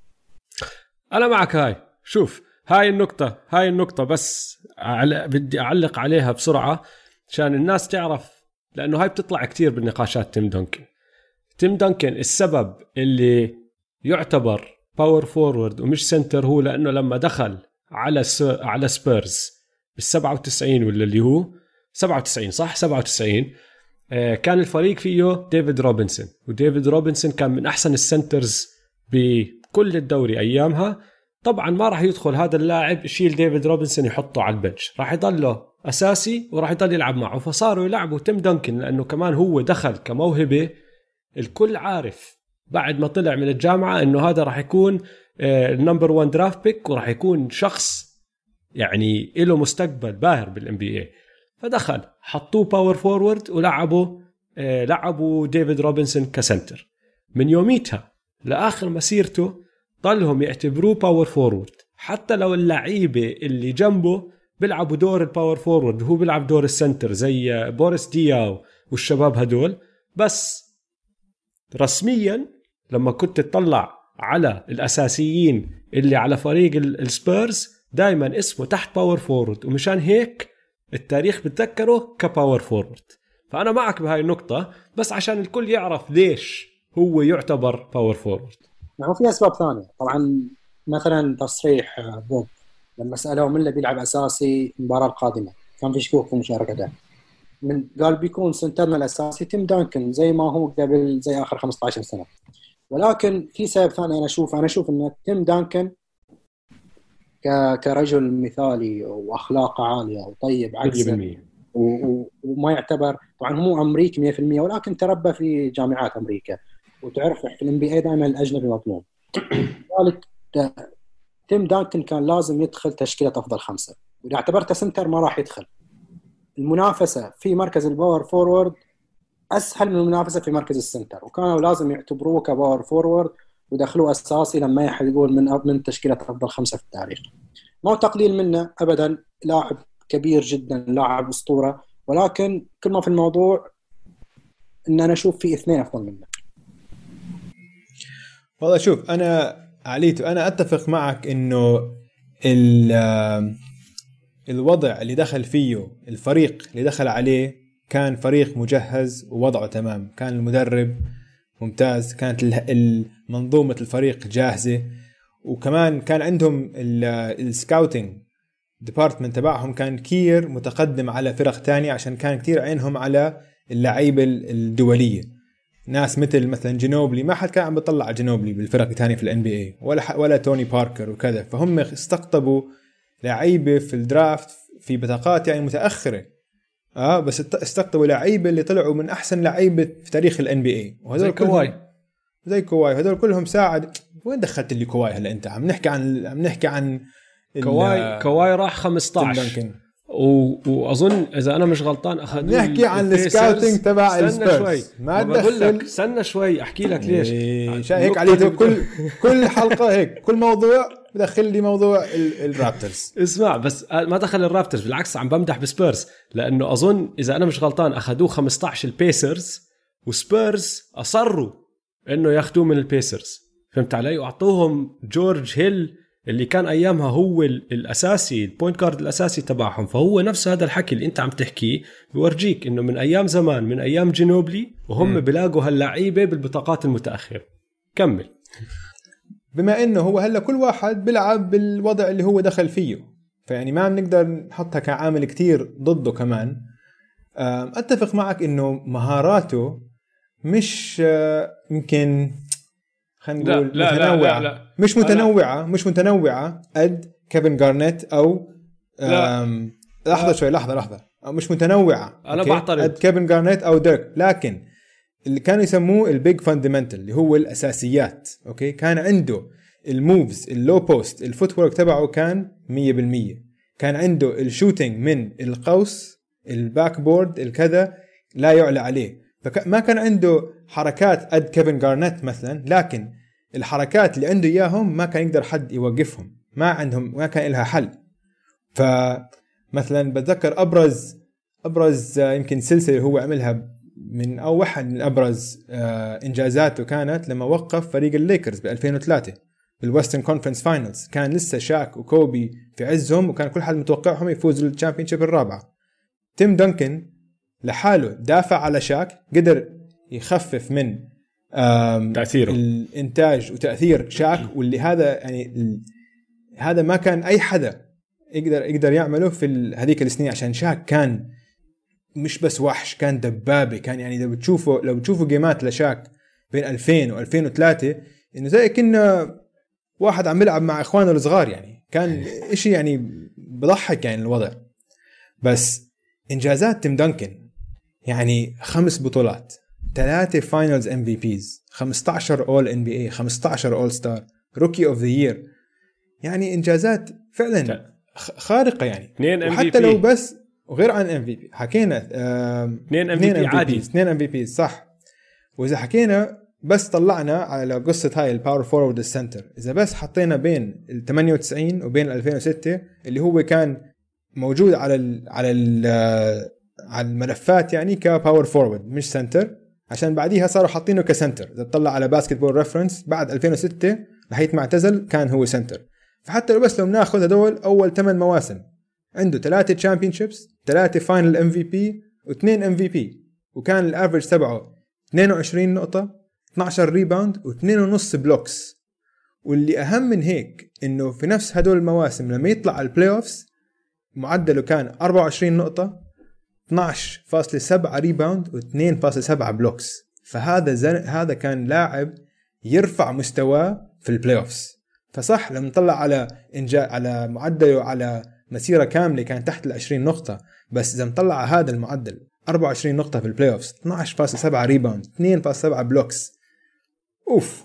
[SPEAKER 1] انا معك. هاي شوف هاي النقطه هاي النقطه بس على بدي اعلق عليها بسرعه عشان الناس تعرف، لانه هاي بتطلع كتير بالنقاشات. تيم دانكن تيم دانكن السبب اللي يعتبر باور فورورد ومش سنتر هو لانه لما دخل على على سبيرز بالسبعة وتسعين ولا اللي هو سبعة وتسعين صح سبعة وتسعين، كان الفريق فيه ديفيد روبنسون، وديفيد روبنسون كان من أحسن السنترز بكل الدوري أيامها. طبعا ما راح يدخل هذا اللاعب يشيل ديفيد روبنسون يحطه على البنش، راح يضله أساسي وراح يضل يلعب معه. فصاروا يلعبوا تيم دانكن لأنه كمان هو دخل كموهبة. الكل عارف بعد ما طلع من الجامعة أنه هذا راح يكون النمبر وان درافت بيك، وراح يكون شخص يعني له مستقبل باهر بالإن بي إيه. فدخل حطوه باور فورورد ولعبوا آه لعبوا ديفيد روبنسون كسنتر. من يوميتها لآخر مسيرته ضلهم يعتبروه باور فورورد، حتى لو اللعيبة اللي جنبه بيلعبوا دور الباور فورورد وهو بيلعب دور السنتر زي بوريس دياو والشباب هدول. بس رسميا لما كنت تطلع على الأساسيين اللي على فريق السبيرز دايما اسمه تحت باور فورورد، ومشان هيك التاريخ بتذكره كباور فورورد. فأنا معك بهاي النقطة بس عشان الكل يعرف ليش هو يعتبر باور فورورد.
[SPEAKER 3] يعني في أسباب ثانية طبعا، مثلا تصريح بوب لما سألوه من اللي بيلعب أساسي المباراة القادمة كان في شكوك في مشاركته، من قال بيكون سنترنا الأساسي تيم دانكن زي ما هو قبل زي آخر خمسة عشر سنة. ولكن في سبب ثاني أنا أشوف أنا أشوف إن تيم دانكن كرجل مثالي واخلاقه عاليه وطيب عكسه وما يعتبر طبعا هو امريكي مية بالمية، ولكن تربى في جامعات امريكا وتعرف في الام بي اي دائما الاجنبي مطلوب. لذلك تيم دانكن كان لازم يدخل تشكيله افضل خمسه، واذا اعتبرته سنتر ما راح يدخل. المنافسه في مركز الباور فورورد اسهل من المنافسه في مركز السنتر، وكانوا لازم يعتبروه كباور فورورد ودخلوه اساسي لما يحد يقول من من تشكيله افضل خمسه في التاريخ. ما هو تقليل منه ابدا، لاعب كبير جدا، لاعب اسطوره، ولكن كل ما في الموضوع ان انا اشوف في اثنين افضل منه.
[SPEAKER 2] والله شوف انا عليتو انا اتفق معك انه الوضع اللي دخل فيه الفريق اللي دخل عليه كان فريق مجهز ووضعه تمام، كان المدرب ممتاز، كانت المنظومة الفريق جاهزة، وكمان كان عندهم السكاوتينج ديبارتمنت تبعهم كان كتير متقدم على فرق تانية، عشان كان كتير عينهم على اللعيبة الدولية. ناس مثل مثلا جينوبلي ما حد كان عم بيطلع جينوبلي بالفرق الثانية في الان بي اي، ولا ولا توني باركر وكذا. فهم استقطبوا لعيبة في الدرافت في بطاقات يعني متأخرة، اه بس استقطبوا لعيبة اللي طلعوا من احسن لعيبة في تاريخ الان بي اي،
[SPEAKER 1] وهذول كواي
[SPEAKER 2] زي كواي هذول كلهم ساعد. وين دخلت اللي كواي هلا؟ انت عم نحكي عن عم نحكي عن
[SPEAKER 1] كواي كواي راح خمسة عشر واظن اذا انا مش غلطان اخذوا
[SPEAKER 2] نحكي عن السكاوتينج تبع السبيرز.
[SPEAKER 1] ما تدخل سنة شوي احكي لك ليش
[SPEAKER 2] إيه هيك عليه كل كل حلقه هيك كل موضوع بدخل لي موضوع الرابترز.
[SPEAKER 1] اسمع بس ما دخل الرابترز بالعكس عم بمدح بسبيرز لانه اظن اذا انا مش غلطان اخذوه خمسة عشر البيسرز وسبيرز اصروا انه ياخذوه من البيسرز فهمت علي واعطوهم جورج هيل اللي كان ايامها هو الاساسي البوينت كارد الاساسي تبعهم. فهو نفس هذا الحكي اللي انت عم تحكيه بورجيك انه من ايام زمان من ايام جينوبلي وهم م. بلاقوا هاللعيبه بالبطاقات المتاخره. كمل.
[SPEAKER 2] بما انه هو هلا كل واحد بيلعب بالوضع اللي هو دخل فيه فيعني ما بنقدر نحطها كعامل كتير ضده. كمان اتفق معك انه مهاراته مش يمكن خلينا نقول
[SPEAKER 1] لا لا
[SPEAKER 2] متنوعة.
[SPEAKER 1] لا لا لا.
[SPEAKER 2] مش متنوعة مش متنوعة قد كيفن غارنيت أو لحظة شوي لحظة لحظة أو مش متنوعة
[SPEAKER 1] أنا بعترض
[SPEAKER 2] قد كيفن غارنيت أو ديرك. لكن اللي كانوا يسموه البيج فاندمنتال اللي هو الأساسيات أوكي كان عنده الموفز اللو بوست الفوتورك تبعه كان مية بالمية. كان عنده الشوتينج من القوس الباك بورد الكذا لا يعلى عليه. فما كان عنده حركات قد كيفن غارنيت مثلا لكن الحركات اللي عنده إياهم ما كان يقدر حد يوقفهم. ما عندهم ما كان لها حل. فمثلا بتذكر أبرز أبرز يمكن سلسلة هو عملها من أو واحد من أبرز إنجازاته كانت لما وقف فريق الليكرز بألفين وثلاثة بالويسترن كونفرنس فاينلز. كان لسه شاك وكوبي في عزهم وكان كل حد متوقعهم يفوزوا بالتشامبيونشيب الرابعة. تيم دانكن لحاله دافع على شاك قدر يخفف من
[SPEAKER 1] تأثيره
[SPEAKER 2] الإنتاج وتأثير شاك واللي هذا يعني هذا ما كان أي حدا يقدر يقدر يعمله في هذيك السنين عشان شاك كان مش بس وحش كان دبابة. كان يعني لو بتشوفوا لو بتشوفوا جيمات لشاك بين ألفين وألفين وثلاثة إنه زي كنا واحد عم يلعب مع إخوانه الصغار. يعني كان إشي يعني بضحك يعني الوضع. بس إنجازات تيم دانكن يعني خمس بطولات ثلاثة فاينلز ام في بيز خمسة عشر اول ان بي اي خمسة عشر اول ستار روكي اوف ذا يير. يعني انجازات فعلا خارقه يعني. وحتى لو بس وغير عن ام في بي حكينا
[SPEAKER 1] اثنين ام في بي عادي
[SPEAKER 2] اثنين ام في بي صح. واذا حكينا بس طلعنا على قصه هاي الباور فورورد السنتر اذا بس حطينا بين ال ثمانية وتسعين وبين ألفين وستة اللي هو كان موجود على ال على ال على الملفات يعني كباور فورورد مش سنتر عشان بعديها صاروا حاطينه كسنتر. إذا تطلع على باسكتبول ريفرنس بعد ألفين وستة لحيت ما اعتزل كان هو سنتر. فحتى لو بس لو ناخذ هدول أول ثمان مواسم عنده ثلاثة تشامبيونشيبس ثلاثة فاينل ام في بي واثنين ام في بي وكان الافرج تبعه اثنين وعشرين نقطة اثنا عشر ريباوند واثنين ونص بلوكس. واللي أهم من هيك إنه في نفس هدول المواسم لما يطلع على البلاي أوفس معدله كان أربعة وعشرين نقطة اثنا عشر فاصلة سبعة ريباوند واثنين فاصلة سبعة بلوكس. فهذا زن... هذا كان لاعب يرفع مستواه في البلاي أوفس. فصح لما نطلع على إنجاز على معدله على مسيرة كاملة كان تحت العشرين نقطة بس إذا نطلع هذا المعدل أربعة وعشرين نقطة في البلاي أوفس اثنا عشر فاصلة سبعة ريباوند اثنين فاصلة سبعة بلوكس. أوف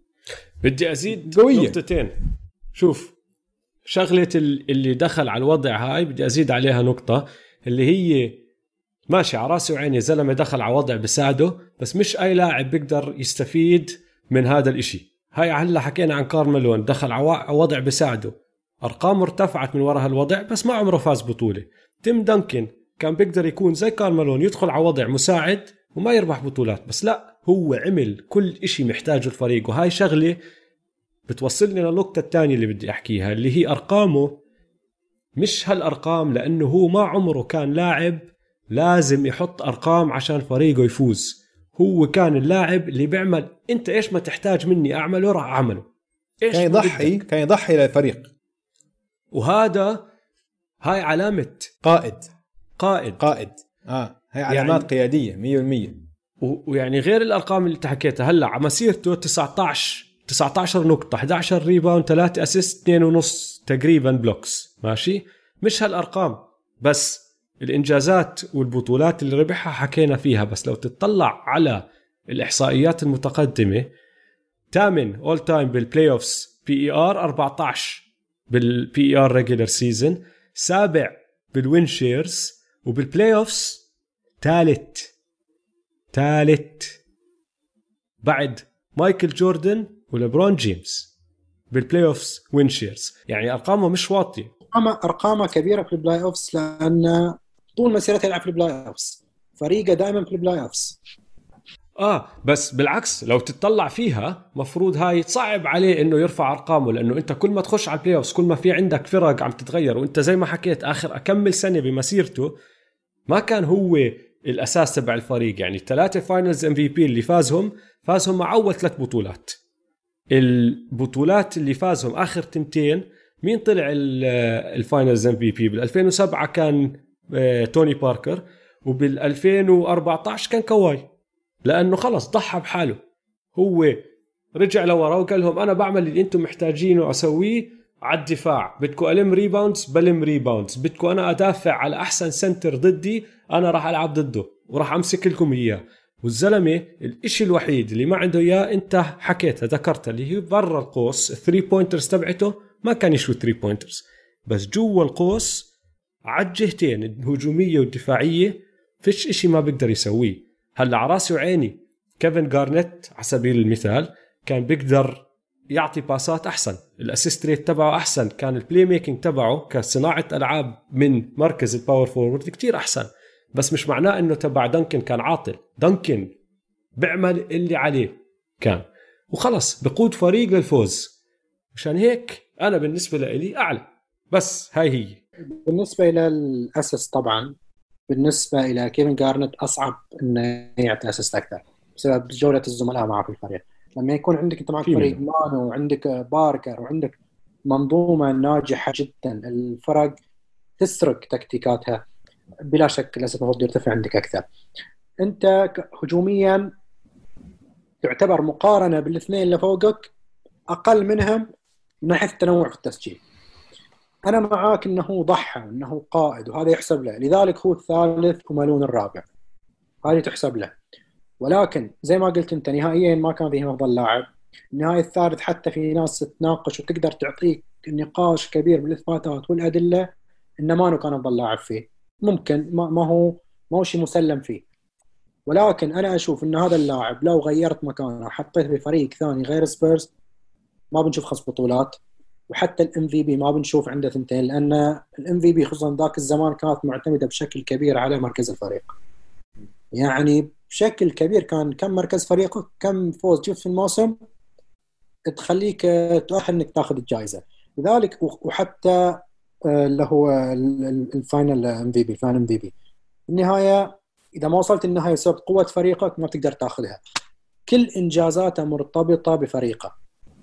[SPEAKER 1] بدي أزيد
[SPEAKER 2] قوية.
[SPEAKER 1] نقطتين. شوف شغلة اللي دخل على الوضع هاي بدي أزيد عليها نقطة اللي هي ماشي على راسي وعيني زلمة دخل على وضع بساعده بس مش أي لاعب بيقدر يستفيد من هذا الاشي. هاي هلا حكينا عن كارميلون دخل على وضع بساعده أرقامه ارتفعت من وراء هالوضع بس ما عمره فاز بطولة. تيم دانكن كان بيقدر يكون زي كارميلون يدخل على وضع مساعد وما يربح بطولات بس لا هو عمل كل اشي محتاجه الفريق. وهاي شغلة بتوصلني للنقطة الثانية اللي بدي أحكيها اللي هي أرقامه مش هالأرقام لأنه هو ما عمره كان لاعب لازم يحط أرقام عشان فريقه يفوز. هو كان اللاعب اللي بيعمل أنت إيش ما تحتاج مني أعمله راح أعمله.
[SPEAKER 2] كان يضحي كان يضحي للفريق.
[SPEAKER 1] وهذا هاي علامة
[SPEAKER 2] قائد
[SPEAKER 1] قائد
[SPEAKER 2] قائد آه هاي علامات يعني قيادية مية بالمية.
[SPEAKER 1] ويعني غير الأرقام اللي تحكيتها هلا على مسيرته تسعة عشر تسعة عشر نقطة احد عشر ريباوند ثلاثة أسيست اثنين ونص تقريبا بلوكس ماشي. مش هالأرقام بس الإنجازات والبطولات اللي ربحها حكينا فيها. بس لو تتطلع على الإحصائيات المتقدمة تامن all time بالبلاي أوفس بي إي آر أربعة عشر بالبي إي آر ريجولر سيزن سابع بالوين شيرز وبالبلاي اوفس ثالث ثالث بعد مايكل جوردن وليبرون جيمس بالبلاي اوفس وين شيرز. يعني ارقامه مش واطيه،
[SPEAKER 3] ارقامه كبيره في البلاي اوفس لان طول مسيرته يلعب في البلاي اوفس، فريقه دائما في البلاي اوفس.
[SPEAKER 1] اه بس بالعكس لو تتطلع فيها مفروض هاي تصعب عليه انه يرفع ارقامه، لانه انت كل ما تخش على البلاي اوفس كل ما في عندك فرق عم تتغير، وانت زي ما حكيت اخر اكمل سنه بمسيرته ما كان هو الاساس تبع الفريق. يعني الثلاثه فاينلز ام في بي اللي فازهم فازهم مع اول ثلاث بطولات. البطولات اللي فازهم اخر تنتين مين طلع الفاينلز ام في بي؟ بال ألفين وسبعة كان توني باركر، وبال ألفين وأربعة عشر كان كواي، لانه خلص ضحى بحاله. هو رجع لورا وقال لهم انا بعمل اللي انتم محتاجينه اسويه على الدفاع، بدكم ألم ريباوندز بلم ريباوندز، بدكم انا ادافع على احسن سنتر ضدي انا راح العب ضده وراح امسك لكم اياه. والزلمه الاشي الوحيد اللي ما عنده اياه انت حكيتها ذكرتها اللي هي برا القوس، الثري بوينترز تبعته ما كان يشوت ثري بوينترز، بس جوا القوس على الجهتين الهجوميه والدفاعيه فيش اشي ما بيقدر يسويه. هلا على راسي وعيني كيفن غارنيت على سبيل المثال كان بيقدر يعطي باسات احسن، الاسيست ريت تبعه احسن، كان البلاي ميكينج تبعه كصناعه العاب من مركز الباور فورورد كتير احسن، بس مش معناه انه تبع دنكن كان عاطل. دنكن بيعمل اللي عليه كان وخلص بقود فريق للفوز. مشان هيك انا بالنسبه لي اعلى. بس هاي هي
[SPEAKER 3] بالنسبه الى الاسس. طبعا بالنسبه الى كيفن غارنيت اصعب انه يعطي اسس اكثر بسبب جوده الزملاء معه في الفريق. لما يكون عندك انت معك فريق مانو وعندك باركر وعندك منظومه ناجحه جدا، الفرق تسرق تكتيكاتها بلا شك، الاساس المفروض يرتفع عندك اكثر. انت هجوميا تعتبر مقارنه بالاثنين اللي فوقك اقل منهم من ناحيه التنوع في التسجيل. انا معاك انه ضحى انه قائد وهذا يحسب له، لذلك هو الثالث ومالون الرابع، هذه تحسب له. ولكن زي ما قلت انت نهائيا ما كان فيه افضل لاعب. النهائي الثالث حتى في ناس تتناقش وتقدر تعطيك نقاش كبير بالاثباتات والادله ان مانو كان افضل لاعب فيه، ممكن ما هو ما هو شيء مسلم فيه. ولكن انا اشوف ان هذا اللاعب لو غيرت مكانه وحطيته في فريق ثاني غير سبيرز ما بنشوف خمس بطولات، وحتى الام في بي ما بنشوف عنده ثنتين، لان الام في بي خصوصا ذاك الزمان كانت معتمده بشكل كبير على مركز الفريق. يعني بشكل كبير كان كم مركز فريقك كم فوز جبت في الموسم تخليك تؤهل انك تاخذ الجائزه. لذلك وحتى اللي هو الفاينل ام في بي فان ام في بي النهايه اذا ما وصلت النهايه بسبب قوه فريقك ما تقدر تاخذها. كل انجازاته مرتبطه بفريقه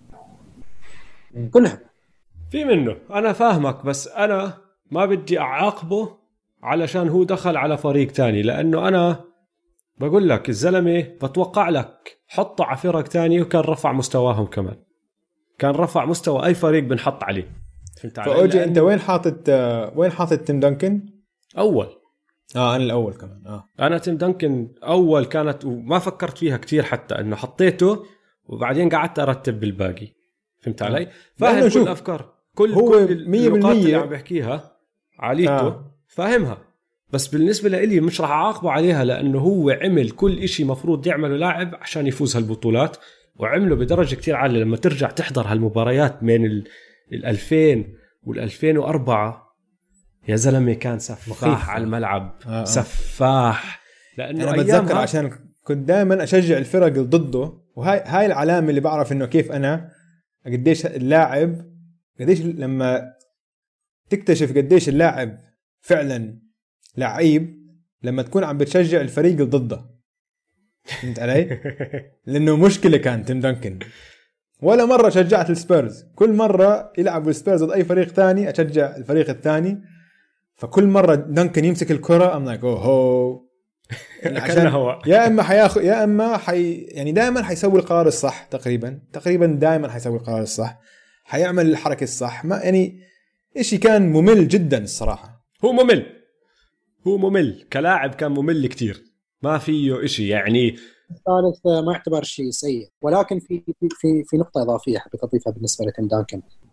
[SPEAKER 3] كلها.
[SPEAKER 1] في منه انا فاهمك، بس انا ما بدي اعاقبه علشان هو دخل على فريق تاني، لانه انا بقول لك الزلمه بتوقع لك حطه على فرق تاني وكان رفع مستواهم كمان، كان رفع مستوى اي فريق بنحط عليه.
[SPEAKER 2] فهمت علي؟ فأوجي انت وين حاطط وين حاطط تيم دنكن
[SPEAKER 1] اول؟
[SPEAKER 2] اه انا الاول كمان. اه
[SPEAKER 1] انا تيم دنكن اول كانت، وما فكرت فيها كتير حتى انه حطيته وبعدين قعدت ارتب بالباقي. فهمت علي؟ فاهم كل الافكار، كل
[SPEAKER 2] هو
[SPEAKER 1] كل النقاط اللي عم بحكيها عليته آه. فاهمها، بس بالنسبه لي مش راح اعاقبه عليها، لانه هو عمل كل إشي مفروض يعمله لاعب عشان يفوز هالبطولات، وعمله بدرجه كتير عاليه. لما ترجع تحضر هالمباريات من ال ألفين وال ألفين وأربعة يا زلمه كان سفاح على الملعب. آه. سفاح.
[SPEAKER 2] لانه انا بتذكر عشان كنت دائما اشجع الفرق اللي ضده، وهاي هاي العلامه اللي بعرف انه كيف انا قديش اللاعب، قديش لما تكتشف قديش اللاعب فعلا لعيب لما تكون عم بتشجع الفريق اللي ضده. فهمت علي؟ لانه مشكله كان تيم دنكن ولا مره شجعت السبيرز، كل مره يلعبوا السبيرز ضد اي فريق ثاني اشجع الفريق الثاني. فكل مره دنكن يمسك الكره ام لايك اوه عشان يا اما حياخذ يا اما حي يعني دائما حيسوي القرار الصح، تقريبا تقريبا دائما حيسوي القرار الصح، حيعمل الحركه الصح. ما يعني إشي كان ممل جدا الصراحه.
[SPEAKER 1] هو ممل هو ممل كلاعب، كان ممل كتير، ما فيه إشي يعني.
[SPEAKER 3] الثالث ما يعتبر شيء سيء، ولكن في في في نقطه اضافيه حبيت اضيفها بالنسبه لتيم دانكن.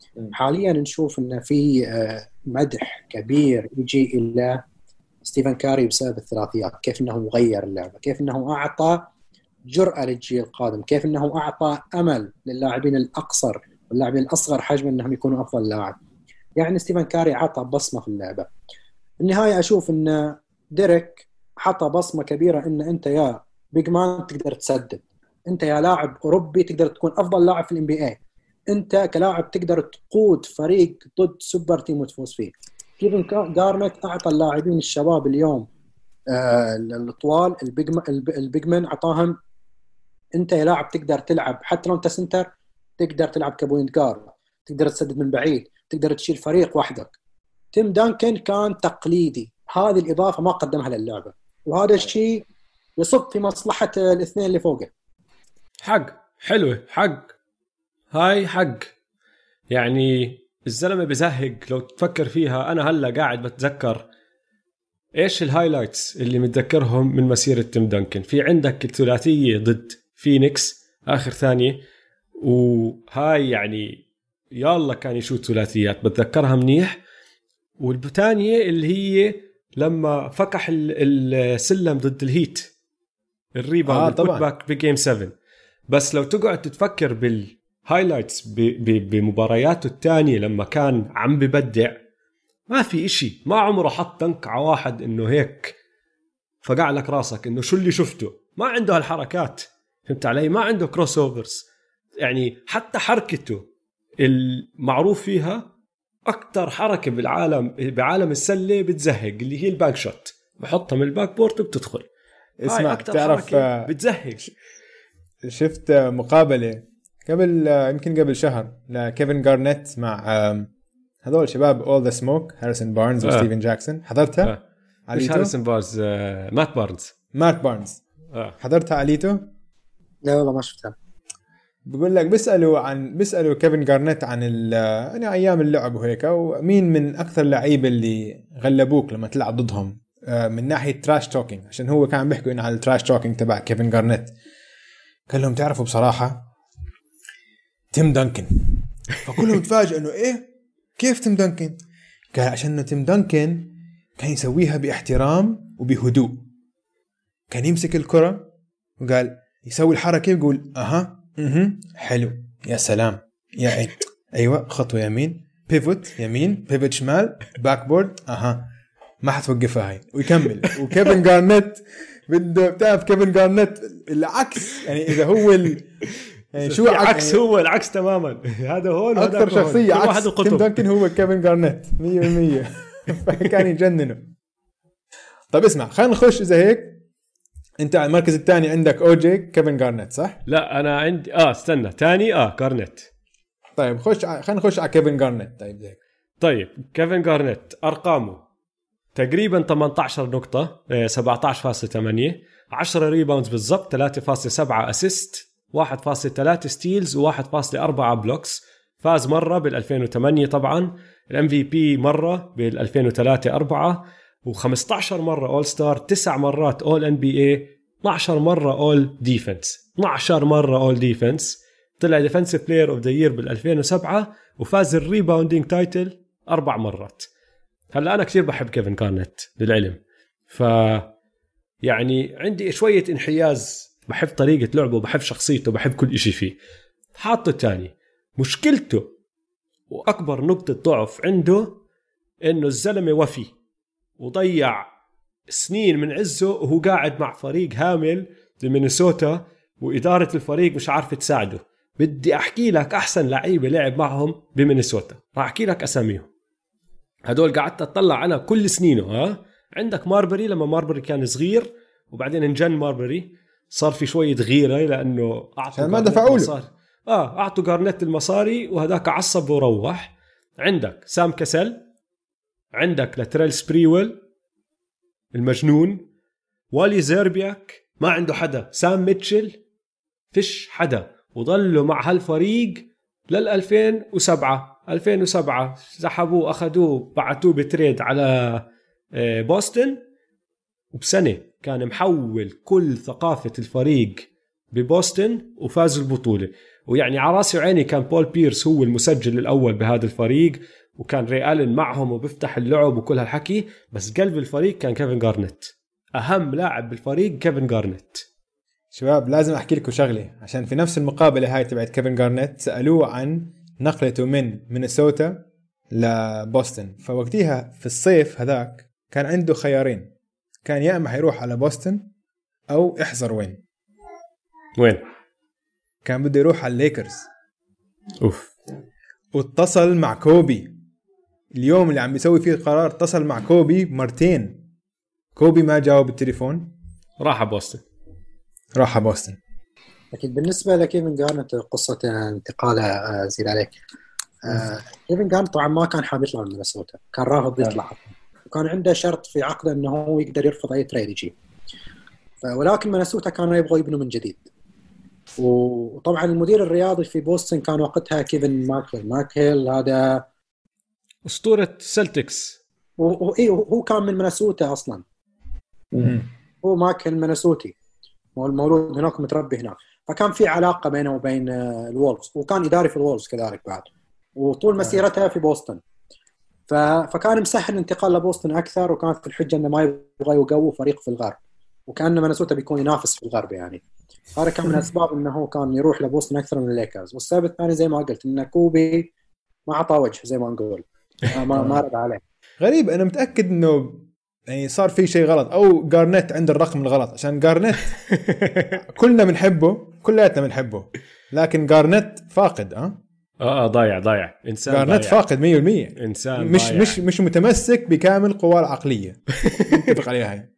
[SPEAKER 3] حاليا نشوف ان في مدح كبير يجي الى ستيفن كاري بسبب الثلاثيات، كيف انه غير اللعبه، كيف انه اعطى جرأة للجيل القادم، كيف انه اعطى امل للاعبين الاقصر واللاعبين الاصغر حجما انهم يكونوا افضل لاعب. يعني ستيفن كاري عطى بصمه في اللعبه. النهايه اشوف ان ديريك حطى بصمه كبيره، ان انت يا بيج مان تقدر تسدد، انت يا لاعب اوروبي تقدر تكون افضل لاعب في الام بي اي، انت كلاعب تقدر تقود فريق ضد سوبر تيم وتفوز فيه. كيفن جارنت اعطى اللاعبين الشباب اليوم آه الطوال البيجمن اعطاهم، انت يا لاعب تقدر تلعب حتى لو انت سنتر، تقدر تلعب كبوينت جارد، تقدر تسدد من بعيد، تقدر تشيل فريق وحدك. تيم دانكن كان تقليدي، هذه الاضافه ما قدمها للعبه، وهذا الشيء يصب في مصلحه الاثنين اللي فوقه.
[SPEAKER 1] حق حلوه، حق هاي حق. يعني الزلمه بزهق لو تفكر فيها. انا هلا قاعد بتذكر ايش الهايلايتس اللي متذكرهم من مسيره تيم دانكن. في عندك الثلاثيه ضد فينيكس اخر ثانيه، وهاي يعني يلا كان يشوت ثلاثيات بتذكرها منيح. والثانيه اللي هي لما فكح السلم ضد الهيت الريباوند
[SPEAKER 2] آه
[SPEAKER 1] باك بجيم سبعة. بس لو تقعد تتفكر بالهايلايتس بمبارياته الثانيه لما كان عم ببدع، ما في إشي، ما عمره حط دنك على واحد إنه هيك فقع لك راسك إنه شو اللي شفته. ما عنده هالحركات، فهمت علي؟ ما عنده كروس اوفرز. يعني حتى حركته المعروف فيها أكتر حركة بالعالم بعالم السلة بتزهق، اللي هي الباك شوت، بحطها من الباك بورت وبتدخل.
[SPEAKER 2] اسمع، تعرف
[SPEAKER 1] بتزهق.
[SPEAKER 2] شفت مقابلة قبل يمكن قبل شهر لكيفن جارنيت مع هذول شباب All the Smoke، هاريسون بارنز
[SPEAKER 1] آه.
[SPEAKER 2] وستيفن جاكسون. حضرتها؟
[SPEAKER 1] آه. مش هاريسون بارنز، آه. مات بارنز.
[SPEAKER 2] مات بارنز.
[SPEAKER 1] آه.
[SPEAKER 2] حضرتها عليتو؟
[SPEAKER 3] لا والله ما شفتها.
[SPEAKER 2] بقول لك بيسألوا عن بيسألوا كيفن جارنيت عن يعني أيام اللعب وهيك، ومين من أكثر اللعيبة اللي غلبوك لما تلعب ضدهم من ناحية تراش توكينج، عشان هو كان بيحكوا إنه على التراش توكينج تبع كيفن جارنيت. قال لهم تعرفوا بصراحة تيم دانكن. فكلهم تفاجئوا إنه إيه كيف تيم دانكن؟ قال عشان تيم دانكن كان يسويها باحترام وبهدوء. كان يمسك الكرة وقال يسوي الحركة يقول أها اها حلو يا سلام يا عين أيوة خطوة يمين بيفوت يمين بيفوت شمال باك بورد أها ما حتوقفها هاي ويكمل. وكيفن جارنيت بده بتعرف كيفن جارنيت العكس، يعني إذا هو ال... يعني شو
[SPEAKER 1] عكس يعني هو العكس تماما. هذا هون
[SPEAKER 2] أكثر شخصية عكس تيم دانكن هو كيفن جارنيت مية بالمية. فكان يجننه. طب اسمع خلينا نخش إذا هيك. أنت على المركز الثاني عندك أوجي كيفن جارنيت صح؟
[SPEAKER 1] لا أنا عندي آه استنى ثاني آه جارنيت.
[SPEAKER 2] طيب خش ع... خلينا نخش على كيفن جارنيت. طيب هيك
[SPEAKER 1] طيب كيفن جارنيت أرقامه تقريبا ثمانية عشر نقطة، سبعة عشر فاصلة ثمانية، عشرة ريباوندز بالضبط، ثلاثة فاصلة سبعة أسيست، واحد فاصلة ثلاثة ستيلز، وواحد فاصلة أربعة بلوكس. فاز مرة بالألفين وثمانية طبعا، الام في بي مرة بالألفين وثلاثة أربعة، وخمسة عشر مرة أول ستار، تسع مرات أول ان بي اي، اثنا عشر مرة أول ديفنس، اثنا عشر مرة أول ديفنس، طلع ديفنسيف بلاير اوف ذا يير بالألفين وسبعة، وفاز الريباوندينج تايتل أربع مرات. هلا أنا كثير بحب كيفن جارنيت للعلم، ف يعني عندي شوية انحياز، بحب طريقة لعبه، بحب شخصيته، بحب كل إشي فيه. حاطه تاني. مشكلته وأكبر نقطة ضعف عنده إنه الزلمة وفي وضيع سنين من عزه وهو قاعد مع فريق هامل لمينيسوتا، وإدارة الفريق مش عارفة تساعده. بدي أحكي لك أحسن لعيبة لعب معهم بمينيسوتا، راح أحكي لك أساميهم. هدول قعدت أطلع أنا كل سنينه. ها عندك ماربري، لما ماربري كان صغير وبعدين انجن ماربري، صار في شوية غيرة لأنه أعطوا
[SPEAKER 2] ما دفعوا له.
[SPEAKER 1] آه أعطوا جارنيت المصاري وهداك عصب وروح. عندك سام كسل، عندك لاتريل سبريويل المجنون، والي زيربياك، ما عنده حدا، سام ميتشل، فيش حدا، وظلوا مع هالفريق للألفين وسبعة. ألفين وسبعة سحبوه، أخذوه، بعتوه بتريد على بوسطن، وبسنة كان محول كل ثقافة الفريق ببوسطن وفاز البطولة. ويعني على راسي وعيني كان بول بيرس هو المسجل الأول بهذا الفريق، وكان ري آلن معهم وبيفتح اللعب وكل هالحكي، بس قلب الفريق كان كيفن غارنيت. أهم لاعب بالفريق كيفن غارنيت.
[SPEAKER 2] شباب لازم أحكي لكم شغلة، عشان في نفس المقابلة هاي تبعت كيفن غارنيت سألوه عن نقلته من مينيسوتا لبوسطن، فوقتها في الصيف هذاك كان عنده خيارين، كان يا اما حيروح على بوسطن او احذر وين
[SPEAKER 1] وين
[SPEAKER 2] كان بده يروح على الليكرز.
[SPEAKER 1] اوف.
[SPEAKER 2] واتصل مع كوبي اليوم اللي عم بيسوي فيه القرار، اتصل مع كوبي مرتين، كوبي ما جاوب التليفون،
[SPEAKER 1] راح بوسطن
[SPEAKER 2] راح بوسطن.
[SPEAKER 3] لكن بالنسبه لكيفن غارنت قصه انتقاله زيد عليك، آه كيفن غارنت طبعا ما كان حاب يطلع من مينيسوتا، كان رافض يطلع، وكان عنده شرط في عقده انه هو يقدر يرفض اي تريد يجي، ولكن مينيسوتا كانوا يبغوا يبنوا من جديد. وطبعا المدير الرياضي في بوسطن كان وقتها كيفن ماكهيل. ماكهيل هذا
[SPEAKER 1] اسطوره سلتكس،
[SPEAKER 3] وهو كان من مينيسوتا اصلا. هو ماكهيل مينيسوتي، مولود هناك متربي هناك، فكان في علاقه بينه وبين الوولفز، وكان اداري في الوولفز كذلك بعد، وطول مسيرتها في بوسطن. فكان مسهل الانتقال لبوسطن اكثر، وكانت الحجه انه ما يبغى يقوي فريق في الغرب، وكان مينيسوتا بيكون ينافس في الغرب يعني. هذا كان من الاسباب انه هو كان يروح لبوسطن اكثر من الليكرز. والسبب الثاني زي ما قلت ان كوبي ما عطى وجه زي ما نقول، ما ما رد عليه.
[SPEAKER 2] غريب، انا متاكد انه يعني صار في شيء غلط، او غارنيت عنده الرقم الغلط، عشان غارنيت كلنا بنحبه، كلياتنا بنحبه، لكن غارنيت فاقد. اه
[SPEAKER 1] اه ضايع ضايع انسان،
[SPEAKER 2] غارنيت فاقد مية بالمية
[SPEAKER 1] انسان
[SPEAKER 2] مش
[SPEAKER 1] ضايع.
[SPEAKER 2] مش مش متمسك بكامل قواه العقليه. نتفق عليها هاي.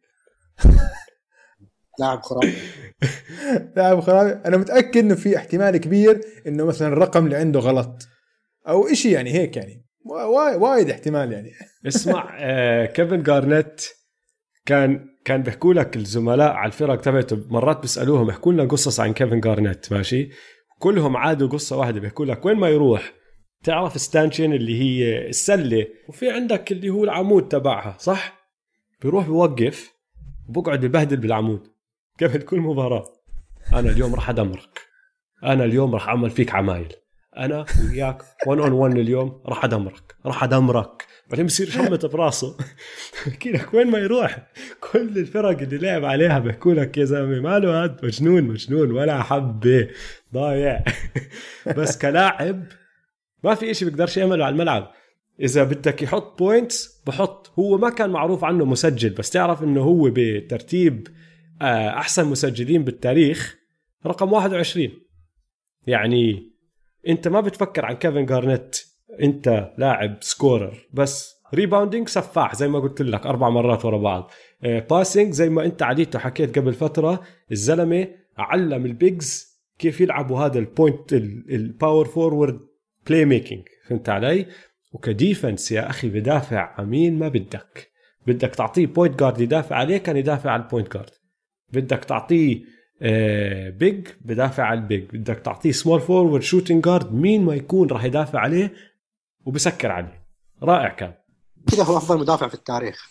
[SPEAKER 3] لاعب خرافي
[SPEAKER 2] لاعب خرافي. انا متاكد انه في احتمال كبير انه مثلا الرقم اللي عنده غلط او إشي يعني هيك، يعني وايد احتمال يعني.
[SPEAKER 1] اسمع، آه كيفن غارنيت كان كان بيحكوا لك الزملاء على الفرق تبعته، مرات بيسالوهم احكوا لنا قصص عن كيفن غارنيت، ماشي، كلهم عادوا قصه واحده، بيحكوا لك وين ما يروح تعرف ستانشين اللي هي السله، وفي عندك اللي هو العمود تبعها، صح؟ بيروح بيوقف وبقعد ببهدل بالعمود قبل كل مباراه. انا اليوم راح ادمرك، انا اليوم راح اعمل فيك عمايل، انا وياك وان اون وان اليوم راح ادمرك راح ادمرك بعدين بصير شمت براسه. بحكي لك وين ما يروح كل الفرق اللي لعب عليها بيحكوا لك يا زلمه ماله هاد مجنون مجنون ولا حبه ضايع. بس كلاعب ما في إشي بيقدرش يعمله على الملعب. اذا بدك يحط بوينتس بحط، هو ما كان معروف عنه مسجل، بس تعرف انه هو بترتيب احسن مسجلين بالتاريخ رقم واحد وعشرين. يعني انت ما بتفكر عن كيفن غارنيت انت لاعب سكورر بس، ريباوندينج سفاح زي ما قلت لك اربع مرات ورا بعض، باسنج زي ما انت عديته حكيت قبل فترة، الزلمة علم البيجز كيف يلعبوا هذا البوينت الباور فورورد بلاي ميكينج، فهمت علي؟ وكديفنس يا اخي بدافع امين ما بدك، بدك تعطيه بوينت جارد يدافع عليه كان يدافع على البوينت جارد، بدك تعطيه بيج بدافع على البيج، بدك تعطيه سمول فورورد شوتينج جارد مين ما يكون راح يدافع عليه وبسكر عليه. رائع كان
[SPEAKER 3] كده، هو افضل مدافع في التاريخ،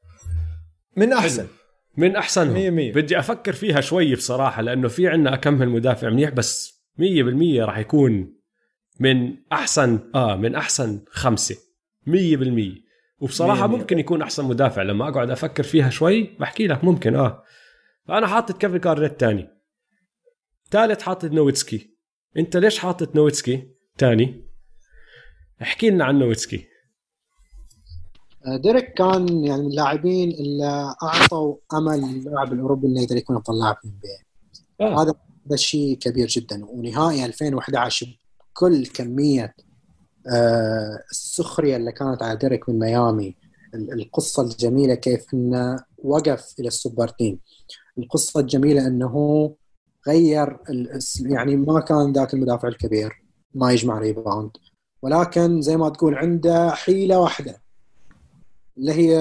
[SPEAKER 2] من احسن
[SPEAKER 1] من احسنهم.
[SPEAKER 2] مية مية.
[SPEAKER 1] بدي افكر فيها شوي بصراحه، لانه في عنا اكمل مدافع منيح، بس مية بالمية راح يكون من احسن اه من احسن خمسة مية بالمية. وبصراحه مية ممكن يكون احسن مدافع لما اقعد افكر فيها شوي، بحكي لك ممكن اه فانا حاطط كيفن غارنيت تاني، ثالث حاطط نويتسكي. انت ليش حاطط نويتسكي تاني؟ احكي لنا عن نويتسكي.
[SPEAKER 3] ديريك كان يعني من اللاعبين اللي اعطوا امل للاعب الاوروبي انه يقدر يكون افضل لاعب في البي. آه. هذا هذا شيء كبير جدا. ونهائي ألفين وإحدى عشر كل كميه آه السخريه اللي كانت على ديريك من ميامي، القصه الجميله كيف انه وقف الى السوبر تيم، القصه الجميله انه غير يعني ما كان ذاك المدافع الكبير ما يجمع ريباوند، ولكن زي ما تقول عنده حيله واحده اللي هي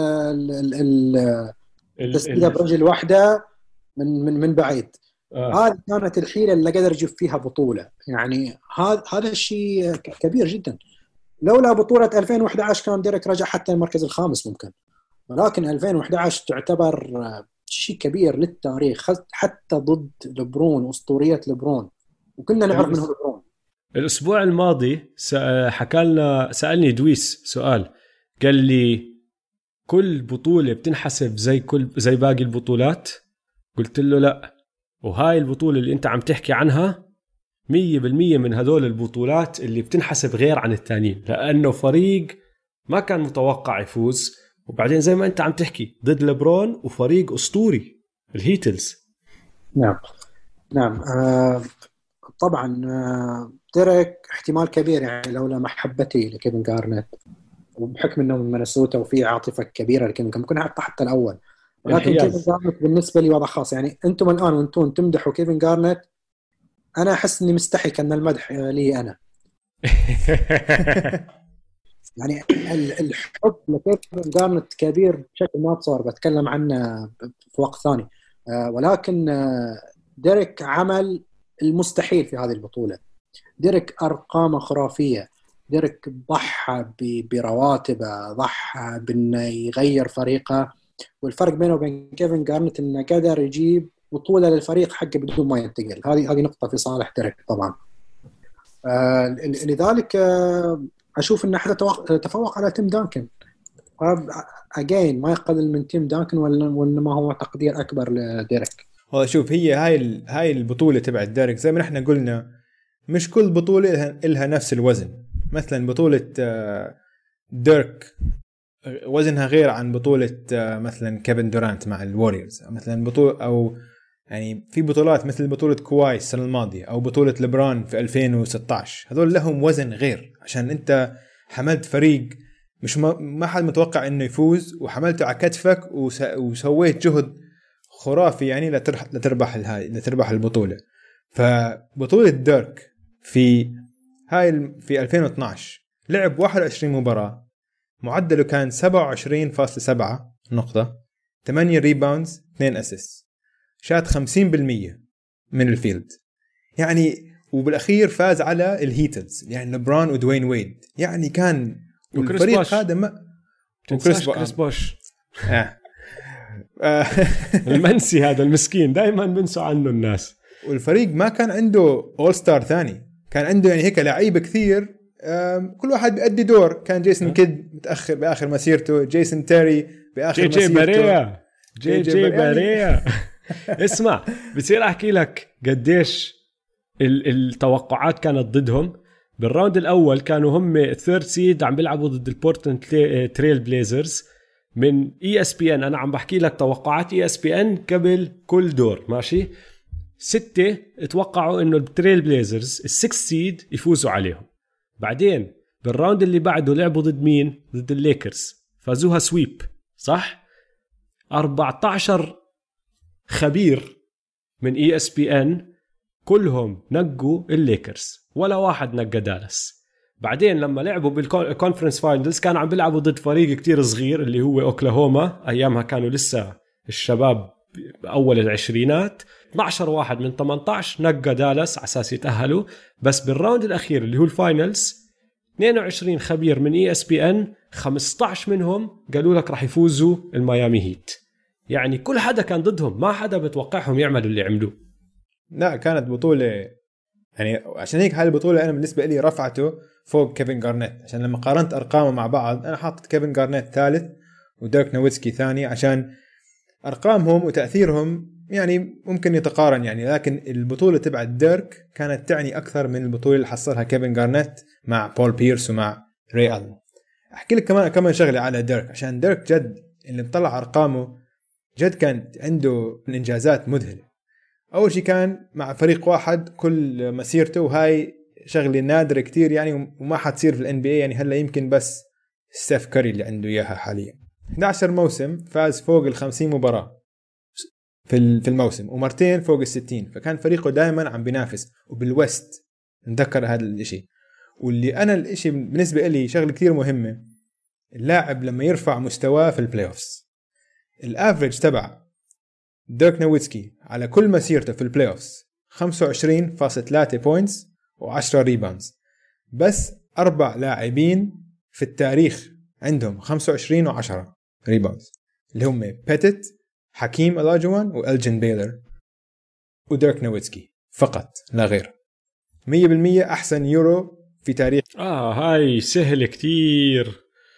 [SPEAKER 3] التسديده برجل واحده من من من بعيد. آه. هذه كانت الحيله اللي قدر يجيب فيها بطوله. يعني هذا هذا الشيء كبير جدا. لولا بطوله ألفين وإحدى عشر كان ديريك رجع حتى المركز الخامس ممكن، ولكن ألفين وإحدى عشر تعتبر شيء كبير للتاريخ، حتى ضد لبرون، أسطورية لبرون، وكلنا نعرف منه لبرون.
[SPEAKER 1] الأسبوع الماضي حكى لنا سألني دويس سؤال، قال لي كل بطولة بتنحسب زي كل زي باقي البطولات؟ قلت له لا، وهاي البطولة اللي انت عم تحكي عنها مية بالمية من هدول البطولات اللي بتنحسب غير عن التانيين، لأنه فريق ما كان متوقع يفوز، وبعدين زي ما انت عم تحكي ضد لبرون وفريق أسطوري الهيتلز.
[SPEAKER 3] نعم نعم آه طبعا آه ديريك احتمال كبير، يعني لولا محبتي لكيفن غارنيت وبحكم انه من مينيسوتا وفي عاطفه كبيره لكن ممكن حتى حتى الاول، ولكن كيفن غارنيت بالنسبه لي وضع خاص. يعني انتم الان وانتم تمدحوا كيفن غارنيت، انا احس اني مستحي كان المدح لي انا. يعني الحب لكيفن غارنيت كبير بشكل ما تصور، بتكلم عنه في وقت ثاني. ولكن ديريك عمل المستحيل في هذه البطوله. ديريك ارقامه خرافيه، ديريك ضحى برواتبه، ضحى بانه يغير فريقه، والفرق بينه وبين كيفن غارنيت انه قدر يجيب بطوله للفريق حقه بدون ما ينتقل. هذه هذه نقطه في صالح ديريك طبعا. آه لذلك آه اشوف انه حتى تفوق على تيم دانكن. اجين ما يقلل من تيم دانكن، وانما هو تقدير اكبر لديريك.
[SPEAKER 2] هو شوف، هي هاي هاي البطوله تبع ديريك زي ما نحن قلنا، مش كل بطوله إلها نفس الوزن. مثلا بطوله ديرك وزنها غير عن بطوله مثلا كيفن دورانت مع الواريورز مثلا، بطوله او يعني في بطولات مثل بطوله كواي السنه الماضيه او بطوله لبران في ألفين وستة عشر، هذول لهم وزن غير، عشان انت حملت فريق مش ما حد متوقع انه يفوز وحملته على كتفك وسويت جهد خرافي يعني لتربح الهاي لتربح البطوله. فبطوله ديرك في هاي في ألفين واثناشر لعب واحد وعشرين مباراه، معدله كان سبعة وعشرين فاصلة سبعة نقطه، ثمانية ريباوندز، اثنين اسيست، شات خمسين بالمية من الفيلد يعني، وبالاخير فاز على الهيتلز يعني لبران ودوين ويد. يعني كان الفريق هذا ما
[SPEAKER 1] وكريس كريس بوش
[SPEAKER 2] آه.
[SPEAKER 1] المنسي هذا المسكين دائما بنسوا عنه الناس.
[SPEAKER 2] والفريق ما كان عنده اول ستار ثاني، كان عنده يعني هيك لعيبه كثير كل واحد بيأدي دور. كان جيسون كيد متاخر باخر مسيرته، جيسون تيري باخر
[SPEAKER 1] جي جي
[SPEAKER 2] مسيرته،
[SPEAKER 1] باريا جي جي, جي باريا. اسمع، بصير احكي لك قديش التوقعات كانت ضدهم. بالراوند الاول كانوا هم الثيرد سيد عم بيلعبوا ضد البورتلاند تريل بليزرز من اي اس بي ان. انا عم بحكي لك توقعات اي اس بي ان قبل كل دور، ماشي؟ ستة اتوقعوا انه التريل بليزرز السكس سيد يفوزوا عليهم. بعدين بالراوند اللي بعده لعبوا ضد مين؟ ضد الليكرز، فازوها سويب، صح؟ أربعة عشر خبير من اي اس بي ان كلهم نقوا الليكرز، ولا واحد نقى دالاس. بعدين لما لعبوا بالكونفرنس فاينلز كانوا عم بيلعبوا ضد فريق كتير صغير اللي هو اوكلاهوما، ايامها كانوا لسه الشباب اول العشرينات. اثنا عشر واحد من ثمانية عشر نقى دالاس على اساس يتاهلوا. بس بالراوند الاخير اللي هو الفاينلز اثنين وعشرين خبير من اي اس بي ان خمسة عشر منهم قالوا لك راح يفوزوا الميامي هيت. يعني كل حدا كان ضدهم، ما حدا بتوقعهم يعملوا اللي عملوه.
[SPEAKER 2] لا كانت بطولة يعني، عشان هيك هاي البطولة أنا بالنسبة لي رفعته فوق كيفن غارنيت، عشان لما قارنت أرقامه مع بعض أنا حاطط كيفن غارنيت ثالث وديرك نويتسكي ثاني، عشان أرقامهم وتأثيرهم يعني ممكن يتقارن يعني. لكن البطولة تبع ديرك كانت تعني أكثر من البطولة اللي حصلها كيفن غارنيت مع بول بيرس ومع ري ألن. أحكي لك كمان كمان شغلة على ديرك، عشان ديرك جد اللي مطلع أرقامه جد كانت عنده إنجازات مذهلة. أول شيء كان مع فريق واحد كل مسيرته، وهاي شغلة نادرة كتير يعني وما حتصير في الان بي اي يعني. هلا يمكن بس ستيف كاري اللي عنده إياها حاليا. إحدى عشر موسم فاز فوق الخمسين مباراة في في الموسم، ومرتين فوق الستين، فكان فريقه دائما عم بينافس. وبالوست نذكر هذا الاشي. واللي أنا الاشي بالنسبة لي شغلة كتير مهمة، اللاعب لما يرفع مستواه في البلاي أوفس، الافريج تبع ديرك نويتسكي على كل مسيرته في البلاي أوفس خمسة وعشرين فاصلة ثلاثة بوينتس وعشرة ريباوندز. بس أربع لاعبين في التاريخ عندهم خمسة وعشرين وعشرة ريباوندز، اللي هم بيتت، حكيم ألاجوان، وألجين بيلر، وديرك نويتسكي فقط لا غير. مية بالمية أحسن يورو في تاريخ.
[SPEAKER 1] آه هاي سهل كتير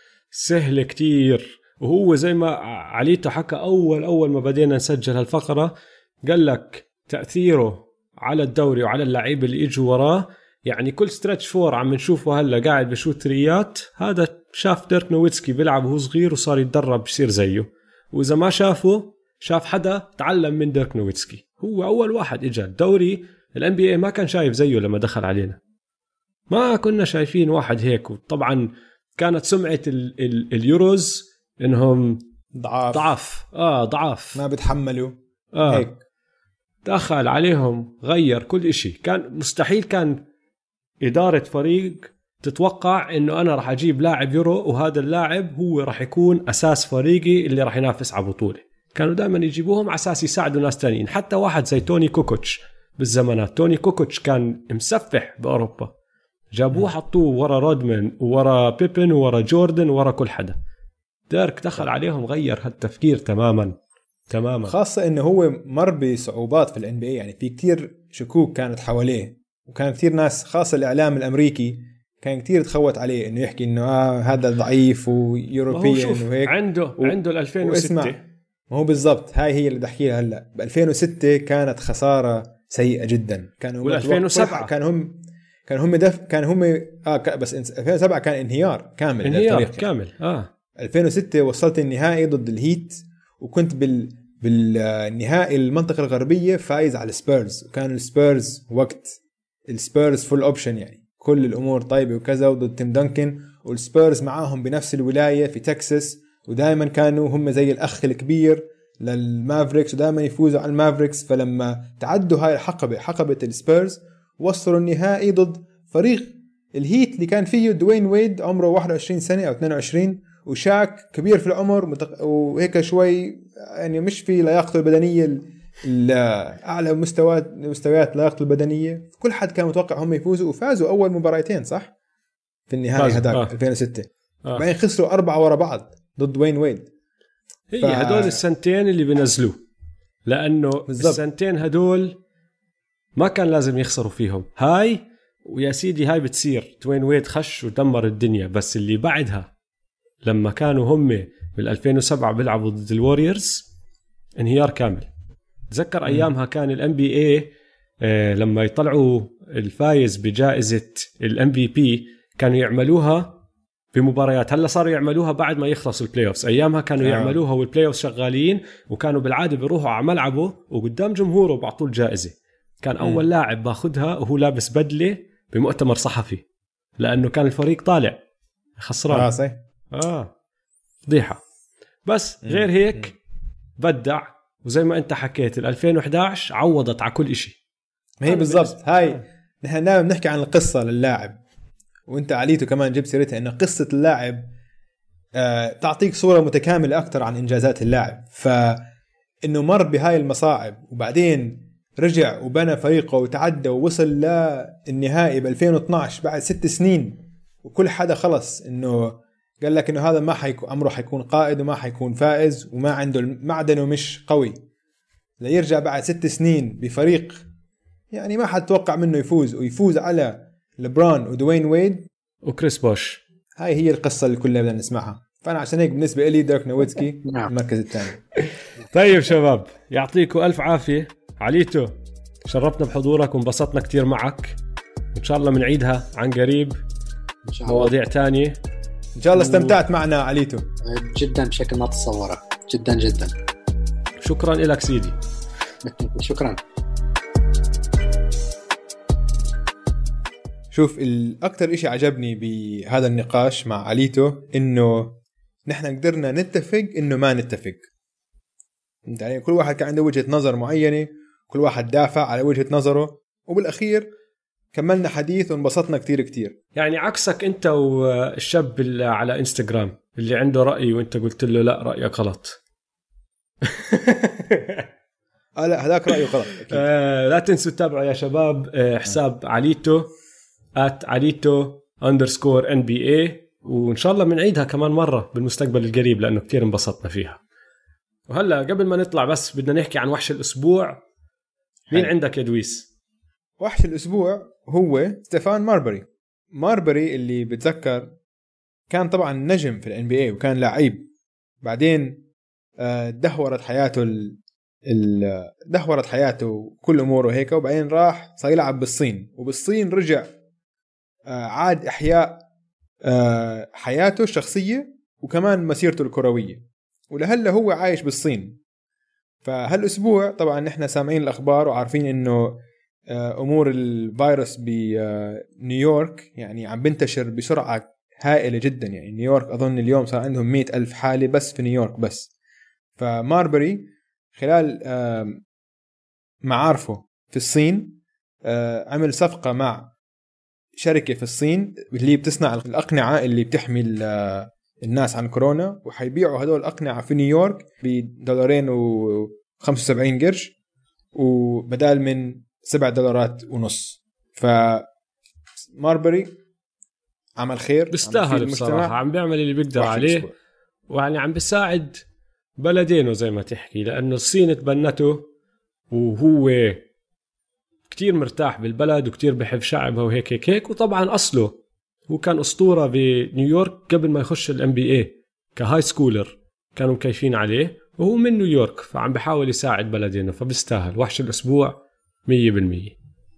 [SPEAKER 1] سهل كتير. وهو زي ما عليته حكى أول أول ما بدينا نسجل هالفقرة، قال لك تأثيره على الدوري وعلى اللعيبة اللي يجوا وراه. يعني كل ستريتش فور عم نشوفه هلا قاعد بشوت تريات، هذا شاف ديرك نويتسكي بيلعب وهو صغير وصار يتدرب بصير زيه، وإذا ما شافه شاف حدا تعلم من ديرك نويتسكي. هو أول واحد إجا الدوري الان بي اي، ما كان شايف زيه لما دخل علينا، ما كنا شايفين واحد هيك. وطبعا كانت سمعة ال ال اليوروز إنهم
[SPEAKER 2] ضعاف
[SPEAKER 1] ضعاف آه ضعاف
[SPEAKER 2] ما بتحملوا
[SPEAKER 1] آه.
[SPEAKER 2] هيك
[SPEAKER 1] دخل عليهم غير كل إشي. كان مستحيل كان إدارة فريق تتوقع إنه أنا رح أجيب لاعب يورو وهذا اللاعب هو رح يكون أساس فريقي اللي رح ينافس على بطولة. كانوا دائما يجيبوهم على أساس يساعدوا ناس تانيين. حتى واحد زي توني كوكوتش بالزمانات، توني كوكوتش كان مسفح بأوروبا، جابوه حطوه ورا رودمان وورا بيبن وورا جوردن وورا كل حدا. ديرك دخل عليهم غير هالتفكير تماما تماما.
[SPEAKER 2] خاصة إنه هو مر بصعوبات في الان بي اي، يعني في كتير شكوك كانت حواليه، وكان كتير ناس خاصة الإعلام الأمريكي كان كتير تخوت عليه إنه يحكي إنه آه هذا ضعيف ويوروبيان وهيك.
[SPEAKER 1] عنده و... عنده ال ألفين وستة.
[SPEAKER 2] ما هو بالضبط، هاي هي اللي بحكيها هلا. ب ألفين وستة كانت خسارة سيئة جدا. كانوا
[SPEAKER 1] وال ألفين وسبعة
[SPEAKER 2] كان هم كان هم دف كان هم اه بس ألفين وسبعة كان انهيار كامل.
[SPEAKER 1] انهيار كامل اه.
[SPEAKER 2] ألفين وستة وصلت النهائي ضد الهيت، وكنت بال بالنهائي المنطقة الغربية فايز على السبيرز، وكان السبيرز وقت السبيرز فول اوبشن، يعني كل الامور طيبة وكذا، وضد تيم دانكن، والسبيرز معاهم بنفس الولاية في تكساس، ودائما كانوا هم زي الأخ الكبير للمافريكس ودائما يفوزوا على المافريكس. فلما تعدوا هاي الحقبة حقبة السبيرز وصلوا النهائي ضد فريق الهيت اللي كان فيه دوين ويد عمره واحد وعشرين سنة أو اثنين وعشرين، وشاك كبير في العمر متق... وهيك شوي يعني مش في لياقته البدنية أعلى مستويات مستويات لياقته البدنية. كل حد كان متوقع هم يفوزوا، وفازوا أول مباراتين صح في النهائي هذاك آه. ألفين وستة آه. بعدين خسروا أربعة ورا بعض ضد دوين ويد.
[SPEAKER 1] هي ف... هدول السنتين اللي بنزلوه، لأنه بالزبط. السنتين هدول ما كان لازم يخسروا فيهم. هاي ويا سيدي هاي بتصير دوين ويد خش ودمر الدنيا، بس اللي بعدها لما كانوا هم بال ألفين وسبعة بيلعبوا ضد الواريورز انهيار كامل. تذكر أيامها كان الام بي اي لما يطلعوا الفايز بجائزة الام بي بي كانوا يعملوها بمباريات. هلا صاروا يعملوها بعد ما يخلصوا البلاي اوفز. ايامها كانوا آه. يعملوها والبلاي اوفز شغالين، وكانوا بالعاده بيروحوا على ملعبه وقدام جمهوره بعطوه الجائزه. كان اول م. لاعب باخذها وهو لابس بدله بمؤتمر صحفي، لانه كان الفريق طالع خسران.
[SPEAKER 2] اه صحيح
[SPEAKER 1] اه فضيحه. بس م. غير هيك م. بدع. وزي ما انت حكيت ال ألفين وإحدى عشر عوضت على كل إشي.
[SPEAKER 2] ما هي بالضبط هاي. نحن دائما بنحكي عن القصه للاعب، وانت عليته كمان جبت سيرتها، انه قصة اللاعب آه تعطيك صورة متكاملة اكتر عن انجازات اللاعب. فانه مر بهاي المصاعب وبعدين رجع وبنى فريقه وتعدى ووصل للنهائي ب ألفين واثناشر بعد ست سنين، وكل حدا خلص انه قال لك انه هذا ما حيكون عمره حيكون قائد وما حيكون فائز وما عنده معدنه مش قوي، ليرجع بعد ست سنين بفريق يعني ما حد توقع منه يفوز، ويفوز على لبران ودوين ويد
[SPEAKER 1] وكريس بوش.
[SPEAKER 2] هاي هي القصة اللي كلنا بدنا نسمعها. فأنا عشان هيك بالنسبة لي ديرك نويتسكي المركز الثاني.
[SPEAKER 1] طيب شباب، يعطيكم ألف عافية. عليتو شرفنا بحضورك وانبسطنا كتير معك. إن شاء الله منعيدها عن قريب مواضيع تانية.
[SPEAKER 2] إن شاء الله استمتعت و... معنا عليتو
[SPEAKER 3] جدا بشكل ما تصوره. جدا جدا
[SPEAKER 1] شكرا لك سيدي.
[SPEAKER 3] شكرا.
[SPEAKER 2] شوف الأكتر إشي عجبني بهذا النقاش مع عليتو إنه نحن قدرنا نتفق إنه ما نتفق. يعني كل واحد كان عنده وجهة نظر معينة، كل واحد دافع على وجهة نظره، وبالأخير كملنا حديث وانبسطنا كتير كتير.
[SPEAKER 1] يعني عكسك أنت والشاب اللي على إنستغرام اللي عنده رأي وأنت قلت له لا رأيك غلط.
[SPEAKER 2] آه لا هذاك رأيه غلط.
[SPEAKER 1] آه لا تنسوا تتابعوا يا شباب آه حساب آه. عليتو at عليتو underscore إن بي إيه، وإن شاء الله منعيدها كمان مرة بالمستقبل القريب لأنه كتير انبسطنا فيها. وهلأ قبل ما نطلع بس بدنا نحكي عن وحش الأسبوع. مين حي. عندك يا دويس؟
[SPEAKER 2] وحش الأسبوع هو ستيفان ماربري. ماربري اللي بتذكر كان طبعا نجم في الان بي اي وكان لعيب، بعدين دهورت حياته ال... ال... دهورت حياته كل اموره هيك، وبعدين راح صار يلعب بالصين، وبالصين رجع عاد احياء حياته الشخصيه وكمان مسيرته الكرويه، ولهلا هو عايش بالصين. فهالاسبوع طبعا نحن سامعين الاخبار وعارفين انه امور الفيروس بنيويورك يعني عم بنتشر بسرعه هائله جدا. يعني نيويورك اظن اليوم صار عندهم مئة ألف حاله بس في نيويورك بس. فماربري خلال معارفه في الصين عمل صفقه مع شركه في الصين اللي بتصنع الاقنعه اللي بتحمي الناس عن كورونا، وحيبيعوا هدول الاقنعه في نيويورك بدولارين وخمسة وسبعين قرش وبدال من سبع دولارات ونص. فماربري عمل خير،
[SPEAKER 1] بيستاهل بصراحة، عم بيعمل اللي بيقدر عليه أسبوع. ويعني عم بيساعد بلدينه زي ما تحكي، لأنه الصين تبنته وهو كتير مرتاح بالبلد وكتير بحب شعبه وهيك هيك هيك. وطبعا أصله هو كان أسطورة بنيويورك قبل ما يخش الام بي اي كهاي سكولر، كانوا مكيفين عليه وهو من نيويورك، فعم بحاول يساعد بلدينه، فبيستاهل وحش الأسبوع مية بالمية.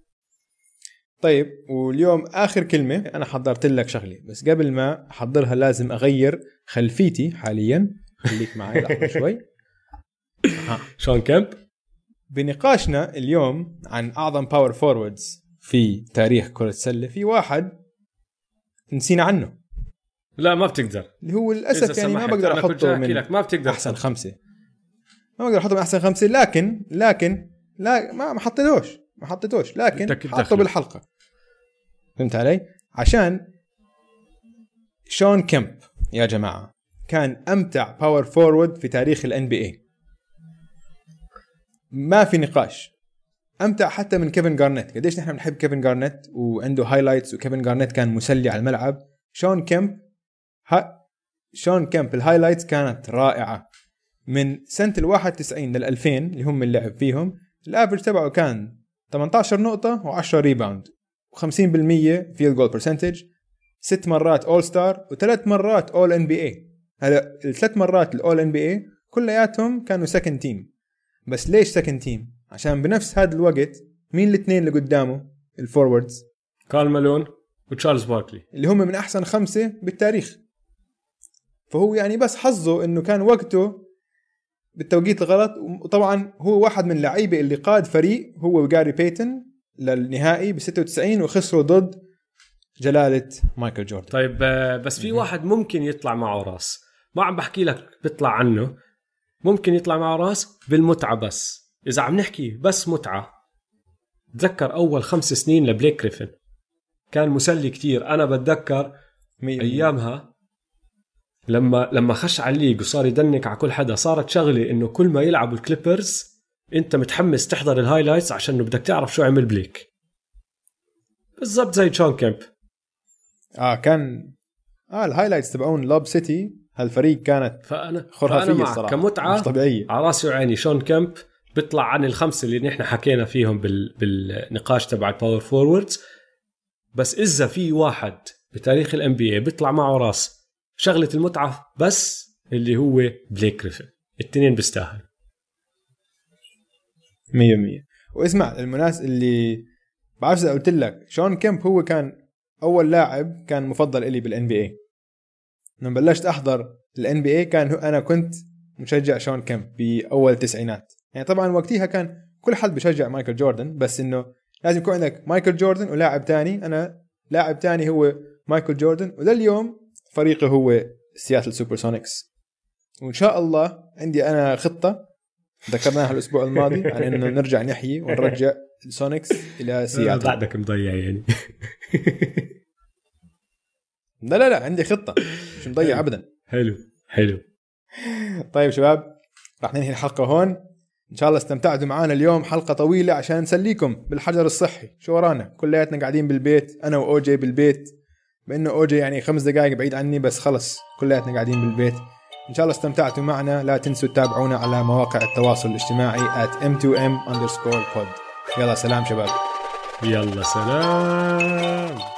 [SPEAKER 2] طيب واليوم آخر كلمة، أنا حضرت لك شغلة بس قبل ما أحضرها لازم أغير خلفيتي حاليا. خليك معي لحظة شوي.
[SPEAKER 1] شون كيمب.
[SPEAKER 2] بنقاشنا اليوم عن أعظم باور فوروردز في تاريخ كرة السلة، في واحد نسينا عنه.
[SPEAKER 1] لا ما بتقدر،
[SPEAKER 2] اللي هو للأسف يعني ما بقدر أحطه من
[SPEAKER 1] لك ما بتقدر
[SPEAKER 2] أحسن خمسة، ما بقدر أحطه من أحسن خمسة، لكن لكن لا ما ما حطيتوش ما حطيتوش لكن حطه بالحلقة. فهمت علي؟ عشان شون كيمب يا جماعة كان أمتع باور فورورد في تاريخ ال إن بي إيه، ما في نقاش. أمتع حتى من كيفن غارنيت. قديش نحن بنحب كيفن غارنيت وعنده هايلايتس، وكيفن غارنيت كان مسلي على الملعب. شون كيمب ها شون كيمب الهايلايتس كانت رائعة. من سنة الواحد وتسعين للألفين اللي هم اللي لعب فيهم، الافرج تبعه كان ثمانية عشر نقطة وعشرة ريباوند وخمسين بالمية فيلد جول برسنتج، ست مرات أول ستار وثلاث مرات أول إن بي إيه. هلا الثلاث مرات الأول إن بي إيه كلياتهم كانوا سكند تيم. بس ليش سكند تيم؟ عشان بنفس هذا الوقت مين الاثنين اللي قدامه الفوروردز؟
[SPEAKER 1] كارل مالون وتشارلز باركلي
[SPEAKER 2] اللي هم من أحسن خمسة بالتاريخ. فهو يعني بس حظه إنه كان وقته بالتوقيت الغلط. وطبعا هو واحد من اللعيبة اللي قاد فريق هو وجاري بيتن للنهائي بستة وتسعين وخسروا ضد جلالة مايكل جوردن.
[SPEAKER 1] طيب بس في واحد ممكن يطلع معه راس، ما عم بحكي لك بيطلع عنه، ممكن يطلع معه راس بالمتعة. بس إذا عم نحكي بس متعة، تذكر أول خمس سنين لبليك جريفن كان مسلي كتير. أنا بتذكر أيامها لما لما خش على الليج وصار يدنك على كل حدا، صارت شغلة إنه كل ما يلعبوا الكليبرز أنت متحمس تحضر الهايلايتس عشان إنه بدك تعرف شو عمل بليك. بالضبط زي شون كيمب.
[SPEAKER 2] آه كان آه الهايلايتس تبعون لوب سيتي هالفريق كانت
[SPEAKER 1] فأنا
[SPEAKER 2] خرافية
[SPEAKER 1] فأنا
[SPEAKER 2] الصراحة،
[SPEAKER 1] كمتعة
[SPEAKER 2] مش طبيعية.
[SPEAKER 1] على راسي وعيني شون كيمب بيطلع عن الخمسة اللي نحن حكينا فيهم بال... بالنقاش تبع الباور فوروردز. بس إذا في واحد بتاريخ الام بي اي بيطلع معه راس شغلة المتعة بس، اللي هو بليك جريفن. التنين بيستاهل
[SPEAKER 2] مية مية. واسمع المناس اللي بعرف إذا قلت لك شون كيمب هو كان أول لاعب كان مفضل إلي بالان بي اي. لما بلشت أحضر الان بي اي كان أنا كنت مشجع شون كيمب بأول التسعينات. يعني طبعا وقتها كان كل حد بيشجع مايكل جوردن، بس إنه لازم يكون عندك مايكل جوردن ولاعب تاني. أنا لاعب تاني هو مايكل جوردن، وذا اليوم فريقه هو سياتل سوبرسونيكس. وإن شاء الله عندي أنا خطة ذكرناها الأسبوع الماضي عن إنه نرجع نحيي ونرجع السونيكس إلى سياتل.
[SPEAKER 1] بعدك مضيع يعني.
[SPEAKER 2] لا لا لا عندي خطة مش مضيع أبدا.
[SPEAKER 1] حلو حلو.
[SPEAKER 2] طيب شباب راح ننهي الحلقة هون. إن شاء الله استمتعتوا معنا اليوم. حلقة طويلة عشان نسليكم بالحجر الصحي. شو ورانا كلياتنا قاعدين بالبيت، أنا وأوجي بالبيت، بأنه أوجي يعني خمس دقائق بعيد عني، بس خلص كلياتنا قاعدين بالبيت. إن شاء الله استمتعتوا معنا. لا تنسوا تتابعونا على مواقع التواصل الاجتماعي at إم تو إم underscore pod. يلا سلام شباب.
[SPEAKER 1] يلا سلام.